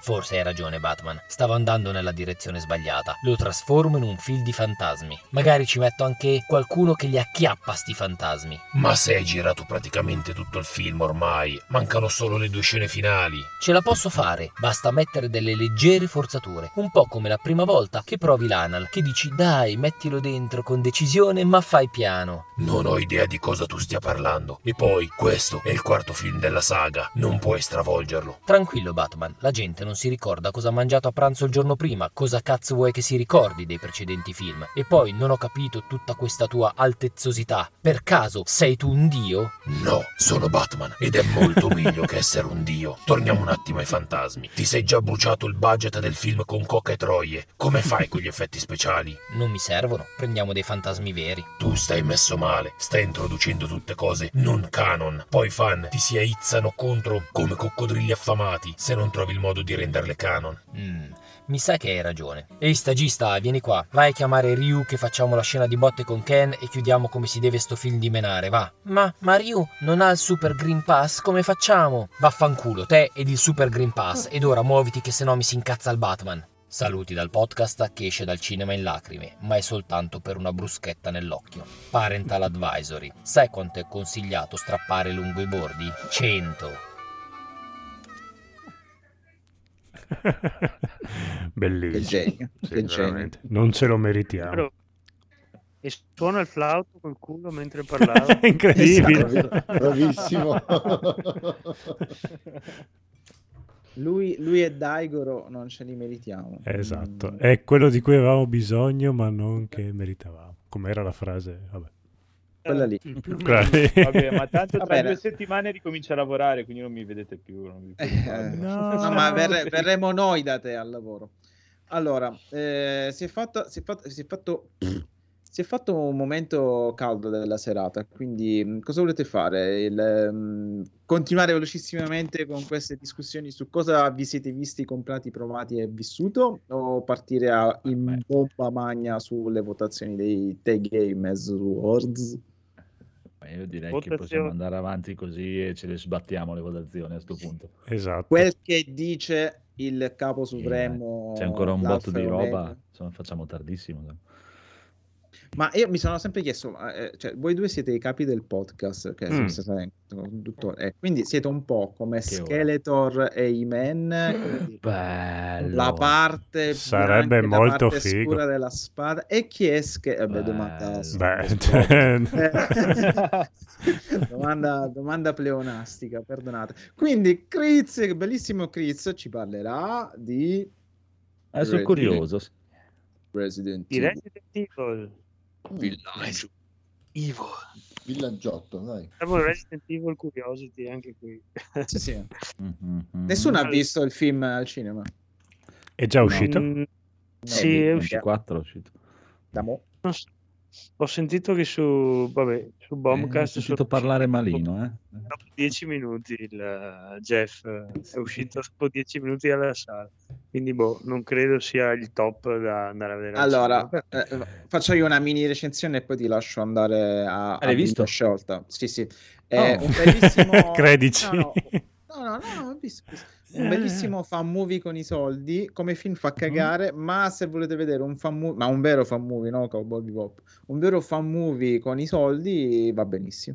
Forse hai ragione, Batman. Stavo andando nella direzione sbagliata. Lo trasformo in un film di fantasmi. Magari ci metto anche qualcuno che li acchiappa sti fantasmi. Ma se hai girato praticamente tutto il film ormai, mancano solo le due scene finali. Ce la posso fare, basta mettere delle leggere forzature. Un po' come la prima volta che provi l'anal, che dici dai, mettilo dentro con decisione ma fai piano. Non ho idea di cosa tu stia parlando. E poi, questo è il quarto film della saga. Non puoi stravolgerlo. Tranquillo, Batman, la gente non si ricorda cosa ha mangiato a pranzo il giorno prima, cosa cazzo vuoi che si ricordi dei precedenti film? E poi non ho capito tutta questa tua altezzosità. Per caso sei tu un dio? No, sono Batman ed è molto meglio che essere un dio. Torniamo un attimo ai fantasmi. Ti sei già bruciato il budget del film con coca e troie. Come fai con gli effetti speciali? Non mi servono, prendiamo dei fantasmi veri. Tu stai messo male, stai introducendo tutte cose non canon. Poi i fan ti si aizzano contro come coccodrilli affamati se non trovi il modo di renderle canon. Mm, mi sa che hai ragione. Ehi stagista, vieni qua. Vai a chiamare Ryu che facciamo la scena di botte con Ken e chiudiamo come si deve sto film di menare, va. Ma, ma Ryu non ha il Super Green Pass, come facciamo? Vaffanculo, te ed il Super Green Pass. Ed ora muoviti che sennò mi si incazza il Batman. Saluti dal podcast che esce dal cinema in lacrime, ma è soltanto per una bruschetta nell'occhio. Parental Advisory. Sai quanto è consigliato strappare lungo i bordi? cento. Bellissimo. Che genio, Sì, che genio. veramente. Non ce lo meritiamo. Però- E suona il flauto col culo mentre parlava. Incredibile. Bravi- Bravissimo. Lui, lui e Daigoro non ce li meritiamo. Esatto, è quello di cui avevamo bisogno, ma non che meritavamo. Com'era la frase? Vabbè. Quella lì. Quella lì. Vabbè, ma tanto Va tra bene. due settimane ricomincia a lavorare, quindi non mi vedete più. Non vi preoccupate. Eh, No. no, ma verre- verremo noi da te al lavoro. Allora, eh, si è fatto, si è fatto, si è fatto, si è fatto un momento caldo della serata, quindi mh, cosa volete fare? Il, mh, continuare velocissimamente con queste discussioni su cosa vi siete visti, comprati, provati e vissuto, o partire a, in bomba magna sulle votazioni dei Tag Gamers Awards? Ma io direi che Votazione. possiamo andare avanti così e ce le sbattiamo le votazioni a sto punto. Esatto. Quel che dice il capo supremo. C'è ancora un l'Alfa botto di e roba, Omega. insomma, facciamo tardissimo. dai. Ma io mi sono sempre chiesto, eh, cioè, voi due siete i capi del podcast, che Mm. siete conduttore, eh, quindi siete un po' come Che ora. Skeletor e I-Man, quindi Bello. la parte Sarebbe bianca, molto la parte figo. scura della spada. E chi è Skeletor? Vabbè, domanda, Beh, Eh, domanda, domanda pleonastica, perdonate. Quindi Kriz, bellissimo Kriz, ci parlerà di Eh, sono Resident- curioso. Resident Di Evil. Resident Evil. Village Evil. Villaggiotto, dai. Siamo Resident Evil Curiosity anche qui. Sì, sì. Mhm. Nessuno ha visto il film al cinema? è già uscito? Mm, No, sì, è uscito. ventiquattro è uscito. Da mo'. Non so. Ho sentito che su, vabbè, su Eh, ho Bombcast sentito sono parlare usciti malino, eh. dopo, dopo dieci minuti il eh, Jeff eh, è uscito dopo dieci minuti dalla sala, quindi boh, non credo sia il top da andare a vedere al Allora, cinema. eh, faccio io una mini recensione e poi ti lascio andare a, Ah, l'hai a visto? vita sciolta. Sì, sì. È Oh. un bellissimo... Credici. No, no, no, no, no, ho visto, ho visto. Un bellissimo fan movie con i soldi, come film fa cagare, ma se volete vedere un fan movie, ma un vero fan movie, no, Cowboy Bebop, un vero fan movie con i soldi va benissimo.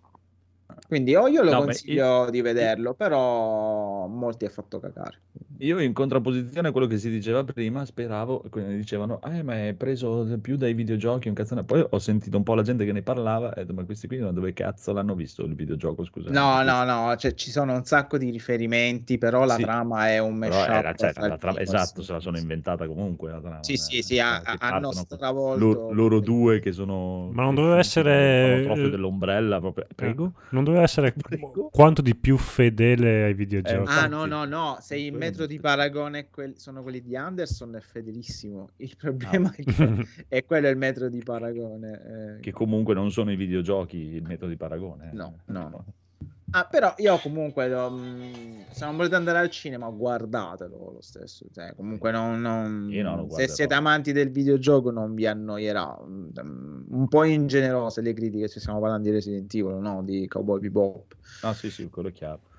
Quindi o io lo No, ma consiglio di vederlo, però molti ha fatto cagare. Io in contrapposizione a quello che si diceva prima, speravo, quindi dicevano, eh, ma è preso più dai videogiochi, un cazzone. Poi ho sentito un po' la gente che ne parlava, e ho detto, ma questi qui ma dove cazzo l'hanno visto il videogioco, scusa? No, no, no, cioè, ci sono un sacco di riferimenti, però la Sì, trama è un Però mashup era, cioè, fra il la trama- primo e il esatto, se la sono inventata comunque la trama. Sì, eh, sì, sì, ha- che ha- partono hanno con stravolto. loro, loro due che sono... Ma non che doveva sono- essere- sono proprio dell'ombrella, proprio... Prego? Non doveva essere Prego. quanto di più fedele ai videogiochi. Ah, infatti. no, no, no, se il Quello metro non di so. paragone è quel- sono quelli di Anderson è fedelissimo. Il Ah, problema è che è quello il metro di paragone. eh. Che comunque non sono i videogiochi il metodo di paragone. eh. No, no. Ah, però io comunque lo- mh, se non volete andare al cinema, guardatelo lo stesso. Cioè, comunque non, non- Io no, lo se guarderò. siete amanti del videogioco non vi annoierà. Mm, Un po' ingenerose le critiche, ci stiamo parlando di Resident Evil, no? Di Cowboy Bebop. Ah, sì, sì, quello è chiaro.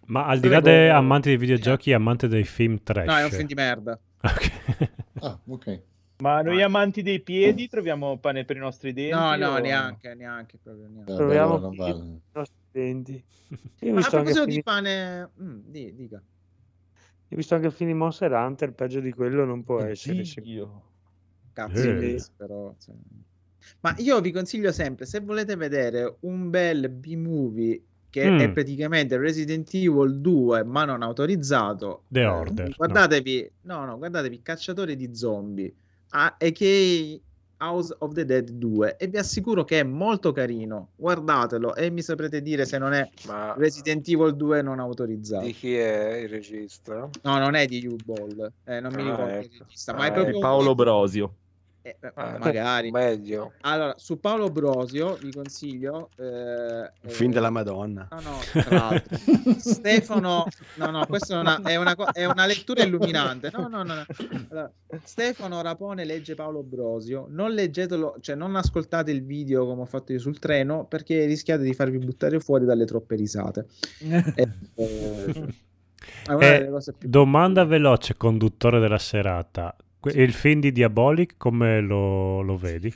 Ma al di là dei amanti dei videogiochi, amante dei film trash. No, è un film di merda. Ok. Ah, ok. Ma noi Ah. amanti dei piedi troviamo pane per i nostri denti? No, no, o- neanche, neanche proprio niente. Eh, Troviamo allora non piedi vale. nei nostri denti. Io ho Ma a visto, anche proposito film, di pane, mm, di- dica. ho visto anche il film di Monster Hunter, peggio di quello non può essere. sicuro. Oddio. Cazzo, Eh. Chris, però. cioè. Ma io vi consiglio sempre, se volete vedere un bel B-movie che Mm. è praticamente Resident Evil due, ma non autorizzato, The eh, Order, no. guardatevi, no, no, guardatevi Cacciatori di Zombie, a che House of the Dead due, e vi assicuro che è molto carino. Guardatelo e mi saprete dire se non è Ma Resident Evil due non autorizzato. di chi è il regista? No, non è di U-Ball, eh, non mi Ah, ricordo il ecco. regista, ma è Ah, proprio Di ecco. Paolo Brosio. eh, eh, Ah, magari. meglio. Allora, su Paolo Brosio vi consiglio eh, Un film eh, della Madonna. no, no, tra l'altro. Stefano, no, no, questa è una, è una, co- è una lettura illuminante. No, no, no, no. Allora, Stefano Rapone legge Paolo Brosio. Non leggetelo, cioè non ascoltate il video come ho fatto io sul treno, perché rischiate di farvi buttare fuori dalle troppe risate. Eh, eh, è una Eh, delle cose più domanda veloce, conduttore della serata. Que- Il film di Diabolic come lo, lo vedi?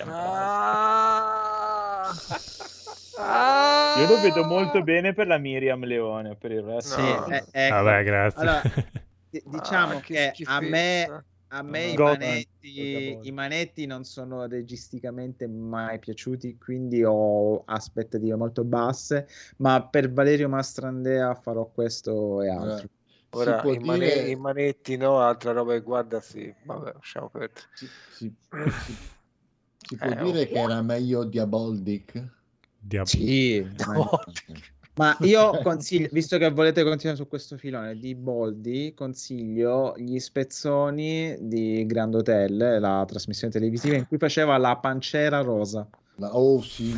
Ah! Io lo vedo molto bene per la Miriam Leone, per il resto. Sì, No. eh, ecco. Vabbè, grazie. Allora, di- diciamo Ah, che che a me, schifezza. a me i, God. manetti, i manetti non sono registicamente mai piaciuti, quindi ho aspettative molto basse, ma per Valerio Mastrandea farò questo e Allora, altro. Ora si può i, mane- dire, i manetti no, altra roba che guarda sì. Vabbè, lasciamo perdere. si, si- si- si può Eh, dire oh. che era meglio Diaboldic? Diab- Sì, ma, Ok. ma io consiglio, visto che volete continuare su questo filone di Boldi, consiglio Gli spezzoni di Grand Hotel, la trasmissione televisiva in cui faceva la pancera rosa. La- oh sì.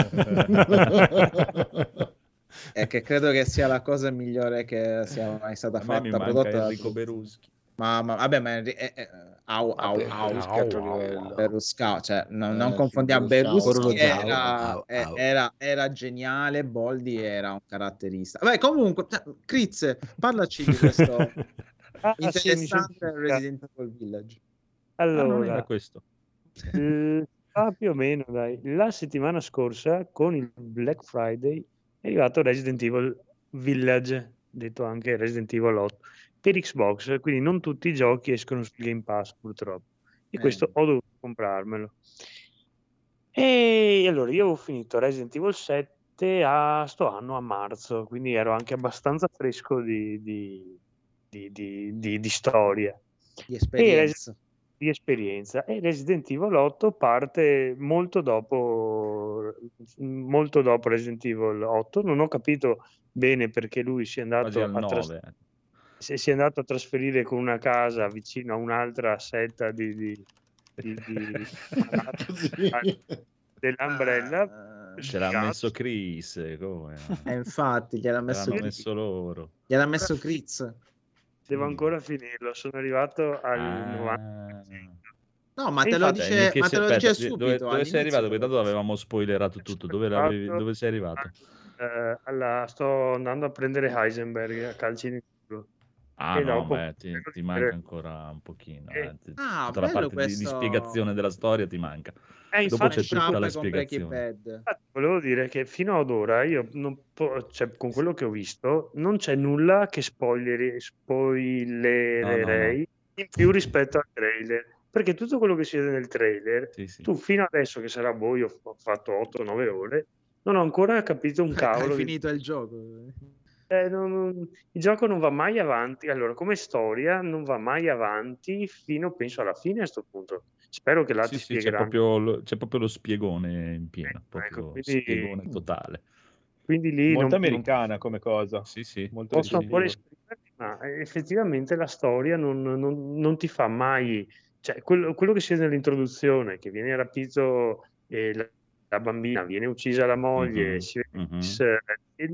E che credo che sia la cosa migliore che sia mai stata A me fatta, mi manca prodotta da Enrico Beruschi. ma, ma vabbè, ma è- è- è- au, au, Vabbè, au, Berluschi è altro livello. Berlusca, cioè non, non Eh, confondiamo, sì, Berluscao. Berluschi Berluscao. era, Au, eh, au. era, era geniale, Boldi era un caratterista. Beh, comunque, cioè, Chris, parlaci di questo Ah, sì, mi interessante sembra. Resident Evil Village. Ah, non era Allora, questo. l- ah, più o meno, dai. La settimana scorsa, con il Black Friday, è arrivato Resident Evil Village, detto anche Resident Evil otto, per Xbox, quindi non tutti i giochi escono sul Game Pass, purtroppo. E Eh. questo ho dovuto comprarmelo. E allora, io ho finito Resident Evil sette a sto anno, a marzo, quindi ero anche abbastanza fresco di, di, di, di, di- di storia. Di E esperienza. di esperienza, e Resident Evil otto parte molto dopo molto dopo Resident Evil otto. Non ho capito bene perché lui sia Quasi andato al a tras- nove. si si è andato a trasferire con una casa vicino a un'altra setta di, di, di, di- Sì. dell'Umbrella. Ah, Ce l'ha messo Chris, come? eh, infatti, gliel'ha messo, L'hanno messo loro. gliel'ha messo Chris. Devo Sì. ancora finirlo, sono arrivato al Ah. novanta. No, ma E te lo infatti, dice, che ma se- te lo aspetta, dice dove- subito. Dove, sei all'inizio arrivato? te Perché lo tanto dice. avevamo spoilerato tutto. Dove, l'avevi- dove sei arrivato? Eh, alla- sto andando a prendere Heisenberg a calci di culo. Ah E no, dopo- beh, ti, ti manca ancora un pochino. Eh. eh. Ti- Ah, tutta la bello parte di, di questo. spiegazione della storia ti manca. Eh, Dopo infatti, c'è tutta la Sharp con Breaking spiegazione. Bad. Infatti, volevo dire che fino ad ora io non po- cioè, con quello che ho visto non c'è nulla che spoileri, spoilererei in più rispetto al trailer, perché tutto quello che si vede nel trailer, Sì, sì. tu fino adesso che sarà boh, io ho fatto otto nove ore, non ho ancora capito un Hai cavolo di- finito il gioco. eh, non- non- il gioco non va mai avanti, allora come storia non va mai avanti fino penso alla fine a sto punto. Spero che là Sì, ti sì, c'è spiegheranno. proprio, lo, c'è proprio lo spiegone in pieno, Ecco, proprio quindi- spiegone totale. Quindi lì Molto non, non americana come cosa. Sì, sì. Molto posso ancora ricettivo. esprimermi, ma eh, effettivamente la storia non, non- non ti fa mai, cioè quello, quello che si vede nell'introduzione, che viene rapito eh, la, la bambina, viene uccisa la moglie, Mhm, si vede mhm. Chris Redfield,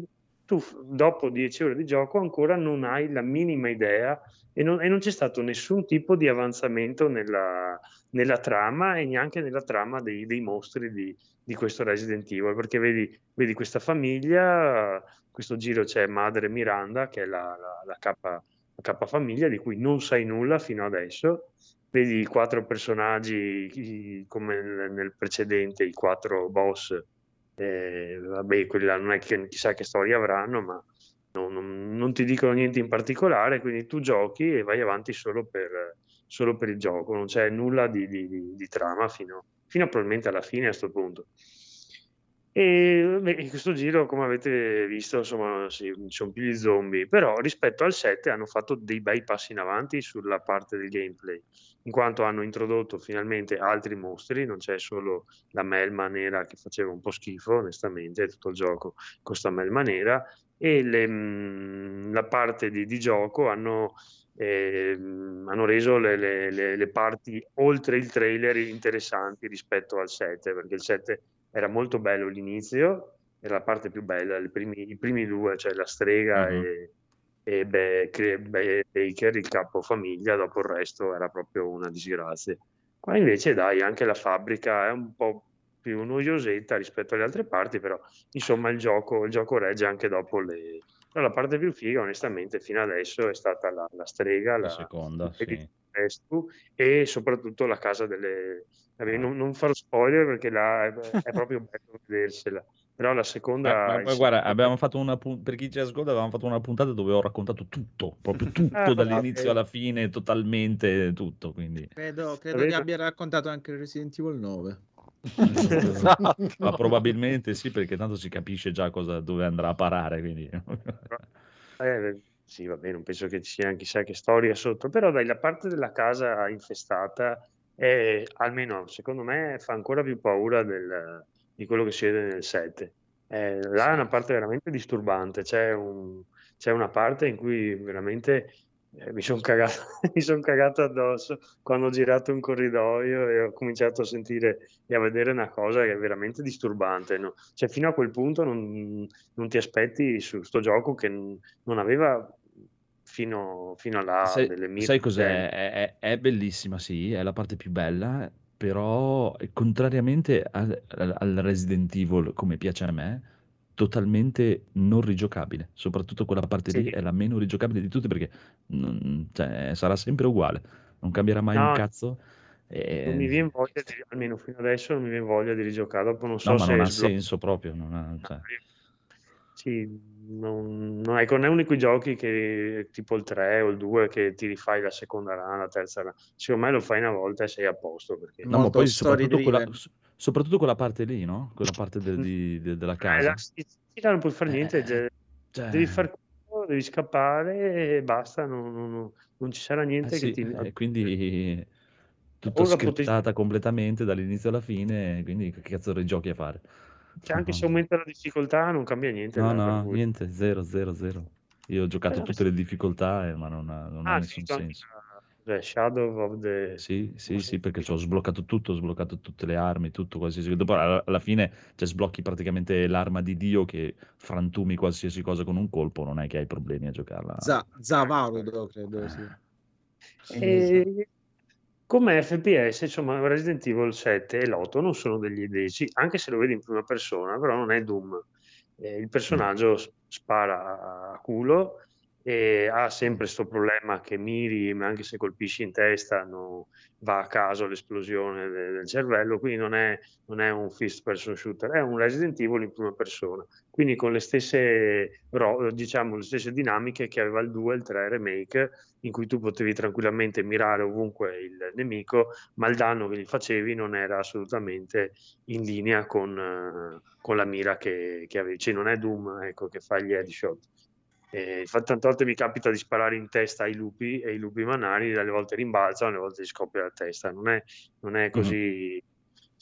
tu f- dopo dieci ore di gioco ancora non hai la minima idea e non, e non c'è stato nessun tipo di avanzamento nella, nella trama e neanche nella trama dei, dei mostri di, di questo Resident Evil, perché vedi, vedi questa famiglia, questo giro c'è madre Miranda, che è la, la, la capa, la capofamiglia di cui non sai nulla fino adesso, vedi i quattro personaggi i- come nel, nel precedente, i quattro boss, eh, vabbè, quelli là non è che chissà che storia avranno, ma non, non- non ti dicono niente in particolare, quindi tu giochi e vai avanti solo per, solo per il gioco, non c'è nulla di, di- di- di trama fino, fino a probabilmente alla fine a questo punto. E beh, in questo giro, come avete visto, insomma, sì, ci sono più gli zombie, però rispetto al sette hanno fatto dei bei passi in avanti sulla parte del gameplay, in quanto hanno introdotto finalmente altri mostri, non c'è solo la melma nera che faceva un po' schifo, onestamente, tutto il gioco con sta melma nera, e le, mh, la parte di, di gioco hanno, ehm, hanno reso le, le- le- le parti oltre il trailer interessanti rispetto al sette, perché il sette era molto bello l'inizio, era la parte più bella, i primi, i primi due, cioè la strega Mhm. e, e Be- Cre- Be- Baker, il capofamiglia, dopo il resto era proprio una disgrazia. Qua invece dai, anche la fabbrica è un po' più noiosetta rispetto alle altre parti, però insomma il gioco, il gioco regge anche dopo le... Però la parte più figa, onestamente, fino adesso è stata la, la strega, La la, seconda, il sì. resto, e soprattutto la casa delle... vabbè, non, non farò spoiler perché là è, è proprio bello vedersela, però la Ma, seconda... ma- il ma guarda, secondo- abbiamo fatto una pun- per chi ci ascolta, avevamo fatto una puntata dove ho raccontato tutto, proprio tutto Ah, dall'inizio ok. alla fine, totalmente tutto, quindi Credo, credo che Avete- abbia raccontato anche Resident Evil nove. Esatto. ma probabilmente sì, perché tanto si capisce già cosa, dove andrà a parare, quindi Eh, sì, va bene, non penso che ci sia chissà che storia sotto, però dai, la parte della casa infestata, è, almeno secondo me, fa ancora più paura del- di quello che si vede nel sette. Eh, là è una parte veramente disturbante, c'è un- c'è una parte in cui veramente eh, mi sono cagato, mi son cagato addosso quando ho girato un corridoio e ho cominciato a sentire e a vedere una cosa che è veramente disturbante, no? Cioè, fino a quel punto non, non ti aspetti su sto gioco che n- non aveva fino, fino a là sai, delle mire sai di gente. cos'è? È, è- è bellissima, sì, è la parte più bella, però eh, contrariamente al, al- al Resident Evil, come piace a me, totalmente non rigiocabile. Soprattutto quella parte lì Sì, è la meno rigiocabile di tutte perché non- cioè, sarà sempre uguale, non cambierà mai un no, cazzo. non e- mi viene voglia di, almeno fino adesso non mi viene voglia di rigiocare, dopo non No, so ma non se ha sblocco. senso proprio. Non ha- cioè. Sì, non, non- ecco, non è uno di quei giochi che tipo il tre o il due che ti rifai la seconda run, la terza run. Secondo me lo fai una volta e sei a posto perché No, ma Molto poi story soprattutto quella, driven. s- soprattutto quella parte lì, no? Quella parte del- di- de- della Eh, la casa. sticina non puoi fare niente, Eh, ge- devi cioè, fare quello, devi scappare e basta, non, non- non- non ci sarà eh niente che sì, ti... e quindi tutta Ora potresti... scriptata completamente dall'inizio alla fine, quindi che cazzo di giochi a fare? cioè, anche se aumenta la difficoltà non cambia niente No, là, per no, cui... niente, zero, zero, zero. Io ho giocato Eh, tutte le difficoltà, eh, ma non ha, non ha ah, sì, nessun tu anche senso. la- cos'è, Shadow of the... Sì, come sì, si sì, perché ci ho chiama? sbloccato tutto, ho sbloccato tutte le armi, tutto qualsiasi. Dopo alla, alla fine, cioè, sblocchi praticamente l'arma di Dio che frantumi qualsiasi cosa con un colpo, non è che hai problemi a giocarla. Za- Zavarudo, credo sia. E come F P S, insomma, Resident Evil sette e l'otto non sono degli ideci, anche se lo vedi in prima persona, però non è Doom. Eh, il personaggio s- spara a culo e ha sempre questo problema che miri, ma anche se colpisci in testa, no- va a caso l'esplosione de- del cervello, quindi non è, non è un first person shooter, è un Resident Evil in prima persona, quindi con le stesse, ro- diciamo, le stesse dinamiche che aveva il due e il tre remake, in cui tu potevi tranquillamente mirare ovunque il nemico, ma il danno che gli facevi non era assolutamente in linea con, eh, con la mira che, che avevi. Cioè, non è Doom, ecco, che fa gli headshot. E infatti, tante volte mi capita di sparare in testa ai lupi e i lupi manari, dalle volte rimbalzano, alle volte gli scoppia la testa. Non è, non è Mhm. così.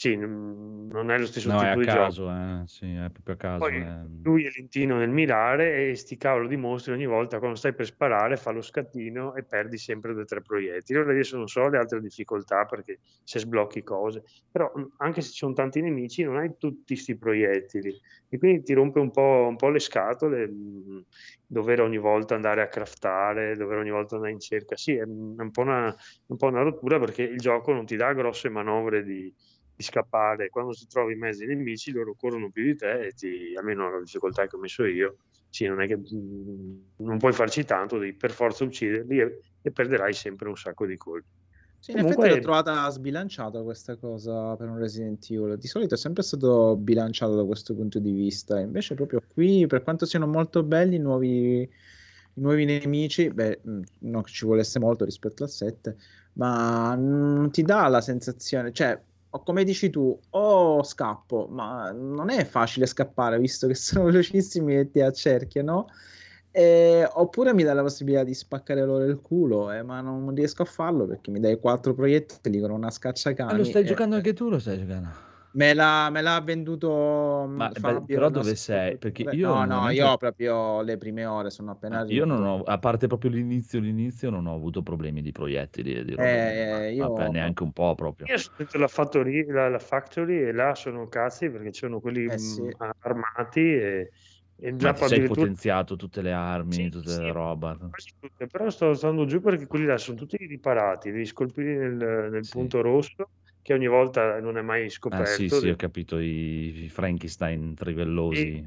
sì, n- non è lo stesso No, è tipo a di gioco. caso, eh, sì, è proprio a caso. Poi eh. lui è lentino nel mirare e sti cavolo di mostri ogni volta quando stai per sparare fa lo scattino e perdi sempre due o tre proiettili. Ora adesso non so le altre difficoltà perché se sblocchi cose, però mh, anche se ci sono tanti nemici non hai tutti sti proiettili e quindi ti rompe un po', un po' le scatole, mh, dover ogni volta andare a craftare, dover ogni volta andare in cerca. Sì, è, mh, è un po' una, un po' una rottura perché il gioco non ti dà grosse manovre di di scappare. Quando si trovi in mezzo ai nemici loro corrono più di te e ti, almeno la difficoltà che ho messo io, sì, non è che mh, non puoi farci tanto, devi per forza ucciderli e, e perderai sempre un sacco di colpi. Sì, in effetti l'ho Comunque, trovata sbilanciata questa cosa per un Resident Evil. Di solito è sempre stato bilanciato da questo punto di vista. Invece proprio qui, per quanto siano molto belli i nuovi, i nuovi nemici, beh, mh, non che ci volesse molto rispetto al sette, ma non ti dà la sensazione, cioè, o come dici tu, o scappo, ma non è facile scappare visto che sono velocissimi e ti accerchiano. Eh, oppure mi dà la possibilità di spaccare loro il culo, eh, ma non riesco a farlo perché mi dai quattro proiettili con una Ma lo scacciacani. stai e- giocando anche tu, lo stai giocando? Me l'ha, me l'ha venduto Ma mm, beh, Fabio però il dove nostro sei? Perché produttore. io No, al no, momento, io proprio le prime ore sono appena ah, io non arrivato. ho, a parte proprio l'inizio, l'inizio non ho avuto problemi di proiettili e di robe mie, ma Eh, vabbè, io, neanche un po' proprio. io sono dentro la factory, la, la factory e là sono cazzi perché ci sono quelli eh sì. mh, armati e, e Ma già ti sei addirittura potenziato tutte le armi, sì, tutte sì, le roba? quasi tutte, però sto stando giù perché quelli là sono tutti riparati, devi scolpire nel, nel Sì. punto rosso che ogni volta non è mai Ah sì, scoperto sì, ho devi- capito, i, i Frankenstein e, trivellosi.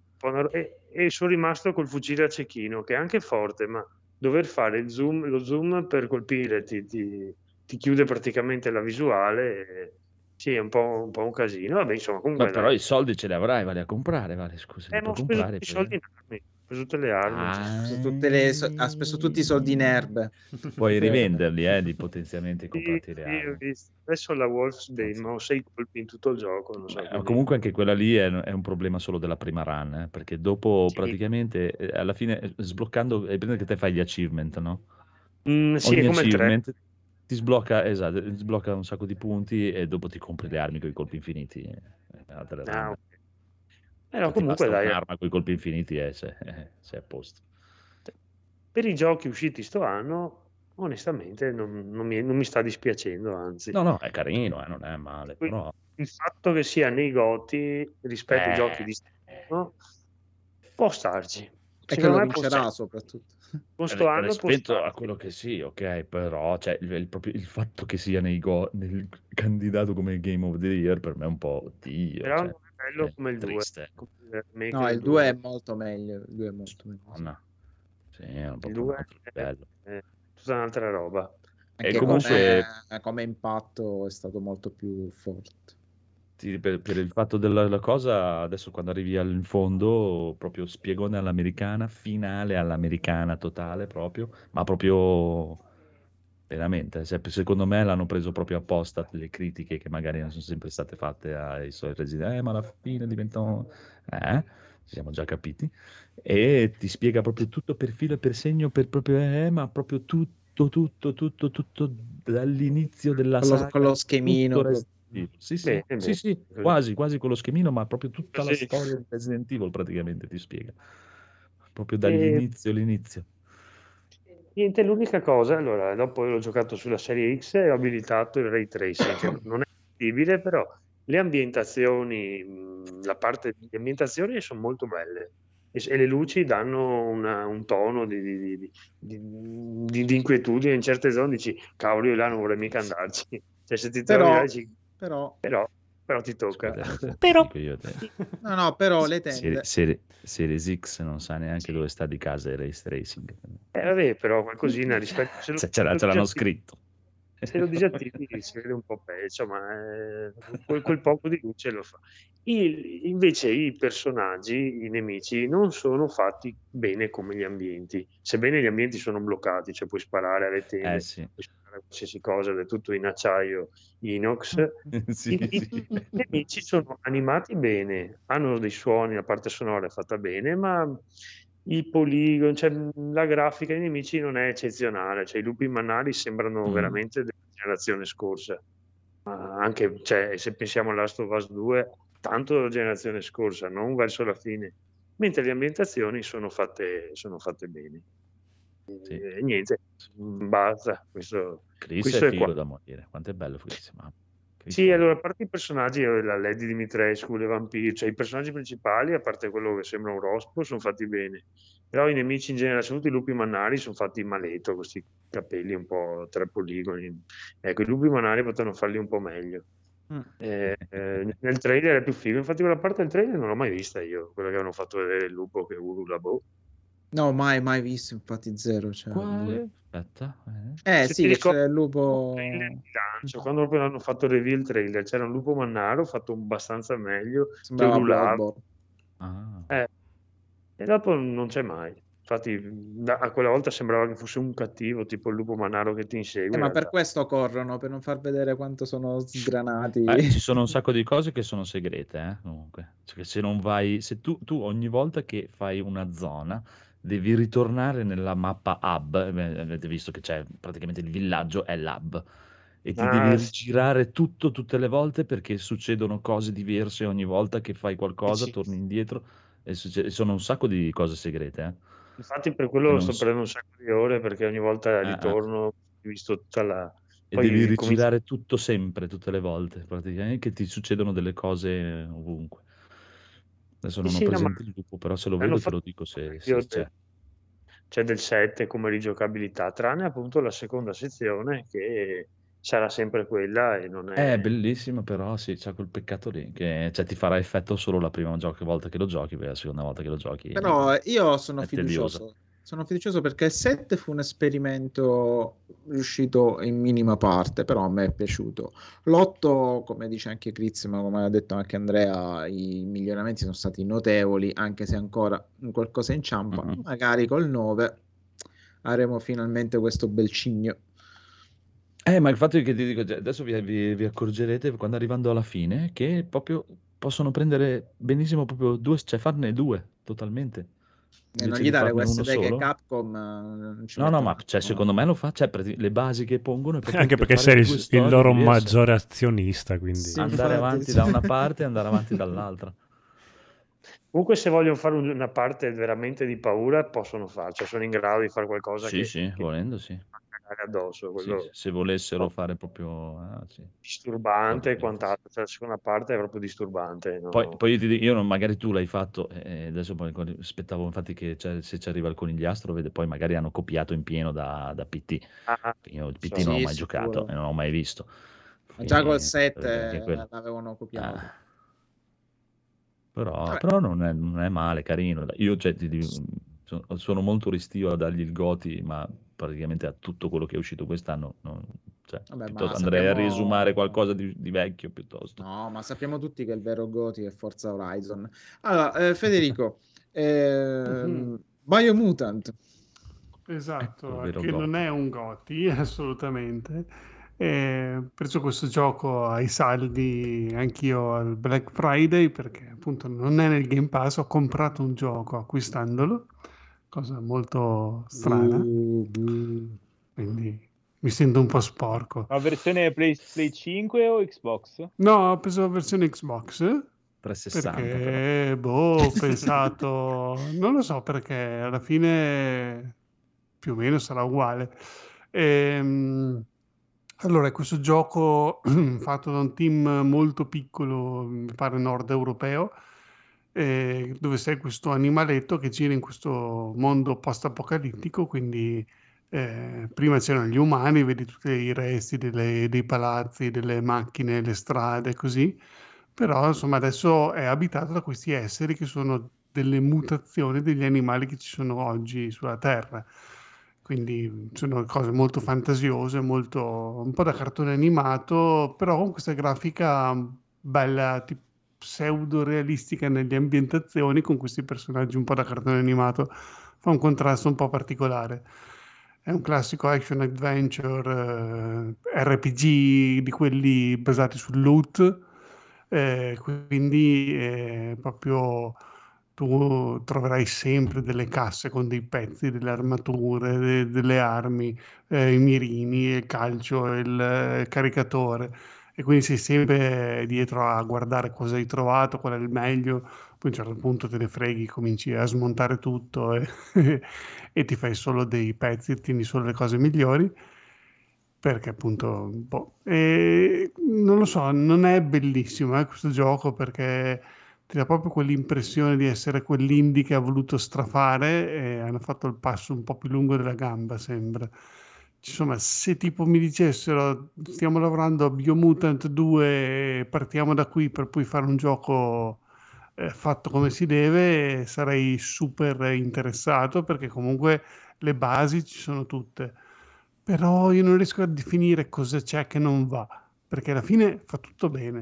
e- e sono rimasto col fucile a cecchino che è anche forte, ma dover fare il zoom, lo zoom per colpire ti, ti- ti chiude praticamente la visuale. E, sì, è un po', un po' un casino. Vabbè, insomma, Ma comunque però dai. i soldi ce li avrai, vale a comprare, vale, scusa, Eh, li ma puoi ho speso comprare tutti i poi. soldi in armi, ho speso tutte le armi. Ah, Su tutte le, so- ha speso tutti i soldi in erbe. puoi Per- rivenderli, eh, di potenzialmente Sì, comprarti le sì, ho armi. visto. Adesso la Wolf's Bane, ma ho sei colpi in tutto il gioco, non so, Beh, quindi... comunque anche quella lì è, è un problema solo della prima run, eh, perché dopo Sì, praticamente eh, alla fine eh, sbloccando, è bene che te fai gli achievement, no? Mm, sì, è Ogni come il tre. achievement ti sblocca, esatto, ti sblocca un sacco di punti e dopo ti compri le armi con i colpi infiniti. eh, altre Ah, run. ok. Eh, no, Cioè, ti comunque basta dai, un'arma con i colpi infiniti e sei, eh, sei a posto. per i giochi usciti sto anno, onestamente non, non mi, non mi sta dispiacendo, anzi. No, no, è carino, eh, non è male, Qui- però... Il fatto che sia nei GOTY rispetto ai giochi Eh, di Stato può starci. E che Secondo lo me può vincerà soprattutto. con sto anno può rispetto a starci. quello che sì, ok, però cioè, il, il- proprio il fatto che sia nei go, nel candidato come Game of the Year per me è un po' oddio, Però cioè, non è bello è come il due, triste. come il remake No, del il due è due. molto meglio. Il due è molto meglio. sì. Madonna. Sì, è un Il proprio un due altro è, livello. è tutta un'altra roba. E Anche comunque come, come impatto è stato molto più forte. sì, per, per il fatto della la cosa, adesso quando arrivi al- in fondo, proprio spiegone all'americana, finale all'americana totale proprio, ma proprio veramente, se- secondo me l'hanno preso proprio apposta le critiche che magari non sono sempre state fatte ai suoi residenti, eh, ma alla fine diventano... Eh, ci siamo già capiti, e ti spiega proprio tutto per filo e per segno, per proprio, eh, ma proprio tutto, tutto, tutto, tutto dall'inizio della Con lo, con saga, lo tutto schemino. Resident proprio. Evil. Sì, sì, Bene, sì, bene. sì, Così. quasi, quasi con lo schemino, ma proprio tutta la Così. storia di Resident Evil praticamente ti spiega, proprio E dall'inizio all'inizio. niente, l'unica cosa, allora, dopo l'ho giocato sulla serie X e ho abilitato il ray tracing, che non è fattibile, però le ambientazioni, mh, la parte di ambientazioni sono molto belle e, e le luci danno una- un tono di, di- di- di- di- di inquietudine in certe zone, dici, cavolo, io là non vorrei mica andarci. Cioè, se ti trovi là, Però, dici, però, però, però ti tocca. Scusa, adesso Però dico io te. no, no, però le Serie- tende. serie- Series X non sa neanche dove sta di casa il race tracing. Eh, vabbè, però qualcosina rispetto... Se lo, Ce, se ce l'ha- lo ce l'hanno disattivi- scritto. se lo disattivi si vede un po' peggio, ma eh, quel, quel poco di luce lo fa. Il- invece i personaggi, i nemici, non sono fatti bene come gli ambienti, sebbene gli ambienti sono bloccati, cioè puoi sparare alle Eh tende, sì, puoi sparare a qualsiasi cosa, ed è tutto in acciaio inox. sì, I, i- sì. i nemici sono animati bene, hanno dei suoni, la parte sonora è fatta bene, ma i poligoni, cioè la grafica dei nemici non è eccezionale, cioè i lupi mannari sembrano Mm. veramente della generazione scorsa. Ma anche, cioè, se pensiamo a Last of Us due, tanto la generazione scorsa, non verso la fine, mentre le ambientazioni sono fatte, sono fatte bene. Sì. E niente, mm, basta, questo, Chris questo è è qua. figo da morire. Quanto è bello Chris, ma Chris Sì, è- allora, a parte i personaggi, eh, la Lady Dimitrescu, le vampiri, cioè i personaggi principali, a parte quello che sembra un rospo, sono fatti bene. Però i nemici in genere, soprattutto i lupi mannari, sono fatti maletto, questi capelli un po' tre poligoni. Ecco, i lupi mannari potevano farli un po' meglio. Mm. Eh, eh, nel trailer è più figo, infatti quella parte del trailer non l'ho mai vista io, quella che avevano fatto vedere il lupo che urla, boh. No, mai, mai visto, infatti zero. Cioè, Quale? Aspetta. Eh Se sì, ti che ricordi, c'è il lupo... trailer di lancio, quando proprio hanno fatto il reveal trailer, c'era un lupo mannaro fatto abbastanza meglio, che Sembrava ululava. Bloodborne. Ah. Eh, e dopo non c'è mai. Infatti, da- a quella volta sembrava che fosse un cattivo, tipo il lupo mannaro che ti insegue. Eh, in ma per realtà. questo corrono, per non far vedere quanto sono sgranati. Beh, ci sono un sacco di cose che sono segrete, eh, comunque. Cioè, che se non vai, se tu, tu ogni volta che fai una zona devi ritornare nella mappa hub, eh, beh, avete visto che c'è praticamente il villaggio è l'hub, e ti devi Ah, sì. rigirare tutto tutte le volte perché succedono cose diverse ogni volta che fai qualcosa, Sì. torni indietro, e succe- sono un sacco di cose segrete, eh. Infatti per Che quello non sto s- prendendo un sacco di ore, perché ogni volta eh, eh. ritorno, ho visto tutta la... E devi Poi cominci... rigirare tutto sempre, tutte le volte, praticamente, che ti succedono delle cose ovunque. Adesso Sì, non ho sì, no, ma presente il lupo, però se lo hanno vedo te fatto lo dico se, meglio se del, c'è. c'è del sette come rigiocabilità, tranne appunto la seconda sezione che sarà sempre quella e non È è... bellissimo, però sì, c'è quel peccato lì, che cioè, ti farà effetto solo la prima gio- volta che lo giochi, poi la seconda volta che lo giochi Però io sono è tedioso. fiducioso. Sono fiducioso perché il sette fu un esperimento riuscito in minima parte, però a me è piaciuto. L'otto, come dice anche Chris, ma come ha detto anche Andrea, i miglioramenti sono stati notevoli, anche se ancora qualcosa inciampa. Mhm. Magari col nove avremo finalmente questo bel cigno. Eh, ma il fatto è che ti dico, cioè, adesso vi, vi- vi accorgerete quando arrivando alla fine che proprio possono prendere benissimo proprio due, cioè farne due totalmente, E non invece gli di dare farne queste uno idee che solo. Capcom eh, non ci No, no, mette ma una cioè, mano. secondo me lo fa, cioè, prati- le basi che pongono è proprio Anche per perché fare sei il, due il storie loro diverse. maggiore azionista, quindi... Sì, Andare infatti, avanti sì. da una parte e andare avanti dall'altra. Comunque se vogliono fare un- una parte veramente di paura possono farlo, cioè sono in grado di fare qualcosa Sì, che, sì, che volendo sì. fa cagare addosso, Sì, quello se volessero fare proprio... ah, sì, disturbante e assolutamente sì. quant'altro, cioè la seconda parte è proprio disturbante. Poi, no? poi io ti dico, io non- magari tu l'hai fatto, e adesso poi quando- aspettavo infatti che c'è- se ci arriva il conigliastro, vede, poi magari hanno copiato in pieno da, da P T. Ah, Io il P T so. non ho Sì, mai giocato sicuro. e non ho mai visto. Ma già col Quindi, vedere anche sette quello. l'avevano copiato. Ah, però, Vabbè. però non è, non è male, carino. Io cioè, ti dico, sono, sono molto restio a dargli il Goti, ma praticamente a tutto quello che è uscito quest'anno. non- cioè, Vabbè, ma piuttosto andrei a riesumare sappiamo... qualcosa di, di vecchio piuttosto. No, ma sappiamo tutti che il vero Goti è Forza Horizon. Allora, eh, Federico, ehm, Biomutant. Esatto, Ecco il vero che non Goti. è un Goti, assolutamente. Eh, perciò questo gioco ai saldi anch'io al Black Friday perché appunto non è nel Game Pass, ho comprato un gioco acquistandolo, cosa molto strana, Bu, bu. quindi mi sento un po' sporco. Ma versione Play, Play cinque o Xbox? No, ho preso la versione Xbox trecentosessanta però. perché, boh, ho pensato, non lo so perché alla fine più o meno sarà uguale. Ehm, allora, è questo gioco fatto da un team molto piccolo, mi pare nord europeo, eh, dove sei questo animaletto che gira in questo mondo post-apocalittico, quindi eh, prima c'erano gli umani, vedi tutti i resti delle- dei palazzi, delle macchine, le strade, così, però insomma adesso è abitato da questi esseri che sono delle mutazioni degli animali che ci sono oggi sulla Terra. Quindi sono cose molto fantasiose, molto, un po' da cartone animato, però con questa grafica bella, tipo pseudo realistica nelle ambientazioni, con questi personaggi un po' da cartone animato, fa un contrasto un po' particolare. È un classico action adventure, eh, R P G di quelli basati sul loot, eh, quindi eh, proprio tu troverai sempre delle casse con dei pezzi, delle armature, de- delle armi, eh, i mirini, il calcio, il eh, caricatore. e quindi sei sempre dietro a guardare cosa hai trovato, qual è il meglio, poi a un certo punto te ne freghi, cominci a smontare tutto e, e ti fai solo dei pezzi, tieni solo le cose migliori, perché appunto, boh, e non lo so, non è bellissimo eh, questo gioco perché ti dà proprio quell'impressione di essere quell'indie che ha voluto strafare e hanno fatto il passo un po' più lungo della gamba, sembra. Insomma, se tipo mi dicessero stiamo lavorando a Biomutant due e partiamo da qui per poi fare un gioco eh, fatto come si deve, sarei super interessato perché comunque le basi ci sono tutte. Però io non riesco a definire cosa c'è che non va, perché alla fine fa tutto bene.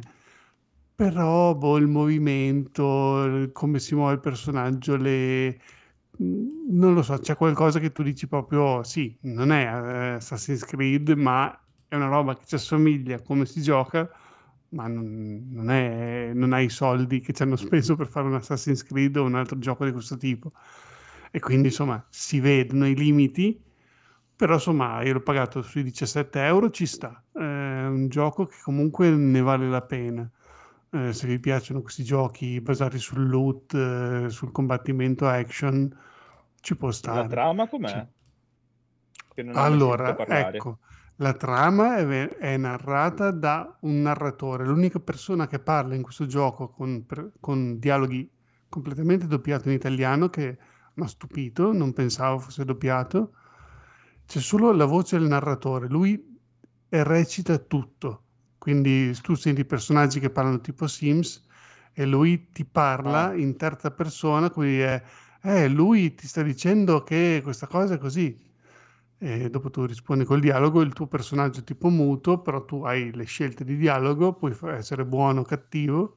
Però, boh, il movimento, il- come si muove il personaggio, le... mm, non lo so, c'è qualcosa che tu dici proprio, sì, non è eh, Assassin's Creed, ma è una roba che ci assomiglia a come si gioca, ma non, non è, non ha i soldi che ci hanno speso per fare un Assassin's Creed o un altro gioco di questo tipo. E quindi, insomma, si vedono i limiti, però, insomma, io l'ho pagato sui diciassette euro, ci sta. È un gioco che comunque ne vale la pena. Eh, se vi piacciono questi giochi basati sul loot, eh, sul combattimento action, ci può E la stare. trama Cioè, com'è? Che non ne ho mai sentito allora, parlare. ecco, la trama è, ve- è narrata da un narratore. L'unica persona che parla in questo gioco con, per- con dialoghi completamente doppiato in italiano che mi ha stupito, non pensavo fosse doppiato. C'è solo la voce del narratore, lui recita tutto. Quindi tu senti i personaggi che parlano tipo Sims e lui ti parla Ah, in terza persona, quindi è, eh, lui ti sta dicendo che questa cosa è così. E dopo tu rispondi col dialogo, il tuo personaggio è tipo muto, però tu hai le scelte di dialogo, puoi fa- essere buono o cattivo,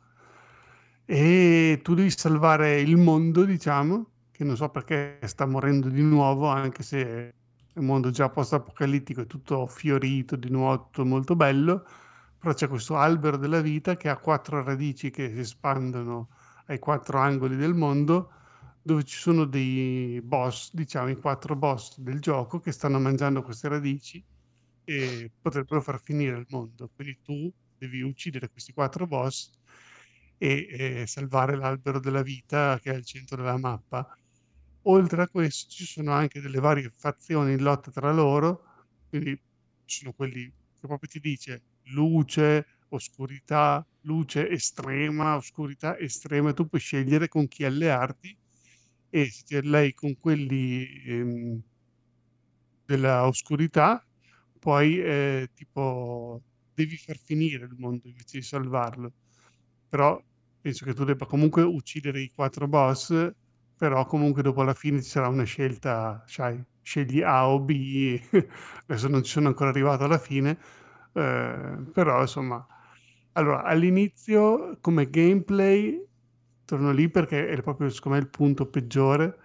e tu devi salvare il mondo, diciamo, che non so perché sta morendo di nuovo, anche se è un mondo già post-apocalittico, è tutto fiorito, di nuovo tutto molto bello, però c'è questo albero della vita che ha quattro radici che si espandono ai quattro angoli del mondo, dove ci sono dei boss, diciamo i quattro boss del gioco che stanno mangiando queste radici e potrebbero far finire il mondo. Quindi tu devi uccidere questi quattro boss e, e salvare l'albero della vita che è al centro della mappa. Oltre a questo ci sono anche delle varie fazioni in lotta tra loro, quindi ci sono quelli che proprio ti dice luce, oscurità, luce estrema, oscurità estrema, tu puoi scegliere con chi allearti e se ti allei con quelli ehm, della oscurità, poi eh, tipo devi far finire il mondo invece di salvarlo. Però penso che tu debba comunque uccidere i quattro boss, però comunque dopo alla fine ci sarà una scelta, sai, scegli A o B, adesso non ci sono ancora arrivato alla fine, eh, però insomma, allora all'inizio come gameplay torno lì perché è proprio secondo me il punto peggiore.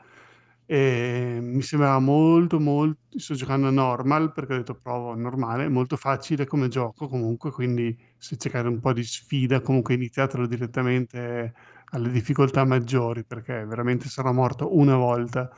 E mi sembrava molto molto, sto giocando a normal perché ho detto provo normale, è molto facile come gioco comunque, quindi se cercare un po' di sfida comunque iniziatelo direttamente alle difficoltà maggiori perché veramente sarò morto una volta.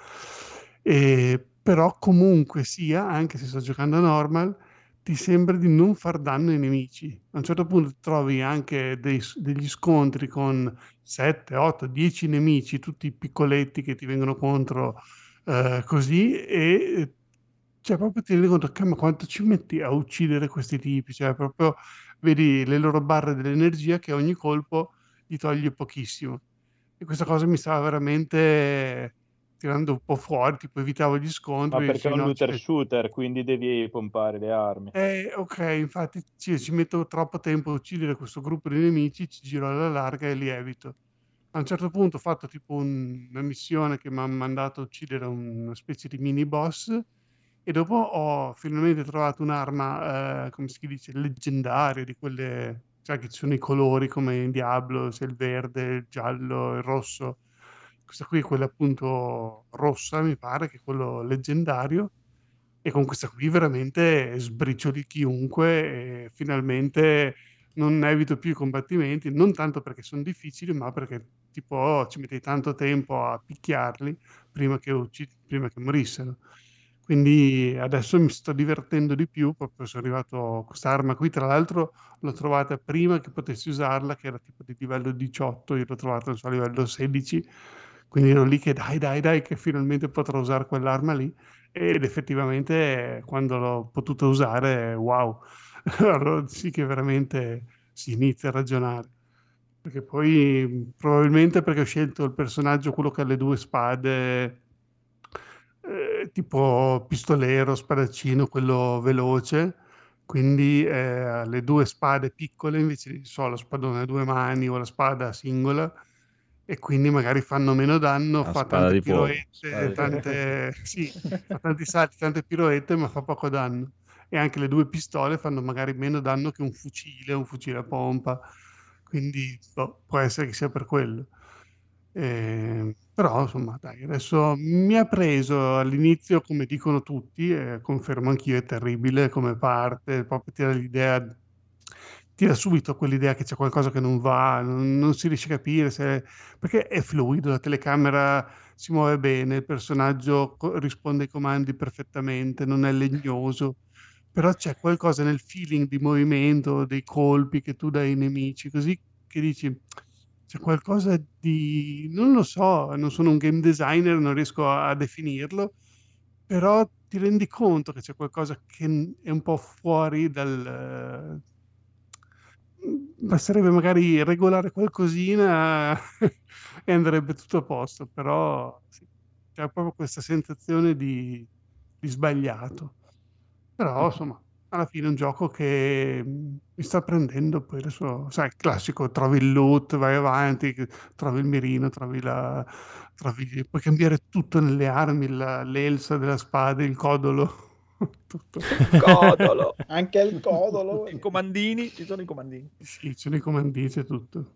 E, però comunque sia, anche se sto giocando a normal, ti sembra di non far danno ai nemici. A un certo punto trovi anche dei- degli scontri con sette, otto, dieci nemici, tutti piccoletti che ti vengono contro eh, così e cioè proprio ti rendi conto che ma quanto ci metti a uccidere questi tipi, cioè proprio vedi le loro barre dell'energia che a ogni colpo gli toglie pochissimo. E questa cosa mi stava veramente tirando un po' fuori, tipo evitavo gli ma scontri e perché è dicevi un no, ci looter met- shooter, quindi devi pompare le armi. eh, ok, infatti ci, ci metto troppo tempo a uccidere questo gruppo di nemici, ci giro alla larga e li evito. A un certo punto ho fatto tipo un- una missione che mi ha mandato a uccidere una specie di mini boss e dopo ho finalmente trovato un'arma, eh, come si dice, leggendaria, di quelle, sai che ci sono i colori come in Diablo, c'è il verde, il giallo, il rosso. Questa qui è quella appunto rossa, mi pare, che è quello leggendario. E con questa qui veramente sbricioli chiunque e finalmente non evito più i combattimenti, non tanto perché sono difficili, ma perché tipo ci metti tanto tempo a picchiarli prima che, ucci- prima che morissero. Quindi adesso mi sto divertendo di più, proprio sono arrivato a quest'arma qui, tra l'altro l'ho trovata prima che potessi usarla, che era tipo di livello diciotto, io l'ho trovata non so, a livello sedici, quindi ero lì che dai dai dai che finalmente potrò usare quell'arma lì, ed effettivamente eh, quando l'ho potuta usare, wow, allora sì che veramente si inizia a ragionare. Perché poi probabilmente perché ho scelto il personaggio, quello che ha le due spade, eh, tipo pistolero, spadaccino, quello veloce, quindi eh, ha le due spade piccole invece di so, lo spadone a due mani o la spada singola, e quindi magari fanno meno danno, La fa spada tante di fuoco. Spada piroette, di fuoco. tante, sì, fa tanti salti, tante piroette, ma fa poco danno. E anche le due pistole fanno magari meno danno che un fucile, un fucile a pompa, quindi boh, può essere che sia per quello. Eh, però insomma, dai, adesso mi ha preso all'inizio, come dicono tutti, e confermo anch'io, è terribile come parte, proprio ti dà l'idea, ti dà subito quell'idea che c'è qualcosa che non va, non, non si riesce a capire se, perché è fluido, la telecamera si muove bene, il personaggio co- risponde ai comandi perfettamente, non è legnoso, però c'è qualcosa nel feeling di movimento, dei colpi che tu dai ai nemici, così che dici c'è qualcosa di... non lo so, non sono un game designer, non riesco a, a definirlo, però ti rendi conto che c'è qualcosa che n- è un po' fuori dal... eh, basterebbe magari regolare qualcosina e andrebbe tutto a posto, però sì, c'è proprio questa sensazione di, di sbagliato. Però, insomma, alla fine è un gioco che mh, mi sta prendendo poi adesso, sai, il classico, trovi il loot, vai avanti, che- trovi il mirino, trovi la... trovi- puoi cambiare tutto nelle armi, la- l'elsa della spada, il codolo, tutto. Codolo, anche il codolo. I comandini, ci sono i comandini. Sì, ci sono i comandini, c'è tutto.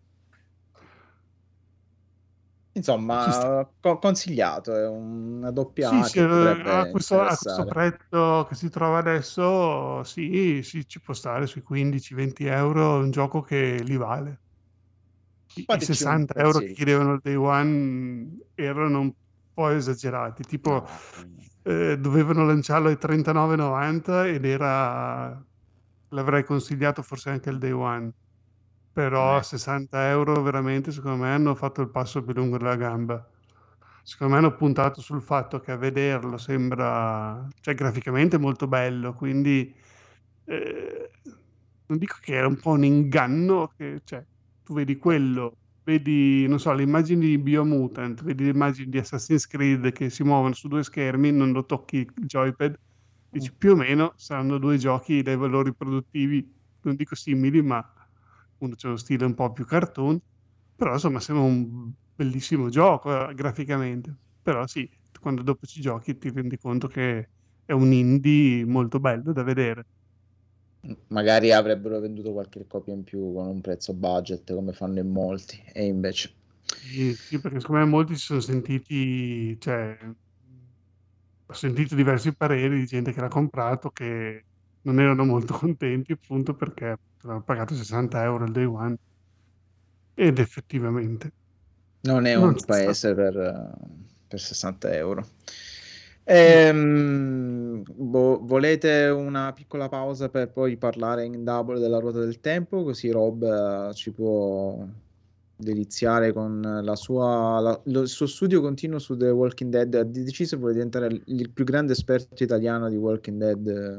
Ci sta. Insomma, co- consigliato, è una doppia Sì, A sì, che eh, a potrebbe questo, a questo interessare. prezzo che si trova adesso, sì, sì, ci può stare sui quindici venti euro, è un gioco che li vale. I, i Fateci un sessanta euro che pensiero. chiedevano al day one erano un po' esagerati, tipo No, eh, dovevano lanciarlo ai trentanove e novanta ed era, l'avrei consigliato forse anche al day one, però eh, sessanta euro veramente secondo me hanno fatto il passo più lungo della gamba. Secondo me hanno puntato sul fatto che a vederlo sembra, cioè graficamente molto bello, quindi eh, non dico che era un po' un inganno, che, cioè, tu vedi quello, vedi, non so, le immagini di Biomutant, vedi le immagini di Assassin's Creed che si muovono su due schermi, non lo tocchi il joypad, dici più o meno saranno due giochi dai valori produttivi, non dico simili, ma uno c'è uno stile un po' più cartoon, però insomma sembra un bellissimo gioco eh, graficamente. Però sì, quando dopo ci giochi ti rendi conto che è un indie molto bello da vedere. magari avrebbero venduto qualche copia in più con un prezzo budget, come fanno in molti, e invece... Sì, sì, perché secondo me molti si sono sentiti, cioè, ho sentito diversi pareri di gente che l'ha comprato che non erano molto contenti appunto perché avevano pagato sessanta euro il day one ed effettivamente Non è non un c'è stato. paese per, per sessanta euro. Ehm, vo- volete una piccola pausa per poi parlare in double della ruota del tempo, così Rob eh, ci può deliziare con la sua, la- lo- il suo studio continuo su The Walking Dead. Ha deciso che vuole diventare il il più grande esperto italiano di Walking Dead.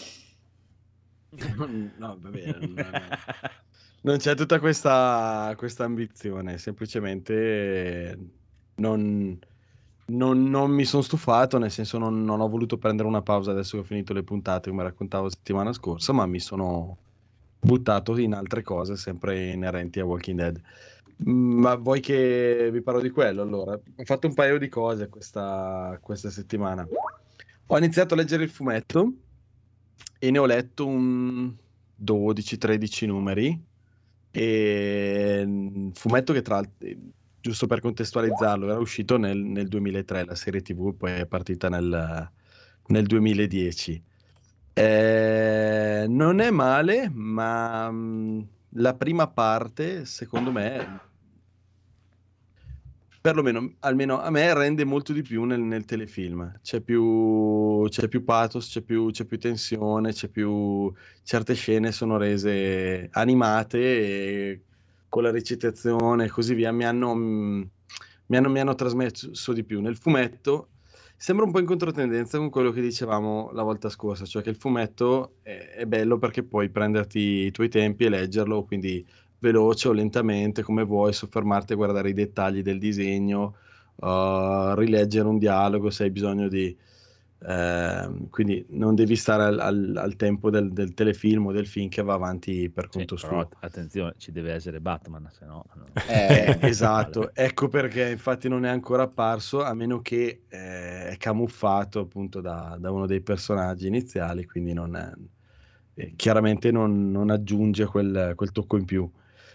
No, va bene, non, non c'è tutta questa, questa ambizione, semplicemente non, non- non mi sono stufato, nel senso non, non ho voluto prendere una pausa adesso che ho finito le puntate, come raccontavo settimana scorsa, ma mi sono buttato in altre cose sempre inerenti a Walking Dead. Mm, Ma vuoi che vi parlo di quello allora? Ho fatto un paio di cose questa, questa settimana. Ho iniziato a leggere il fumetto e ne ho letto un dodici tredici numeri. E un fumetto che tra l'altro, giusto per contestualizzarlo, era uscito nel, nel duemilatré, la serie T V, poi è partita nel, nel duemiladieci. Eh, non è male, ma mh, la prima parte, secondo me, perlomeno almeno a me rende molto di più nel, nel telefilm. C'è più, c'è più pathos, c'è più, c'è più tensione, c'è più certe scene sono rese animate e con la recitazione e così via mi hanno, mh, mi hanno, mi hanno trasmesso di più. Nel fumetto sembra un po' in controtendenza con quello che dicevamo la volta scorsa, cioè che il fumetto è, è bello perché puoi prenderti i tuoi tempi e leggerlo, quindi veloce o lentamente, come vuoi, soffermarti a guardare i dettagli del disegno, uh, rileggere un dialogo se hai bisogno di... ehm, quindi non devi stare al, al- al tempo del, del telefilm o del film che va avanti per Sì, conto però suo. attenzione, ci deve essere Batman, se no... no. Eh, esatto, ecco perché infatti non è ancora apparso, a meno che eh, è camuffato appunto da, da uno dei personaggi iniziali, quindi non è- eh, chiaramente non, non aggiunge quel, quel tocco in più.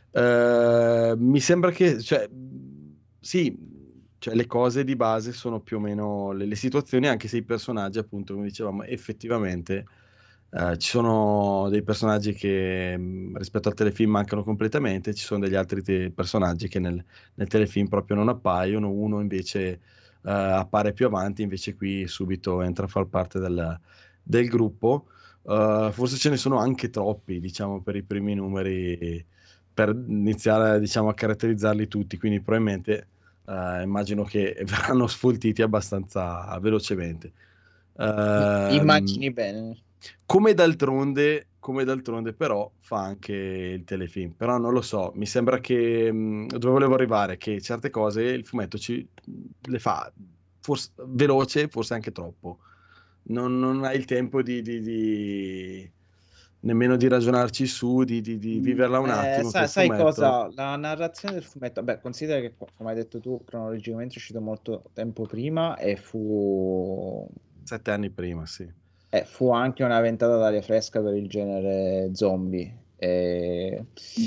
Eh, mi sembra che, cioè, sì, cioè, le cose di base sono più o meno le, le situazioni, anche se i personaggi, appunto, come dicevamo, effettivamente eh, ci sono dei personaggi che mh, rispetto al telefilm mancano completamente, ci sono degli altri te- personaggi che nel, nel telefilm proprio non appaiono, uno invece eh, appare più avanti, invece qui subito entra a far parte del, del gruppo. Uh, forse ce ne sono anche troppi, diciamo, per i primi numeri, per iniziare, diciamo, a caratterizzarli tutti, quindi probabilmente eh, immagino che verranno sfoltiti abbastanza velocemente. Ehm, Immagini bene. come d'altronde, come d'altronde però fa anche il telefilm, però non lo so, mi sembra che mh, dove volevo arrivare, che certe cose il fumetto ci, le fa forse veloce, forse anche troppo. Non, non hai il tempo di, di- di- nemmeno di ragionarci su, di, di- di viverla un Eh, attimo, che sai, il sai fumetto... cosa? La narrazione del fumetto, beh, considera che, come hai detto tu, cronologicamente è uscito molto tempo prima e fu, Sette anni prima, sì. eh, fu anche una ventata d'aria fresca per il genere zombie. E-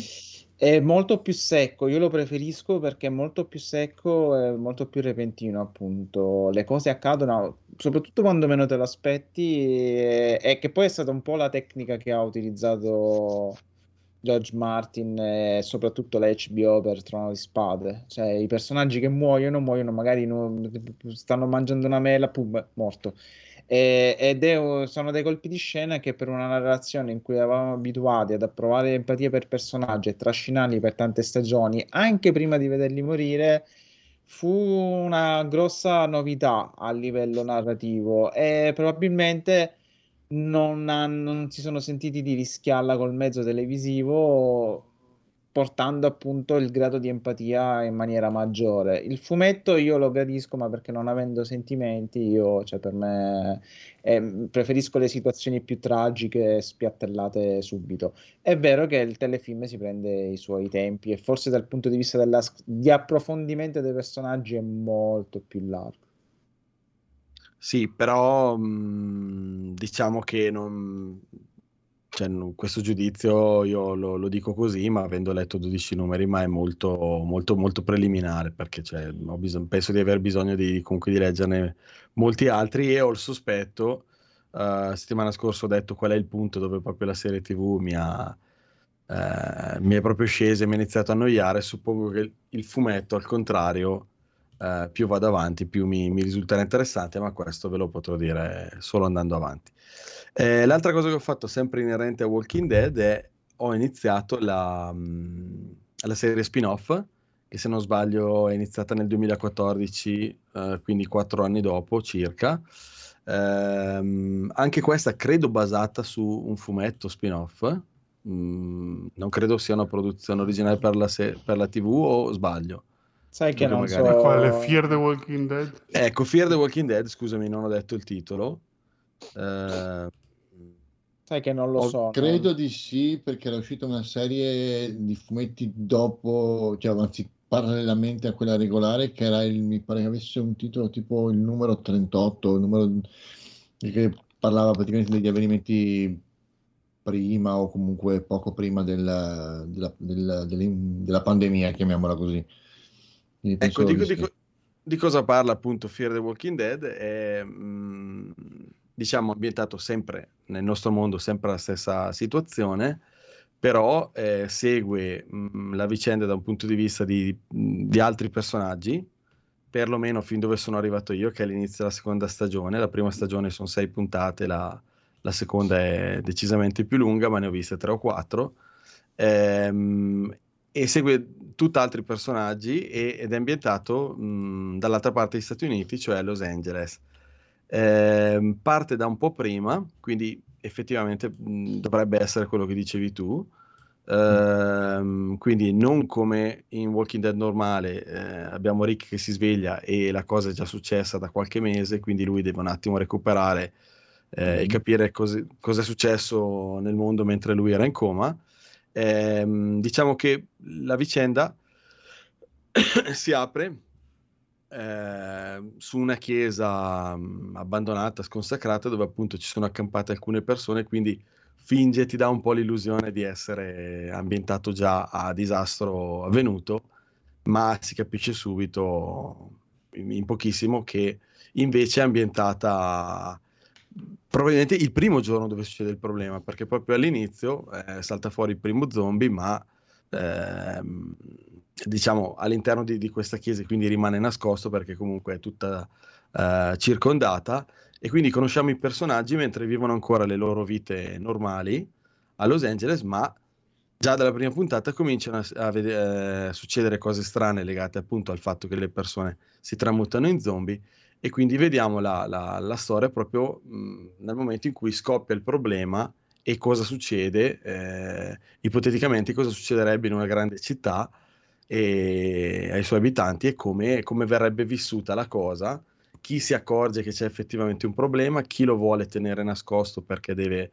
È molto più secco, io lo preferisco perché è molto più secco e molto più repentino, appunto. Le cose accadono, soprattutto quando meno te lo aspetti, e, e che poi è stata un po' la tecnica che ha utilizzato George Martin e soprattutto la H B O per Trono di Spade. Cioè, i personaggi che muoiono, muoiono magari non- stanno mangiando una mela, pum, morto. E- ed è- sono dei colpi di scena che per una narrazione in cui eravamo abituati ad approvare empatia per personaggi e trascinarli per tante stagioni, anche prima di vederli morire, fu una grossa novità a livello narrativo e probabilmente non, han- non si sono sentiti di rischiarla col mezzo televisivo, portando appunto il grado di empatia in maniera maggiore. Il fumetto io lo gradisco, ma perché non avendo sentimenti, io, cioè per me, eh, preferisco le situazioni più tragiche spiattellate subito. È vero che il telefilm si prende i suoi tempi e forse dal punto di vista della, di approfondimento dei personaggi è molto più largo. Sì, però mh, diciamo che non, cioè, non- questo giudizio io lo, lo dico così, ma avendo letto dodici numeri, ma è molto, molto, molto preliminare, perché cioè, ho bisogno- penso di aver bisogno di, comunque di leggerne molti altri e ho il sospetto, eh, settimana scorsa ho detto qual è il punto dove proprio la serie T V mi ha, eh, mi è proprio scesa e mi ha iniziato a annoiare, suppongo che il, il fumetto, al contrario, eh, più vado avanti, più mi, mi risulterà interessante, ma questo ve lo potrò dire solo andando avanti. Eh, l'altra cosa che ho fatto, sempre inerente a Walking Dead, è ho iniziato la, mh, la serie spin-off, che se non sbaglio è iniziata nel duemilaquattordici, eh, quindi quattro anni dopo circa. Ehm, anche questa credo basata su un fumetto spin-off. Mm, non credo sia una produzione originale per la, se- per la T V, o sbaglio? Sai Tu che che non magari... Ma quale? so. Fear the Walking Dead? Ecco, Fear the Walking Dead, scusami, non ho detto il titolo. Eh, Sai che non lo ho- so, Credo non- di sì, perché era uscita una serie di fumetti dopo, cioè anzi parallelamente a quella regolare, che era il, mi pare che avesse un titolo tipo il numero trentotto, il numero che parlava praticamente degli avvenimenti prima o comunque poco prima del- della, del- dell'in- della pandemia, chiamiamola così. Quindi Ecco, penso dico, di di, sì. co- di cosa parla appunto Fear the Walking Dead? È, mh, diciamo, ambientato sempre nel nostro mondo, sempre la stessa situazione, però eh, segue mh, la vicenda da un punto di vista di, di altri personaggi, perlomeno fin dove sono arrivato io, che è l'inizio della seconda stagione. La prima stagione sono sei puntate, la, la seconda è decisamente più lunga, ma ne ho viste tre o quattro. Ehm, e segue tutt'altri personaggi e- ed è ambientato mh, dall'altra parte degli Stati Uniti, cioè Los Angeles. Ehm, parte da un po' prima, quindi effettivamente mh, dovrebbe essere quello che dicevi tu. Ehm, quindi non come in Walking Dead normale, eh, abbiamo Rick che si sveglia e la cosa è già successa da qualche mese, quindi lui deve un attimo recuperare eh, e Mm. capire cos- cosa è successo nel mondo mentre lui era in coma. Ehm, diciamo che la vicenda si apre eh, su una chiesa mh, abbandonata, sconsacrata, dove appunto ci sono accampate alcune persone, quindi finge, ti dà un po' l'illusione di essere ambientato già a disastro avvenuto, ma si capisce subito, in, in pochissimo, che invece è ambientata probabilmente il primo giorno dove succede il problema, perché proprio all'inizio eh, salta fuori il primo zombie, ma ehm, diciamo all'interno di, di questa chiesa, quindi rimane nascosto perché comunque è tutta eh, circondata, e quindi conosciamo i personaggi mentre vivono ancora le loro vite normali a Los Angeles, ma già dalla prima puntata cominciano a, a vede- eh, succedere cose strane legate appunto al fatto che le persone si tramutano in zombie, e quindi vediamo la, la- la storia proprio mh, nel momento in cui scoppia il problema e cosa succede, eh, ipoteticamente cosa succederebbe in una grande città e ai suoi abitanti, e come, come verrebbe vissuta la cosa, chi si accorge che c'è effettivamente un problema, chi lo vuole tenere nascosto perché deve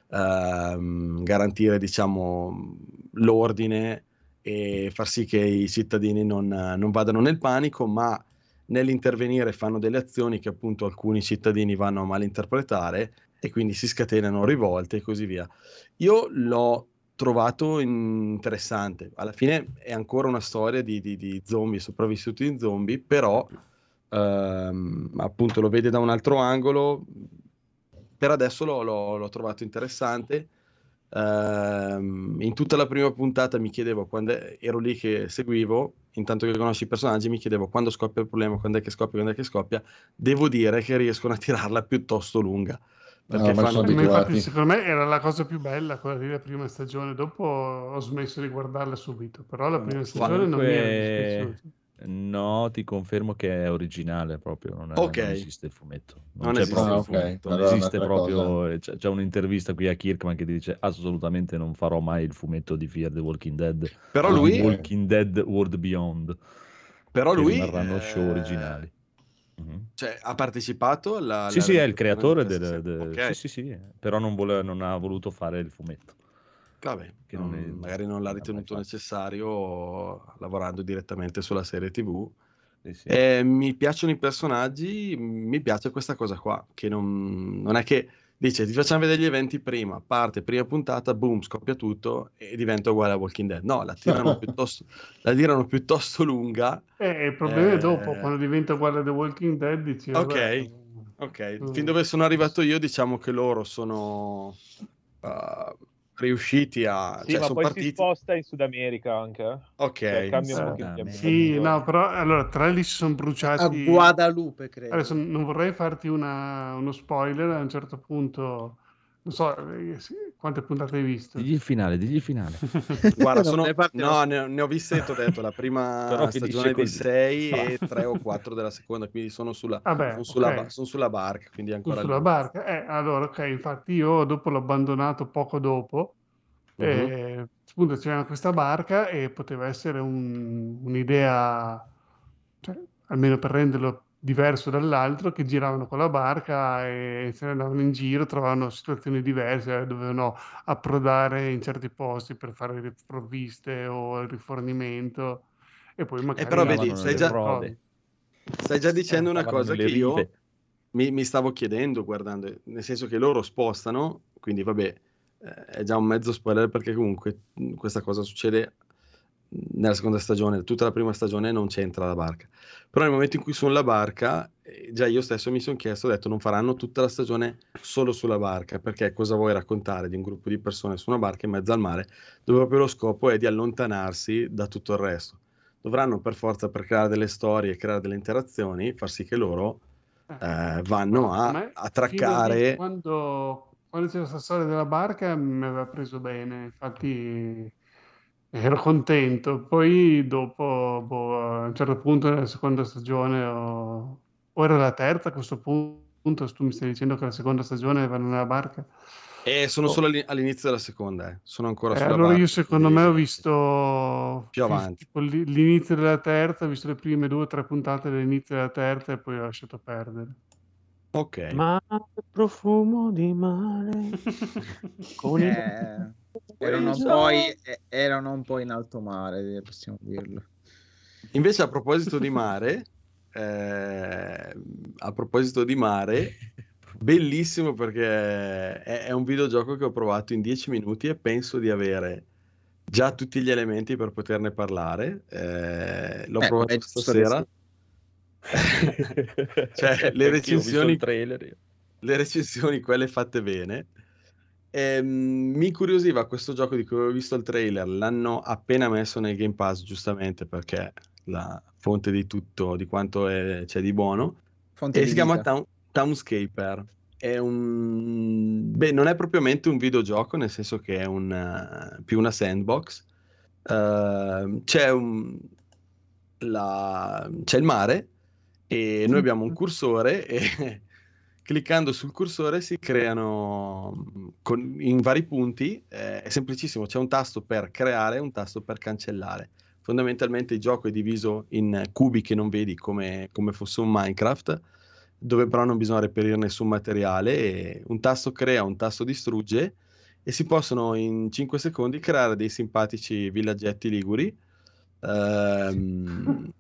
ehm, garantire, diciamo, l'ordine e far sì che i cittadini non, non vadano nel panico, ma nell'intervenire fanno delle azioni che appunto alcuni cittadini vanno a malinterpretare, e quindi si scatenano rivolte e così via. Io l'ho trovato interessante. Alla fine è ancora una storia di, di- di zombie, sopravvissuti in zombie, però ehm, appunto lo vede da un altro angolo. Per adesso l'ho, l'ho- l'ho trovato interessante. Ehm, in tutta la prima puntata mi chiedevo, quando è- ero lì che seguivo, intanto che conosci i personaggi, mi chiedevo quando scoppia il problema, quando è che scoppia, quando è che scoppia. Devo dire che riescono a tirarla piuttosto lunga, perché ormai fanno sono dei... Ma infatti, abituati. secondo me era la cosa più bella quella della prima stagione. Dopo ho smesso di guardarla subito, però la prima stagione non mi era Comunque, dispiaciuta. no, ti confermo che è originale proprio, non, è- Ok, non esiste il fumetto. Non non c'è esiste proprio Ah, il il ok, fumetto, fumetto. non allora è esiste un'altra cosa. proprio. C'è, c'è un'intervista qui a Kirkman che ti dice assolutamente non farò mai il fumetto di Fear the Walking Dead Però o di lui, Ok. Walking Dead World Beyond, però che lui rimarranno show eh, originali. Mhm. cioè, ha partecipato alla, Sì, alla sì, è il realizzazione di creatore questa del, serie. del- Sì, Ok, sì, sì, però non, vuole- non ha voluto fare il fumetto, vabbè, che non, è- non- magari non l'ha non l'ha mai ritenuto fatto. necessario lavorando direttamente sulla serie T V. Sì, sì. Eh, mi piacciono i personaggi, mi piace questa cosa qua, che non, non è che dice ti facciamo vedere gli eventi prima, parte, prima puntata, boom, scoppia tutto e diventa uguale a Walking Dead. No, la tirano piuttosto, la tirano piuttosto lunga. E il problema è dopo, Eh, quando diventa uguale a The Walking Dead, dici, vabbè. ok, ok. Fin mm, dove sono arrivato io, diciamo che loro sono uh, riusciti a... Sì, cioè ma sono poi si partiti... sposta in Sud America anche. eh. Ok, Cioè cambia un Eh, pochino di sì, no, ambientazione. però allora tre lì si sono A bruciati. Guadalupe, credo. Adesso non vorrei farti una- uno spoiler, a un certo punto, non so, eh, sì, quante puntate hai visto? Digli il finale, digli il finale. guarda, Non sono... ne partiamo no, su. ne, ne ho viste, ti ho detto, la Però prima finisce stagione di così. sei Fra. e tre o quattro della seconda, quindi sono sulla, Vabbè, sono sulla, ba- ok, sono sulla barca, quindi tu ancora sulla all'inizio. barca. Eh, allora, ok, infatti io dopo l'ho abbandonato poco dopo. Mhm. E, appunto c'era questa barca e poteva essere un- un'idea, cioè, almeno per renderlo diverso dall'altro, che giravano con la barca e se ne andavano in giro, trovavano situazioni diverse, eh, dovevano approdare in certi posti per fare le provviste o il rifornimento e poi Eh, però magari vedi, Stavano stai nelle già, succedevano cose. prove, stai già dicendo Eh, una stavano cosa nelle che io rive. mi, mi stavo chiedendo guardando, nel senso che loro spostano, quindi vabbè, eh, è già un mezzo spoiler perché comunque mh, questa cosa succede mh, nella seconda stagione, tutta la prima stagione non c'entra la barca, però nel momento in cui sono la barca, eh, già io stesso mi sono chiesto, ho detto non faranno tutta la stagione solo sulla barca, perché cosa vuoi raccontare di un gruppo di persone su una barca in mezzo al mare, dove proprio lo scopo è di allontanarsi da tutto il resto. dovranno per forza, per creare delle storie e creare delle interazioni, far sì che loro eh, vanno A a, me, a fino a lì, traccare. quando, quando c'era questa storia della barca mi aveva preso bene, infatti ero contento. Poi dopo, boh, a un certo punto nella seconda stagione, o, o era la terza a questo punto, tu mi stai dicendo che la seconda stagione vanno nella barca? E sono Oh. solo all'i- all'inizio della seconda, eh. Sono ancora Eh, sulla allora barca, io secondo quindi me ho visto più fi- avanti. tipo l'i- l'inizio della terza, ho visto le prime due o tre puntate dell'inizio della terza e poi ho lasciato perdere. Ok. Mare, profumo di mare. Con i- Eh, erano, un po' i- eh, erano un po' in alto mare, possiamo dirlo. Invece a proposito di mare, eh, a proposito di mare, bellissimo perché è, è un videogioco che ho provato in dieci minuti e penso di avere già tutti gli elementi per poterne parlare. Eh, l'ho Eh, provato è giusto stasera. Cioè, le Anch'io ho visto recensioni, il trailer. le recensioni, quelle fatte bene. Ehm, mi incuriosiva questo gioco di cui avevo visto il trailer, l'hanno appena messo nel Game Pass, giustamente perché la fonte di tutto, di quanto è- c'è di buono, Fonte e di si chiama vita. Town- Townscaper. È un... Beh, non è propriamente un videogioco, nel senso che è un, eh, più una sandbox. Ehm, c'è un... la- c'è il mare e noi abbiamo un cursore e cliccando sul cursore si creano con- in vari punti, eh, è semplicissimo, c'è un tasto per creare e un tasto per cancellare. Fondamentalmente il gioco è diviso in cubi che non vedi come, come fosse un Minecraft, dove però non bisogna reperire nessun materiale, e un tasto crea, un tasto distrugge, e si possono in cinque secondi creare dei simpatici villaggetti liguri. Ehm,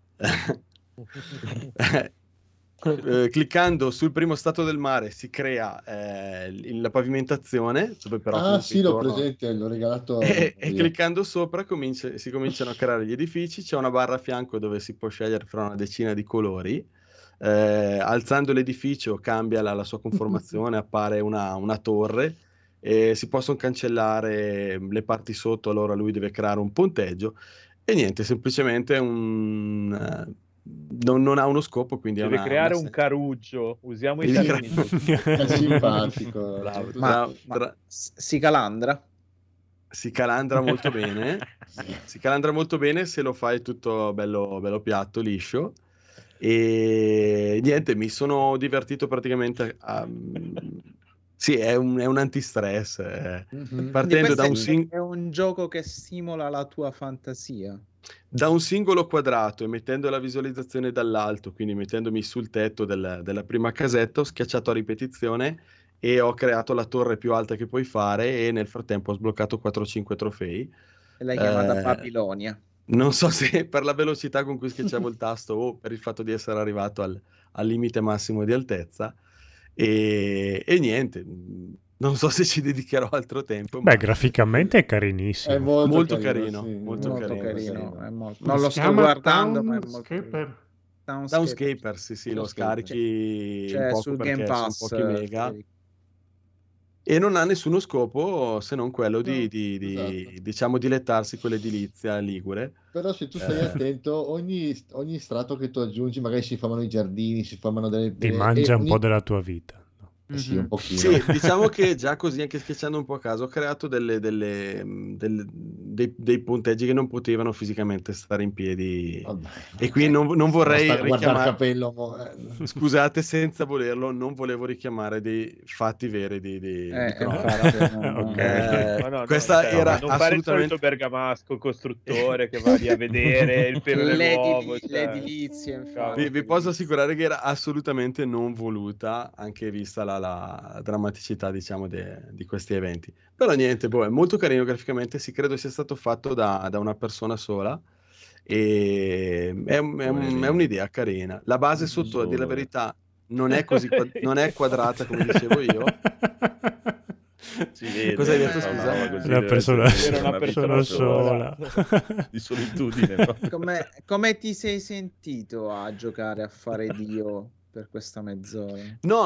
eh, cliccando sul primo stato del mare si crea eh, il- la pavimentazione, dove però Ah, comunque sì, l'ho intorno- presente, l'ho regalato a e, e Maria. cliccando sopra comincia- si cominciano a creare gli edifici. C'è una barra a fianco dove si può scegliere fra una decina di colori. Eh, alzando l'edificio cambia la, la sua conformazione, appare una, una torre, e si possono cancellare le parti sotto, allora lui deve creare un ponteggio. E niente, semplicemente un, eh, non, non ha uno scopo, quindi è Deve una, creare una un caruggio, usiamo i Devi termini cre- giusti. È simpatico. Bravo, Ma, tra- ma tra- s- si calandra? si calandra molto bene, si calandra molto bene se lo fai tutto bello, bello piatto, liscio. E niente, mi sono divertito praticamente a... Sì, è un, è un antistress, eh. Mhm. Quindi Partendo questo da è, un, sing- è un gioco che stimola la tua fantasia. da un singolo quadrato, e mettendo la visualizzazione dall'alto, quindi mettendomi sul tetto del- della prima casetta, ho schiacciato a ripetizione e ho creato la torre più alta che puoi fare, e nel frattempo ho sbloccato quattro cinque trofei. E l'hai chiamata Eh, Babilonia. Non so se per la velocità con cui schiacciavo il tasto o per il fatto di essere arrivato al, al limite massimo di altezza. E, e niente, mh, non so se ci dedicherò altro tempo, Beh, ma graficamente è È carinissimo. molto, molto carino, carino, sì, molto Molto carino, carino. sì. È molto- Come Non si lo sto chiama? guardando, ma è molto carino. Townscaper? Townscaper. Townscaper, sì, sì, lo Townscaper. scarichi in C'è poco sul Game perché sono Pass. pochi eh, mega, Federico. e non ha nessuno scopo se non quello di, No, di- di, esatto. diciamo, dilettarsi con l'edilizia ligure. Però se tu stai Eh, attento, ogni, ogni strato che tu aggiungi, magari si formano i giardini, si formano delle... Ti delle- mangia e un ogni- po' della tua vita. Eh sì, un pochino. Sì, diciamo che già così, anche schiacciando un po' a caso, ho creato delle, delle, mh, del- dei, dei punteggi che non potevano fisicamente stare in piedi, Vabbè. e qui non, non vorrei Basta guardare richiamare, capello. mo- eh. scusate, senza volerlo, non volevo richiamare dei fatti veri di, di, Eh, di cronaca. infatti, no, no. Ok. Eh, No, no, no, questa cioè, era non fare il assolutamente... solito bergamasco costruttore che va lì a vedere il pelo L'edili- dell'uovo, cioè. L'edilizia, infatti. Vi, vi posso assicurare che era assolutamente non voluta, anche vista la, la drammaticità, diciamo, de- di questi eventi. Però niente, boh, è molto carino graficamente, si credo sia stato fatto da, da una persona sola, e è, un- è un- è un'idea carina. La base sotto, a dire la Solo, eh. verità, non è così qua- non è quadrata come dicevo io. Si vede, Cosa hai eh, detto, fa scusa? roba così, Una deve persona- essere Era una vita persona sola. di solitudine, no? Come, come ti sei sentito a giocare a fare Dio per questa mezz'ora? No,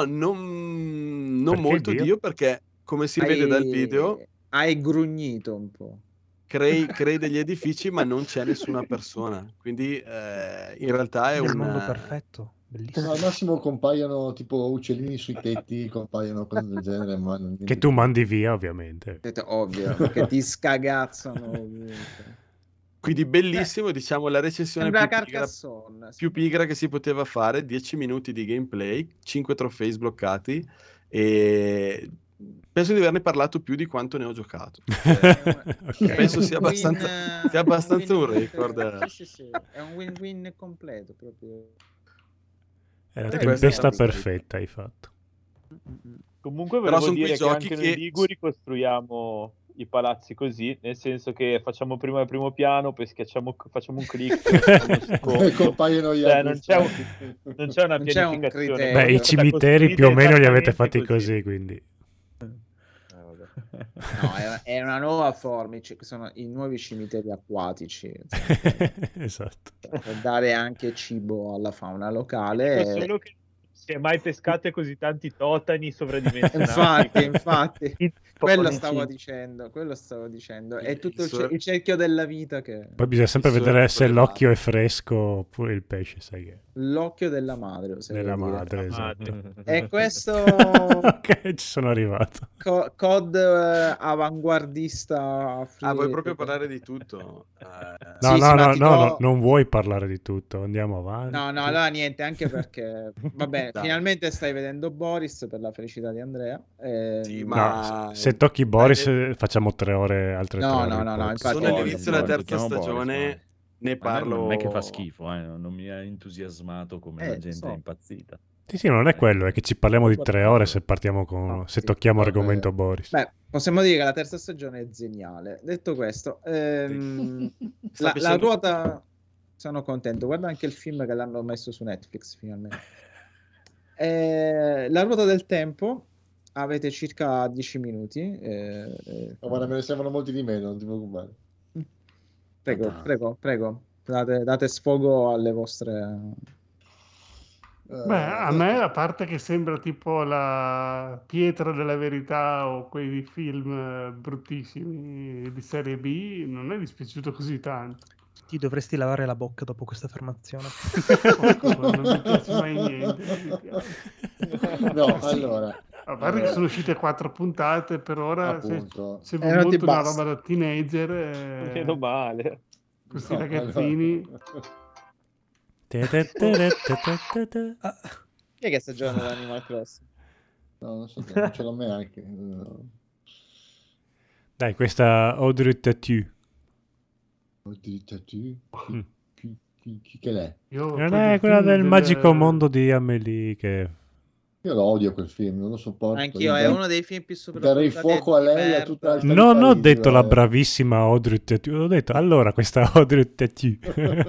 non, non Perché molto Dio? Dio, perché come si Hai- vede dal video... Hai grugnito un po'. crei, crei degli edifici ma non c'è nessuna persona, quindi eh, in realtà è Nel un mondo perfetto, No, bellissimo. al massimo compaiono tipo uccellini sui tetti, compaiono cose del genere, ma non- Che tu mandi via, ovviamente. Ovvio, che ti scagazzano ovunque. Quindi bellissimo, diciamo la recensione Sembra più pigra, Carcassonne. più pigra che si poteva fare, dieci minuti di gameplay, cinque trofei sbloccati e penso di averne parlato più di quanto ne ho giocato. Cioè, penso sia abbastanza, sia abbastanza un record. Sì, sì, sì, è un win-win completo proprio. È la E questa è tempesta la verità. perfetta, hai fatto. Comunque Però volevo son quei dire che giochi anche noi che- liguri costruiamo i palazzi così, nel senso che facciamo prima il primo piano, poi schiacciamo, facciamo un clic, facciamo il secondo. E compaiono gli Cioè, altri non c'è, un- stati. non c'è una Non c'è un pianificazione. criterio. Beh, i proprio, sta cimiteri più o costruita meno li avete esattamente fatti così, quindi... No, è, è una nuova forma, ci sono i nuovi cimiteri acquatici Esatto. per dare anche cibo alla fauna locale. Dico e- solo che non si è mai pescate così tanti totani sovradimensionati. Infatti, infatti, I quello tonici. stavo dicendo, quello stavo dicendo. È tutto il, Il ce- il cerchio della vita che Poi bisogna sempre Il vedere sorco se della- l'occhio è fresco oppure il pesce, sai che... l'occhio della madre, oserei Della dire. madre, Ah, esatto. E questo Ok, ci sono arrivato. co- C O D eh, avanguardista. free- Ah, vuoi proprio parlare di tutto? Eh, No, Sì, no, sì, ma no, ti no, do- no, non vuoi parlare di tutto, andiamo avanti. No, no, allora niente, anche perché vabbè, Dai. finalmente stai vedendo Boris per la felicità di Andrea. ehm, Sì, No, ma- se se tocchi Boris Dai, eh, facciamo tre ore, altre No, tre ore no, di no, no, podcast. infatti- sono Boris, all'inizio della Boris, terza chiamo Boris, stagione, dai. ne A me parlo. non è che fa schifo, eh, non mi ha entusiasmato come Eh, la lo gente so. è impazzita. Sì, sì, non è quello, è che ci parliamo di tre Guardalo. ore se partiamo con... No, se sì, tocchiamo vabbè. argomento Boris. Beh, possiamo dire che la terza stagione è geniale. Detto questo, ehm, Sta la, la piacendo- ruota. Sono contento. Guarda anche il film che l'hanno messo su Netflix finalmente. Eh, la ruota del tempo. Avete circa dieci minuti. eh, eh, Ma guarda, me ne servono molti di meno, non ti preoccupare. prego, Ah. prego, prego. Date, date sfogo alle vostre. Eh, Beh, a me, a parte che sembra tipo la pietra della verità o quei film eh, bruttissimi di serie B, non è dispiaciuto così tanto. Ti dovresti lavare la bocca dopo questa affermazione. Porco, non mi piace mai niente. non mi piace. No, Sì. allora, A parte che sono uscite quattro puntate, per ora se- appunto. sembra Eh, non ti molto una basta. roba da teenager. eh, Meno male. questi No, ragazzini. allora. Te te te te te te te. Ah, Chi è che sta giocando ad Animal Crossing? No, non so, non ce l'ho neanche. No. Dai, questa Audrey Tautou. Oddio, tu, chi, Mm. chi, chi, chi che l'è? Io Non quel è quella film del del- magico mondo di Amelie che... Io lo odio quel film, non lo sopporto. Anch'io, Gli è darei- uno dei film più gli darei sopravvalutati fuoco a di lei e a merda. tutta la Non ho Parigi, detto la guarda. bravissima Audrey Tautou, ho detto allora questa Audrey Tautou.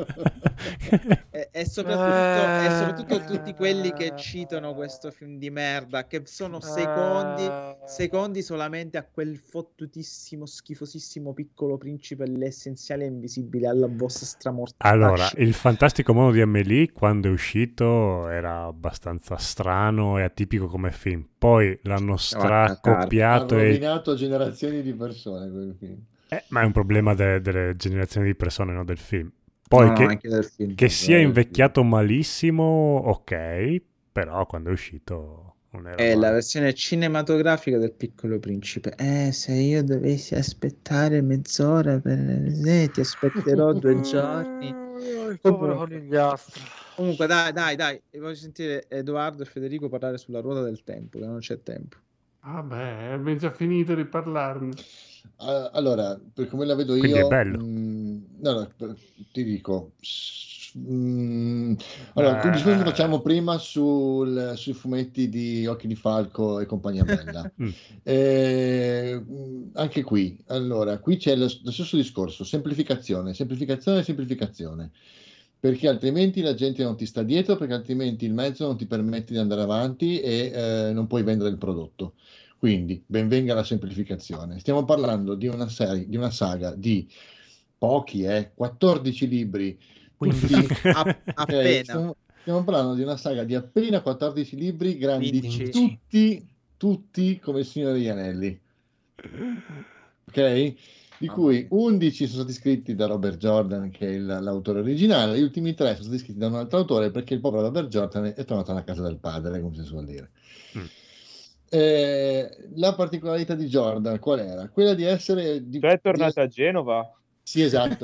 E, e soprattutto, e soprattutto tutti quelli che citano questo film di merda, che sono secondi, secondi solamente a quel fottutissimo, schifosissimo piccolo principe, l'essenziale invisibile alla boss stramortaccia. Allora, il fantastico mondo di Amélie quando è uscito era abbastanza strano e atipico come film. Poi l'hanno Ha stracoppiato e... rovinato generazioni di persone quel film. Eh, ma è un problema de- delle generazioni di persone, non del film. Poi No, no, che, anche del film. che sia Eh, invecchiato malissimo, ok, però quando è uscito non era È la male. versione cinematografica del Piccolo Principe. Eh, se io dovessi aspettare mezz'ora per... eh, ti aspetterò due giorni. Il povero Comunque, conigliastro. comunque, dai, dai, dai. Voglio sentire Edoardo e Federico parlare sulla ruota del tempo, che non c'è tempo. Vabbè, abbiamo già finito di parlarne. Ah, allora, per come la vedo Quindi è io, bello. mh, no, no, per- ti dico, s- mh, allora, il discorso che Eh. facciamo prima sul- sui fumetti di Occhi di Falco e compagnia bella. Mm. Eh, mh, anche qui, allora, qui c'è lo, lo stesso discorso, semplificazione, semplificazione, semplificazione, perché altrimenti la gente non ti sta dietro, perché altrimenti il mezzo non ti permette di andare avanti e eh, non puoi vendere il prodotto. Quindi, ben venga la semplificazione. Stiamo parlando di una serie, di una saga di pochi, eh, quattordici libri, tutti, A- ok? appena. Stiamo, stiamo parlando di una saga di appena quattordici libri, grandi quindici. tutti, tutti come il Signore degli Anelli. Ok? di cui undici sono stati scritti da Robert Jordan, che è il- l'autore originale, gli ultimi tre sono stati scritti da un altro autore perché il povero Robert Jordan è tornato alla casa del padre, come si suol dire. Mm. Eh, la particolarità di Jordan qual era? Quella di essere... Di, Cioè è di- tornato a Genova? Sì, esatto.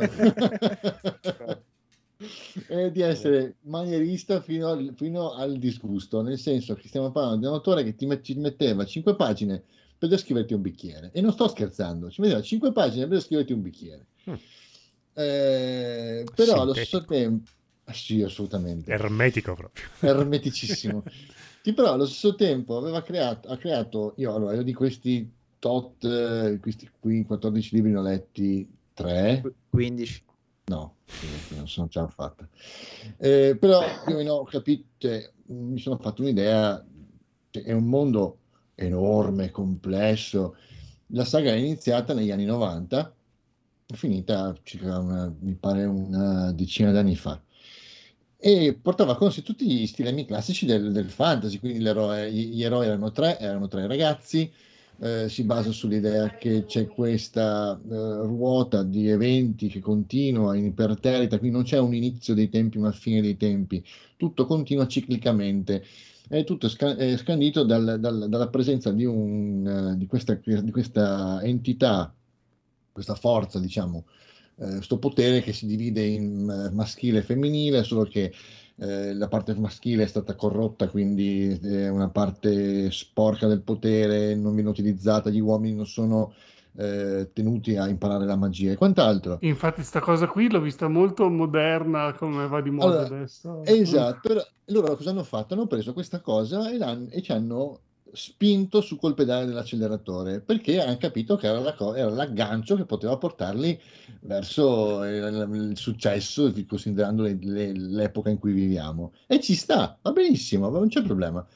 Eh, di essere manierista fino al, fino al disgusto, nel senso che stiamo parlando di un autore che ti met- ci metteva cinque pagine per descriverti un bicchiere, e non sto scherzando, ci metteva cinque pagine per descriverti un bicchiere. Mm. Eh, però allo Sintetico. stesso tempo, ah, sì, assolutamente, Ermetico proprio. ermeticissimo. Sì, però allo stesso tempo aveva creato, ha creato, io allora, io di questi tot, eh, questi qui quattordici libri ne ho letti tre, quindici. no, sì, non sono già fatta. Eh, però più o meno ho capito, cioè, mi sono fatto un'idea, cioè, è un mondo enorme, complesso. La saga è iniziata negli anni novanta, è finita circa una, mi pare una decina d'anni fa. E portava con sé tutti gli stilemi classici del, del fantasy, quindi l'eroe- gli, gli eroi erano tre, erano tre ragazzi, eh, si basa sull'idea che c'è questa eh, ruota di eventi che continua in imperterrita, quindi non c'è un inizio dei tempi, una fine dei tempi, tutto continua ciclicamente. È tutto sca- è scandito dal- dal- dalla presenza di, un, eh, di questa, di questa entità, questa forza, diciamo, eh, sto potere che si divide in eh, maschile e femminile, solo che eh, la parte maschile è stata corrotta, quindi è una parte sporca del potere, non viene utilizzata, gli uomini non sono eh, tenuti a imparare la magia e quant'altro. Infatti sta cosa qui l'ho vista molto moderna, come va di moda Allora, adesso. esatto, però loro cosa hanno fatto? Hanno preso questa cosa e, l'hanno- e ci hanno spinto su col pedale dell'acceleratore perché hanno capito che era, la co- era l'aggancio che poteva portarli verso il, il successo, considerando le- le- l'epoca in cui viviamo. E ci sta, va benissimo, non c'è problema.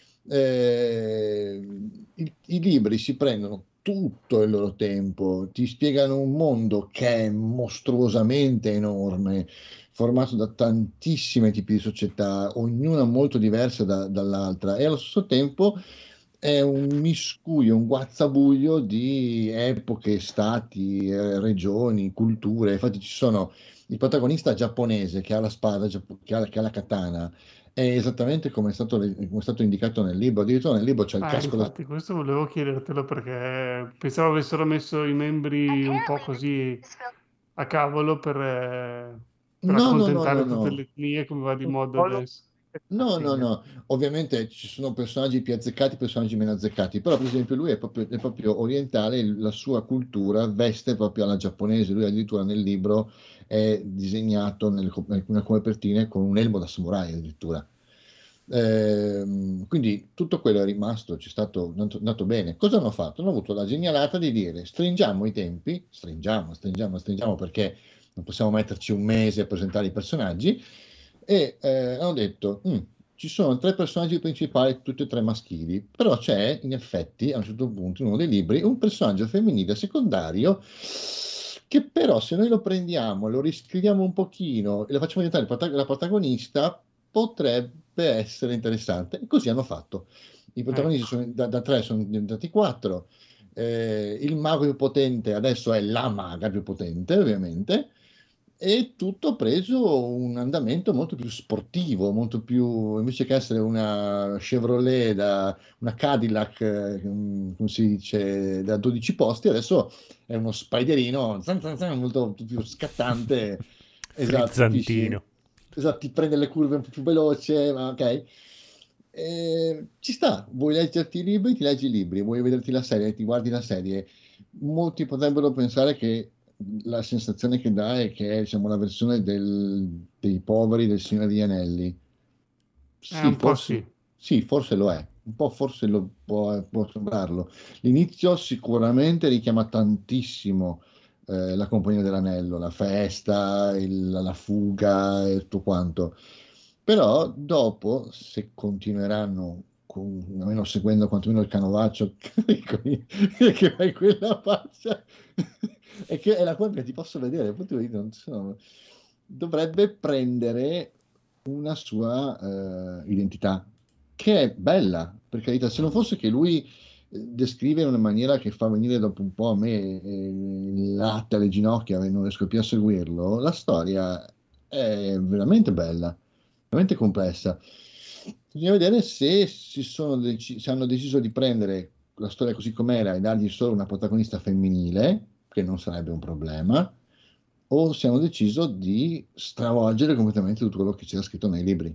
Eh, i, i libri si prendono tutto il loro tempo, ti spiegano un mondo che è mostruosamente enorme, formato da tantissimi tipi di società, ognuna molto diversa da- dall'altra, e allo stesso tempo è un miscuglio, un guazzabuglio di epoche, stati, eh, regioni, culture. Infatti ci sono il protagonista giapponese che ha la spada, giappo- che ha, che ha la katana, è esattamente come è stato, come è stato indicato nel libro. Addirittura nel libro c'è il Ah, casco da... infatti, questo volevo chiedertelo perché pensavo avessero messo i membri un po' così a cavolo per, eh, per No, no, no, no, accontentare tutte no. le etnie come va di Un moda po' lo- adesso. No, no, no, ovviamente ci sono personaggi più azzeccati, personaggi meno azzeccati, però per esempio lui è proprio, è proprio orientale, il- la sua cultura veste proprio alla giapponese, lui addirittura nel libro è disegnato nel, co- in alcune copertine con un elmo da samurai addirittura. Ehm, quindi tutto quello è rimasto, ci è stato andato andato bene. Cosa hanno fatto? Hanno avuto la genialata di dire stringiamo i tempi, stringiamo, stringiamo, stringiamo perché non possiamo metterci un mese a presentare i personaggi, e eh, hanno detto "Mm, ci sono tre personaggi principali, tutti e tre maschili, però c'è in effetti a un certo punto in uno dei libri un personaggio femminile secondario che però se noi lo prendiamo, lo riscriviamo un pochino e lo facciamo diventare il prota- la protagonista, potrebbe essere interessante." E così hanno fatto. I protagonisti sono, da, da tre sono diventati quattro. Eh, il mago più potente adesso è la maga più potente, ovviamente, e tutto ha preso un andamento molto più sportivo, molto più, invece che essere una Chevrolet, da, una Cadillac, eh, come si dice, da dodici posti, adesso è uno Spiderino zan, zan, zan, molto più scattante. Esatto, capisci? Frizzantino. Esatto, ti prende le curve un po' più veloce, ma ok. Eh, ci sta, vuoi leggerti i libri, ti leggi i libri, vuoi vederti la serie, ti guardi la serie. Molti potrebbero pensare che la sensazione che dà è che è, diciamo, la versione del- dei poveri del Signore degli Anelli. È Sì, un po' sì. forse, sì, forse lo è, un po' forse lo può, può sembrarlo. L'inizio sicuramente richiama tantissimo eh, la Compagnia dell'Anello, la festa, il- la fuga e tutto quanto. Però dopo, se continueranno, con, almeno seguendo quantomeno il canovaccio che fa in quella faccia, e che è la cosa che ti posso vedere, proprio io non so, dovrebbe prendere una sua eh, identità, che è bella, per carità. Se non fosse che lui descrive in una maniera che fa venire dopo un po' a me eh, il latte alle ginocchia e non riesco più a seguirlo. La storia è veramente bella, veramente complessa. Bisogna vedere se, si sono deci- se hanno deciso di prendere la storia così com'era e dargli solo una protagonista femminile, che non sarebbe un problema, o se hanno deciso di stravolgere completamente tutto quello che c'era scritto nei libri.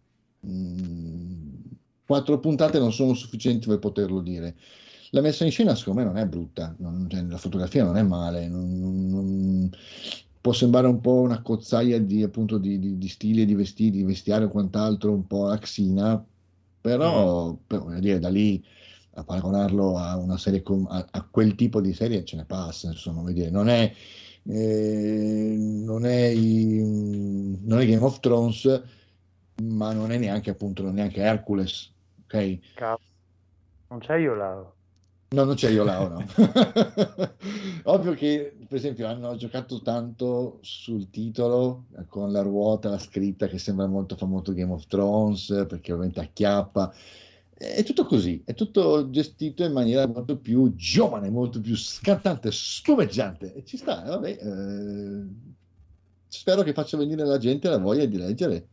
Mm, quattro puntate non sono sufficienti per poterlo dire. La messa in scena secondo me non è brutta, non- cioè, la fotografia non è male, non- non- non- può sembrare un po' una cozzaia di, appunto, di, di, di stili, di vestiti, di vestiario o quant'altro, un po' axina, però, però, voglio dire, da lì a paragonarlo a una serie com- a, a quel tipo di serie ce ne passa, insomma, voglio dire, non è, eh, non è, i- non è Game of Thrones, ma non è neanche appunto non è neanche Hercules, ok? Cavolo. Non c'è io là. No, non c'è io là, no. Ovvio che, per esempio, hanno giocato tanto sul titolo eh, con la ruota, la scritta che sembra molto famoso Game of Thrones, eh, perché ovviamente acchiappa. È tutto così, è tutto gestito in maniera molto più giovane, molto più scattante, spumeggiante. E ci sta, eh, vabbè. eh, spero che faccia venire alla gente la voglia di leggere.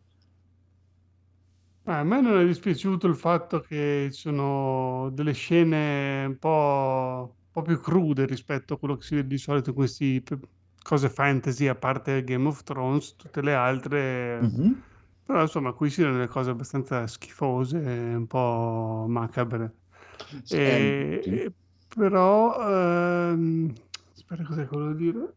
Ah, a me non è dispiaciuto il fatto che ci sono delle scene un po', un po' più crude rispetto a quello che si vede di solito in queste cose fantasy, a parte Game of Thrones, tutte le altre. Mhm. Però insomma, qui si vedono delle cose abbastanza schifose, un po' macabre. Sì, ehm, E, sì. e però, ehm, aspetta, cos'è che volevo dire?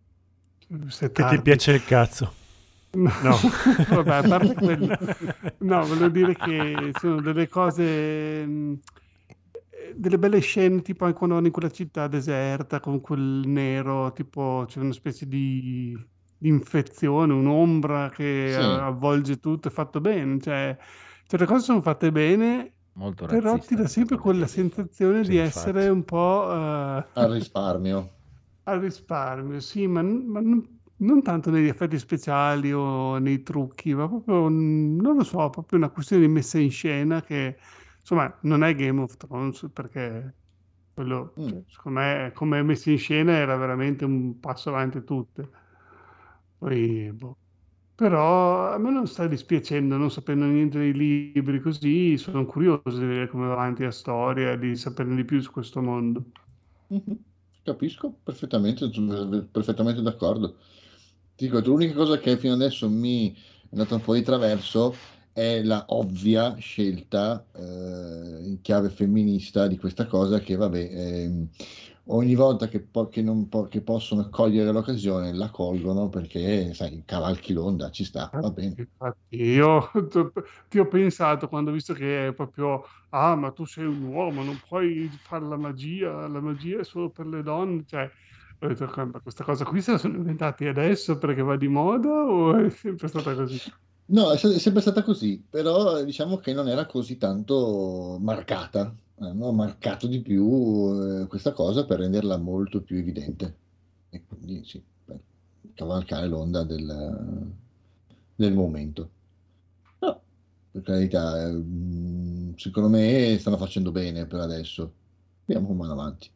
Se è Che ti tardi. piace il cazzo. No, No. vabbè, a parte quello, no, volevo dire che sono delle cose, mh, eh, delle belle scene, tipo anche quando vanno in quella città deserta con quel nero, tipo c'è una specie di, di infezione, un'ombra che Sì. a- avvolge tutto, è fatto bene, cioè certe cose sono fatte bene, Molto però razzista ti dà sempre quella sensazione Sì, di infatti. essere un po' eh, Al risparmio. al risparmio, sì, ma, n- ma non, non tanto negli effetti speciali o nei trucchi, ma proprio, mm, non lo so, proprio una questione di messa in scena che, insomma, non è Game of Thrones, perché quello, Mm. cioè, secondo me, come è messa in scena era veramente un passo avanti tutte. Poi, boh. Però a me non sta dispiacendo, non sapendo niente dei libri, così sono curioso di vedere come va avanti la storia, di saperne di più su questo mondo. Mhm. Capisco perfettamente, sono perfettamente d'accordo. Ti dico, l'unica cosa che fino adesso mi è andata un po' di traverso è la ovvia scelta eh, in chiave femminista di questa cosa che, vabbè, ehm, ogni volta che, po- che non po- che possono cogliere l'occasione la colgono perché, sai, cavalchi l'onda, ci sta, va bene. Infatti, io ti ho pensato quando ho visto che è proprio, ah, ma tu sei un uomo, non puoi fare la magia, la magia è solo per le donne. Cioè, ho detto, "Ok, ma questa cosa qui se la sono inventati adesso perché va di moda o è sempre stata così?" No, è se- è sempre stata così, però eh, diciamo che non era così tanto marcata. Eh, hanno marcato di più eh, questa cosa per renderla molto più evidente. E quindi sì, per cavalcare l'onda del, del momento. No, per carità, eh, mh, secondo me stanno facendo bene per adesso. Vediamo come vanno avanti.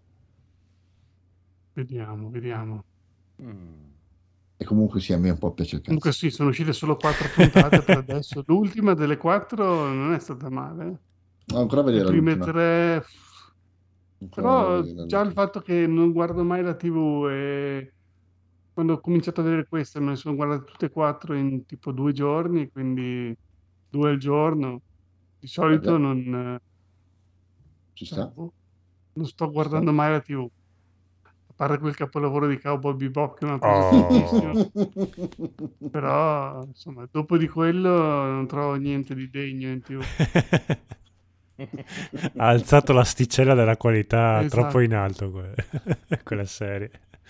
Vediamo, vediamo. E comunque sì, a me un po' piace il cazzo. Comunque sì, sono uscite solo quattro puntate per adesso. L'ultima delle quattro non è stata male. eh. Ho ancora a Le vedere prime l'ultima. tre. Ancora devo Però vedere già il l'ultima. fatto che non guardo mai la tivù e quando ho cominciato a vedere queste me ne sono guardate tutte e quattro in tipo due giorni, quindi due al giorno. Di solito Vabbè, non, ci eh, sta. boh, non sto Ci sta. guardando mai la tivù. A parte quel capolavoro di Cowboy Bebop che mi ha preso tantissimo. Oh. Però, insomma, dopo di quello non trovo niente di degno in tivù. Ha alzato l'asticella della qualità Esatto. troppo in alto que- quella serie.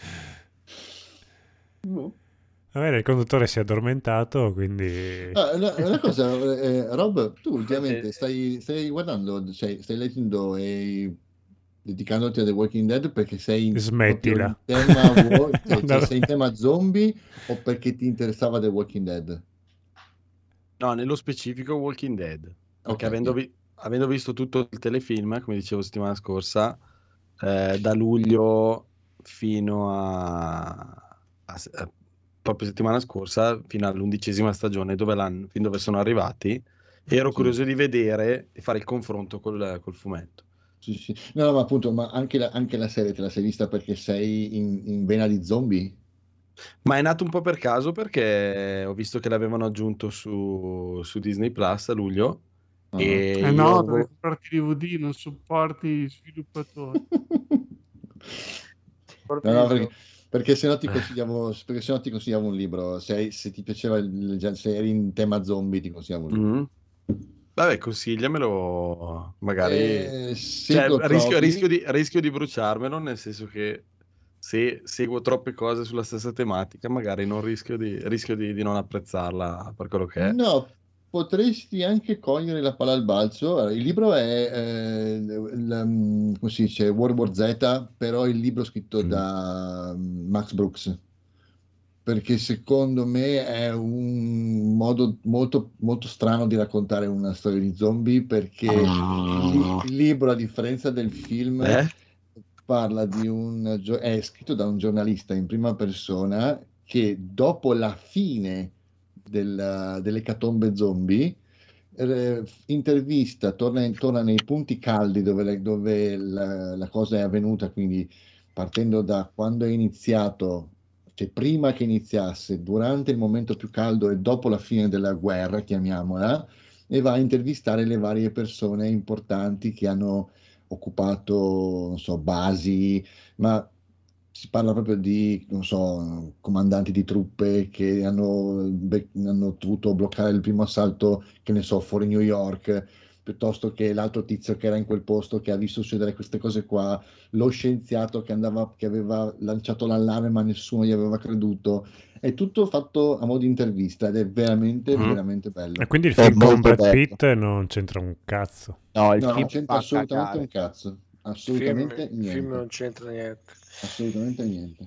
Boh. Va bene, il conduttore si è addormentato, quindi Ah, una, una cosa, eh, Rob, tu ultimamente Sì, sì. stai, stai guardando, cioè, stai leggendo e dedicandoti a The Walking Dead perché sei in, proprio smettila. in tema, wo- cioè, No, cioè, no. sei in tema zombie o perché ti interessava The Walking Dead? No, nello specifico Walking Dead. Perché Ok, avendo, sì. vi- avendo visto tutto il telefilm, come dicevo settimana scorsa, eh, da luglio fino a, a- a- proprio settimana scorsa, fino all'undicesima stagione, dove l'hanno, fin dove sono arrivati, ero Sì. curioso di vedere e fare il confronto col, col fumetto. Sì, sì. No, no, ma appunto, ma anche la, anche la serie te la sei vista perché sei in, in vena di zombie? Ma è nato un po' per caso perché ho visto che l'avevano aggiunto su, su Disney Plus a luglio Ah. e Eh io no, avevo- devi comprarti D V D, non supporti i sviluppatori. No, no, perché, perché se no ti consigliavo, perché se no ti consigliavo un libro. Se, hai- se ti piaceva, il, gen- se eri in tema zombie, ti consigliavo un libro. Mhm. Vabbè, consigliamelo, magari. Eh, se Cioè, lo rischio, trovi- rischio di, rischio di bruciarmelo, nel senso che se seguo troppe cose sulla stessa tematica, magari non rischio di, rischio di, di non apprezzarla per quello che è. No, potresti anche cogliere la palla al balzo. Allora, il libro è, eh, il, um, come si dice, World War Z, però il libro scritto da um, Max Brooks, perché secondo me è un modo molto, molto strano di raccontare una storia di zombie, perché il, li- il libro, a differenza del film, Eh? parla di un, gio- è scritto da un giornalista in prima persona che dopo la fine del- dell'ecatombe zombie eh, intervista, torna, torna nei punti caldi dove, le- dove la, la cosa è avvenuta, quindi partendo da quando è iniziato, cioè prima che iniziasse, durante il momento più caldo e dopo la fine della guerra, chiamiamola, e va a intervistare le varie persone importanti che hanno occupato, non so, basi, ma si parla proprio di, non so, comandanti di truppe che hanno, be- hanno dovuto bloccare il primo assalto, che ne so, fuori New York, piuttosto che l'altro tizio che era in quel posto che ha visto succedere queste cose qua, lo scienziato che andava, che aveva lanciato l'allarme ma nessuno gli aveva creduto. È tutto fatto a mo' di intervista ed è veramente, Mhm. veramente bello. E quindi il È film con molto Brad bello. Pitt non c'entra un cazzo. No, il No, film non c'entra fa assolutamente cacare. un cazzo. Il film, Assolutamente il film niente. non c'entra niente. Assolutamente niente.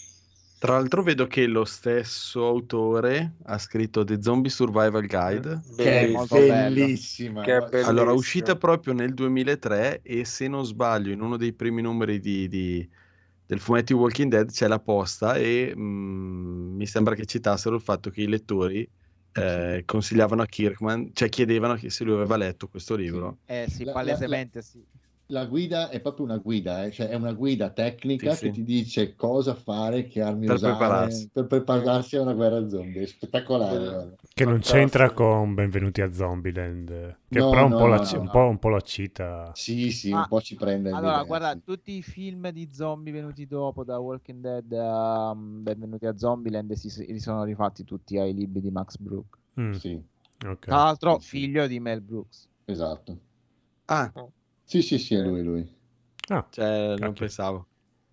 Tra l'altro vedo che lo stesso autore ha scritto The Zombie Survival Guide. Che è molto bello. bellissima. Che è Ma- bellissimo. Allora, uscita proprio nel duemilatré e se non sbaglio in uno dei primi numeri di, di- del fumetti Walking Dead c'è la posta e mm, mi sembra che citassero il fatto che i lettori eh, consigliavano a Kirkman, cioè chiedevano che se lui aveva letto questo libro. Eh sì, La- la- palesemente sì. La guida è proprio una guida, eh, cioè è una guida tecnica Sì, sì. che ti dice cosa fare, che armi Per usare prepararsi. per prepararsi a una guerra zombie. È spettacolare, Quello- guarda. Che non Fantastico. c'entra con Benvenuti a Zombieland, che No, però un, no, po' la, no, ci- no, un no. po', un po' la cita. Sì, sì, Ma- un po' ci prende Allora, l'idea, guarda, sì. tutti i film di zombie venuti dopo, da Walking Dead a um, Benvenuti a Zombieland, si, si sono rifatti tutti ai libri di Max Brooks. Mm, Sì, ok. Tra l'altro, Sì, sì. figlio di Mel Brooks. esatto. Ah, Sì, sì, sì, è lui, lui. Ah, cioè, non ok. pensavo.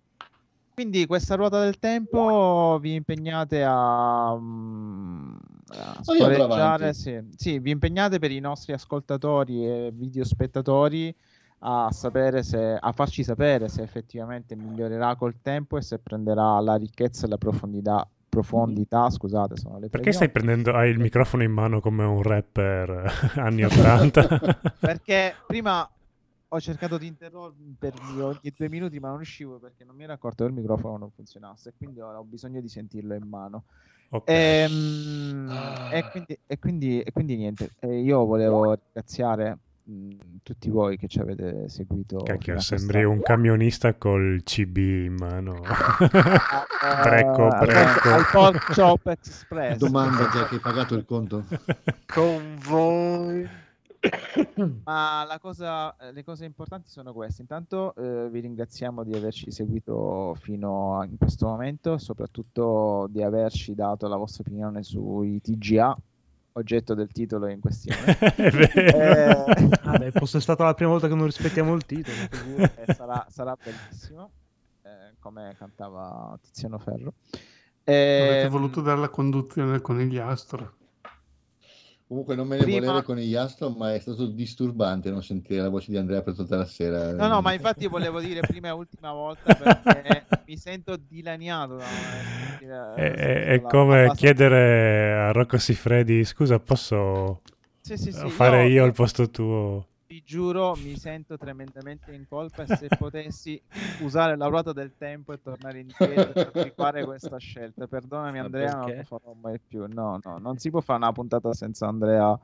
Quindi questa ruota del tempo vi impegnate a, mm, a Poi andrà sporeggiare, avanti. sì. Sì, vi impegnate per i nostri ascoltatori e videospettatori a sapere se, a farci sapere se effettivamente migliorerà col tempo e se prenderà la ricchezza e la profondità, profondità, scusate, sono le tre Perché stai di oggi. prendendo, hai il microfono in mano come un rapper eh, anni ottanta? Perché prima ho cercato di interrompermi ogni due minuti, ma non riuscivo perché non mi ero accorto che il microfono non funzionasse. Quindi ora ho bisogno di sentirlo in mano. Ok. Ehm, E, quindi, e, quindi, e quindi niente. E io volevo ringraziare mh, tutti voi che ci avete seguito. fino Cacchio, a sembri questa- un camionista col C B in mano. Eh, Brecco, al- brecco. al Pork Chop Express. Domanda, Jack, hai pagato il conto? Con voi. Ma la cosa, eh, le cose importanti sono queste. Intanto eh, vi ringraziamo di averci seguito fino a in questo momento e soprattutto di averci dato la vostra opinione sui T G A, oggetto del titolo in questione. È vero. Eh, Vabbè, fosse stata la prima volta che non rispettiamo il titolo. figurati. eh, sarà, sarà bellissimo, eh, come cantava Tiziano Ferro. Avete Ehm, voluto dare la conduzione al conigliastro. Comunque non me ne Prima- volere con il Astro, ma è stato disturbante non sentire la voce di Andrea per tutta la sera. No, no, ma infatti volevo dire prima e ultima volta perché mi sento dilaniato. da sentire- È, è- sentire è la- come abbastanza- chiedere a Rocco Siffredi, scusa, posso Sì, sì, sì, fare io- io al posto tuo? vi giuro, mi sento tremendamente in colpa e se potessi usare la ruota del tempo e tornare indietro per rifare questa scelta. Perdonami Ma Andrea, non perché? lo farò mai più. No, no, non si può fare una puntata senza Andrea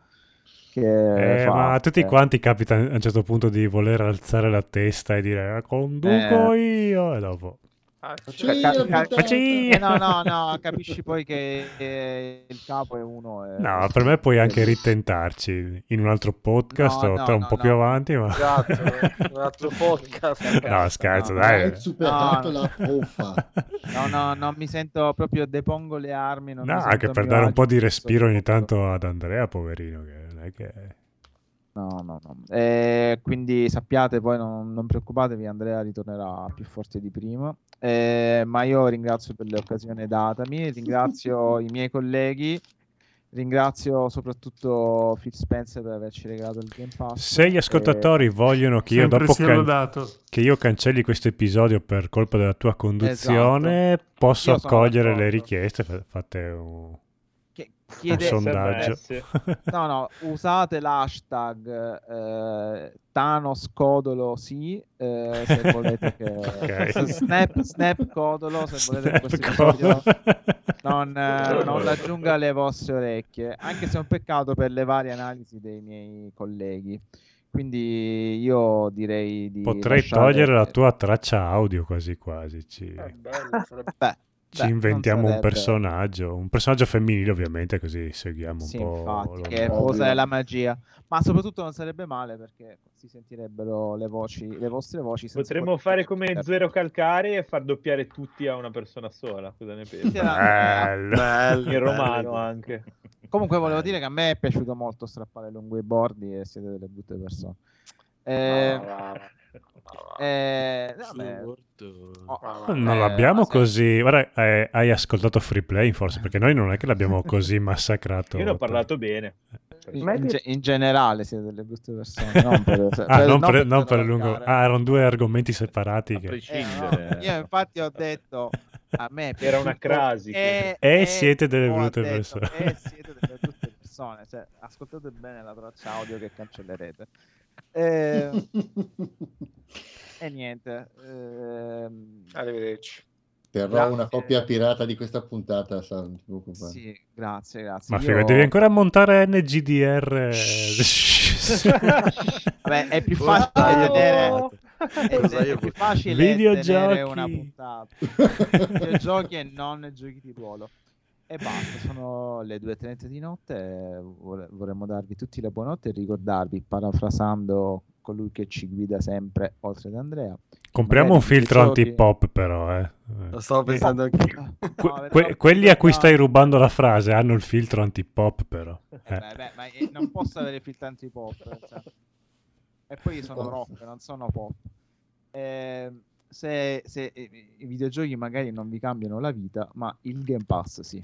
che Eh, fa... ma a tutti eh, quanti capita a un certo punto di voler alzare la testa e dire "Ah, conduco io", e dopo Ah, Facci ca- ca- la ca- puntata. Facci- eh, no, no, no, capisci poi che eh, il capo è uno. e- No, per me puoi anche ritentarci in un altro podcast No, o no, tra un no, po' no. più avanti, ma Esatto, un altro podcast. no, scherzo, No, dai. Hai superato No. la truffa. No, no, non mi sento proprio, depongo le armi. Non No, mi anche sento a per mio dare un agio po' di in questo respiro ogni mondo. tanto ad Andrea, poverino, che non è che... No, no, no. Eh, quindi sappiate, poi non, non preoccupatevi, Andrea ritornerà più forte di prima. Eh, ma io ringrazio per l'occasione datami, ringrazio i miei colleghi, ringrazio soprattutto Phil Spencer per averci regalato il Game Pass. Se gli ascoltatori Eh, vogliono che io Sempre dopo sia can- lodato. che io cancelli questo episodio per colpa della tua conduzione, posso Io sono accogliere le d'accordo. richieste, fa- fate un, che un chiede- sondaggio. S M S. No, no, usate l'hashtag eh, Thanos Codolo sì, eh, se volete che Ok. Snap, Snap Codolo, se volete che questo Snap episodio Codolo. non, eh, non raggiunga le vostre orecchie, anche se è un peccato per le varie analisi dei miei colleghi. Quindi io direi di Potrei lasciare- togliere la tua traccia audio quasi quasi. Ci, Eh, bello, sarebbe- Beh, ci beh, inventiamo non un sarebbe- personaggio, un personaggio femminile ovviamente, così seguiamo un Sì, po' infatti, lo- che cosa è la magia, ma soprattutto non sarebbe male perché si sentirebbero le voci, le vostre voci. senza Potremmo poi- fare come Zero Calcare e far doppiare tutti a una persona sola. Cosa ne pensi? Bello. Bello, In romano bello. anche. Comunque volevo dire che a me è piaciuto molto strappare lungo i bordi e siete delle brutte persone. Eh, Va, va, va, va. eh, vabbè. Oh, Non eh, l'abbiamo ma se- così. Guarda, eh, hai ascoltato Free Play forse? Perché noi non è che l'abbiamo così massacrato. Io ne ho parlato bene. in, in ge- in generale siete delle brutte persone, non per, Ah, per- non non per, per non per Zero lungo. Calcare. Ah, erano due argomenti separati. A Che... Eh, prescindere. no, io infatti ho detto a me è Era una piaciuto crasi, e, E siete delle ho brutte detto, persone. e siete delle brutte persone, cioè, ascoltate bene la traccia audio che cancellerete. Eh, e niente, ehm, Arrivederci. Terrò Grazie. una copia pirata di questa puntata, sa, non ti preoccupare. sì, grazie, grazie. Ma Io- figa, devi ancora montare N G D R. Vabbè, è più Oh, facile oh, tenere oh. è, Cosa è io- più facile Videogiochi. tenere una puntata. Videogiochi e non giochi di ruolo. E basta, sono le due e trenta di notte. e vole- Vorremmo darvi tutti le buonanotte e ricordarvi, parafrasando colui che ci guida sempre, oltre ad Andrea. Compriamo un magari filtro videogiochi- anti-pop, però. Eh. Lo stavo pensando anche io. No, Que- avete que- la quelli a cui possibilità- stai rubando la frase hanno il filtro anti-pop, però. Eh, Eh. beh, beh, ma eh, non posso avere filtranti pop. cioè. E poi sono rock, non sono pop. Eh, se, se eh, i videogiochi magari non vi cambiano la vita, ma il Game Pass sì.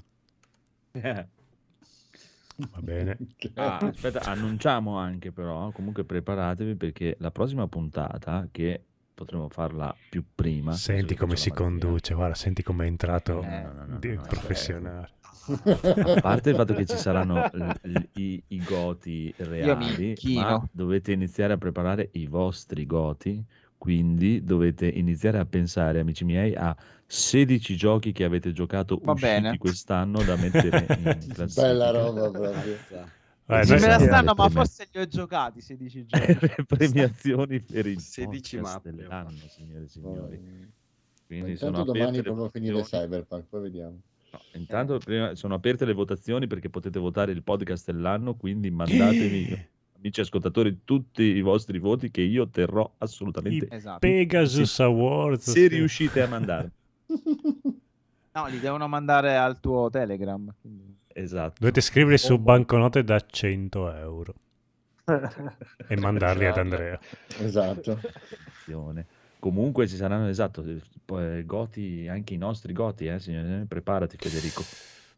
Va bene. Ah, aspetta, annunciamo anche però, comunque preparatevi perché la prossima puntata, che potremo farla più prima. Senti adesso come faccio si la mattina. conduce, guarda, senti come è entrato Eh, no, no, no, di- no, no, professionale. A parte il fatto che ci saranno l- l- i, i goti mi reali, inchino. ma dovete iniziare a preparare i vostri goti, quindi dovete iniziare a pensare, amici miei, a sedici giochi che avete giocato Va usciti bene. quest'anno da mettere in classifica. Bella roba proprio. Eh, Sì, noi- me la Eh, stanno, le ma prime- forse li ho giocati sedici giorni. le premiazioni per il sedici podcast mappe. dell'anno, signore e signori. Poi- Quindi Intanto sono domani aperte le provo a finire votazioni. Cyberpunk, poi vediamo. No, intanto prima sono aperte le votazioni perché potete votare il podcast dell'anno, quindi mandatemi, amici ascoltatori, tutti i vostri voti che io terrò assolutamente. Esatto. Pegasus Awards. Se riuscite a mandare. No, li devono mandare al tuo Telegram. quindi- Esatto. Dovete scriverli su banconote da cento euro e mandarli ad Andrea. Esatto. Attenzione. Comunque ci saranno, esatto, eh, poi, goti, anche i nostri goti, eh, signore. Preparati Federico.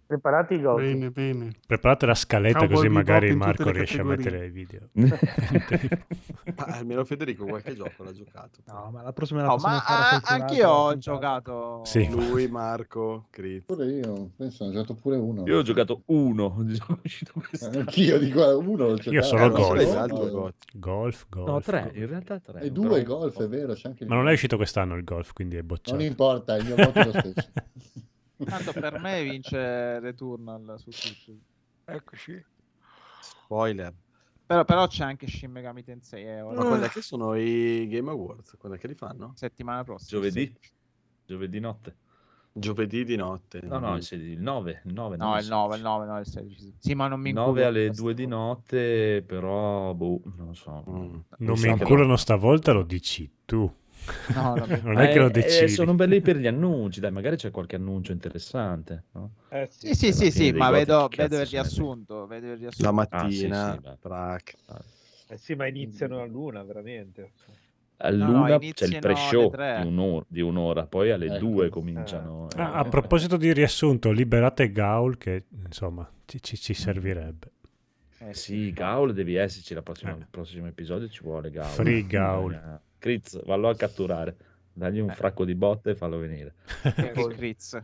Preparati i gol. Bene, bene. Preparate la scaletta Cowboy così Bebop magari in tutte Marco le riesce a categorie. mettere i video. Ma almeno Federico qualche gioco l'ha giocato. No, ma la prossima la No, possiamo ma fare ah, qualcun anch'io altro. ho giocato. Sì. Lui, Marco, Crit. Pure io, penso, ho giocato pure uno. Io ho giocato uno, sono uscito quest'anno. Anch'io di qua, uno l'ho giocato. Io solo Eh, non golf. so No, esatto, no, Gotti. Golf, golf. No, tre, golf. in realtà tre. E Però- due golf, è vero, c'è anche il Ma non è golf. uscito quest'anno il golf, quindi è bocciato. Non importa, il mio voto è lo stesso. Tanto per me vince Returnal su Switch. Eccoci. Spoiler. Però, però c'è anche Shin Megami Tensei. Eh, Ma ora. quando è che sono i Game Awards? Quando è che li fanno? Settimana prossima. Giovedì? Giovedì notte. Giovedì di notte. No, no, il il nove. Il nove, No, non il nove, il nove, no, il sedici. Sì, ma non mi nove inculo alle questa due di cosa. notte, però, boh, non so. Mm. Non Mi mi sa che inculano stavolta, lo dici tu. No, no, no. Non è che lo Eh, decidi. eh, sono belli per gli annunci, dai, magari c'è qualche annuncio interessante, no? Eh, Sì, sì, alla sì, fine sì, dei ma Gothic, vedo, che vedo cazzo il se ne frega. riassunto. Vedo il La riassunto. mattina, Ah, sì, sì, beh. track. Eh sì, ma iniziano a luna, veramente. A No, no, l'una c'è il iniziano pre-show alle tre. di un'ora, di un'ora, poi alle Ecco. due cominciano. Ah, eh, a proposito di riassunto, liberate Gaul che insomma ci, ci- ci servirebbe. Eh, Sì, Gaul devi esserci la prossima, Eh. il prossimo episodio ci vuole Gaul. Free Gaul. Eh, Critz, vallo a catturare, dagli un Eh. fracco di botte e fallo venire. Che Critz.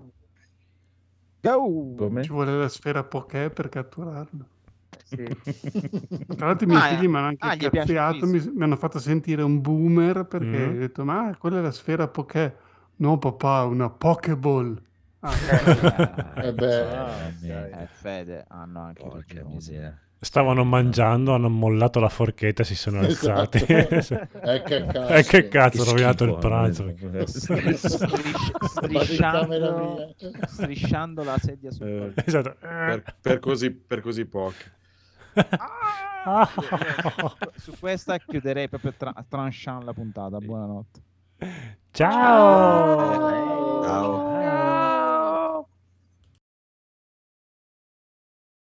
Go! Come? Ci vuole la sfera Poké per catturarlo. Sì. Tra l'altro i miei Ah, figli mi hanno anche ah, gli piace cazziato, il mi, quiz. mi hanno fatto sentire un boomer perché Mhm. ho detto ma quella è la sfera Poké. No papà, una Pokéball. Ah, Eh beh, Ah, Eh, Fede, hanno anche porca ragione. miseria. Stavano mangiando, hanno mollato la forchetta e si sono alzati. Esatto. Eh, che cazzo. E che cazzo, ho Che rovinato il schifo, pranzo. eh. Stris- Vado in camera strisciando, mia. strisciando la sedia sul Eh, collo. Esatto. per, per così, per così pochi. Ah! Su questa chiuderei proprio tra- tranchant la puntata. Buonanotte. Ciao!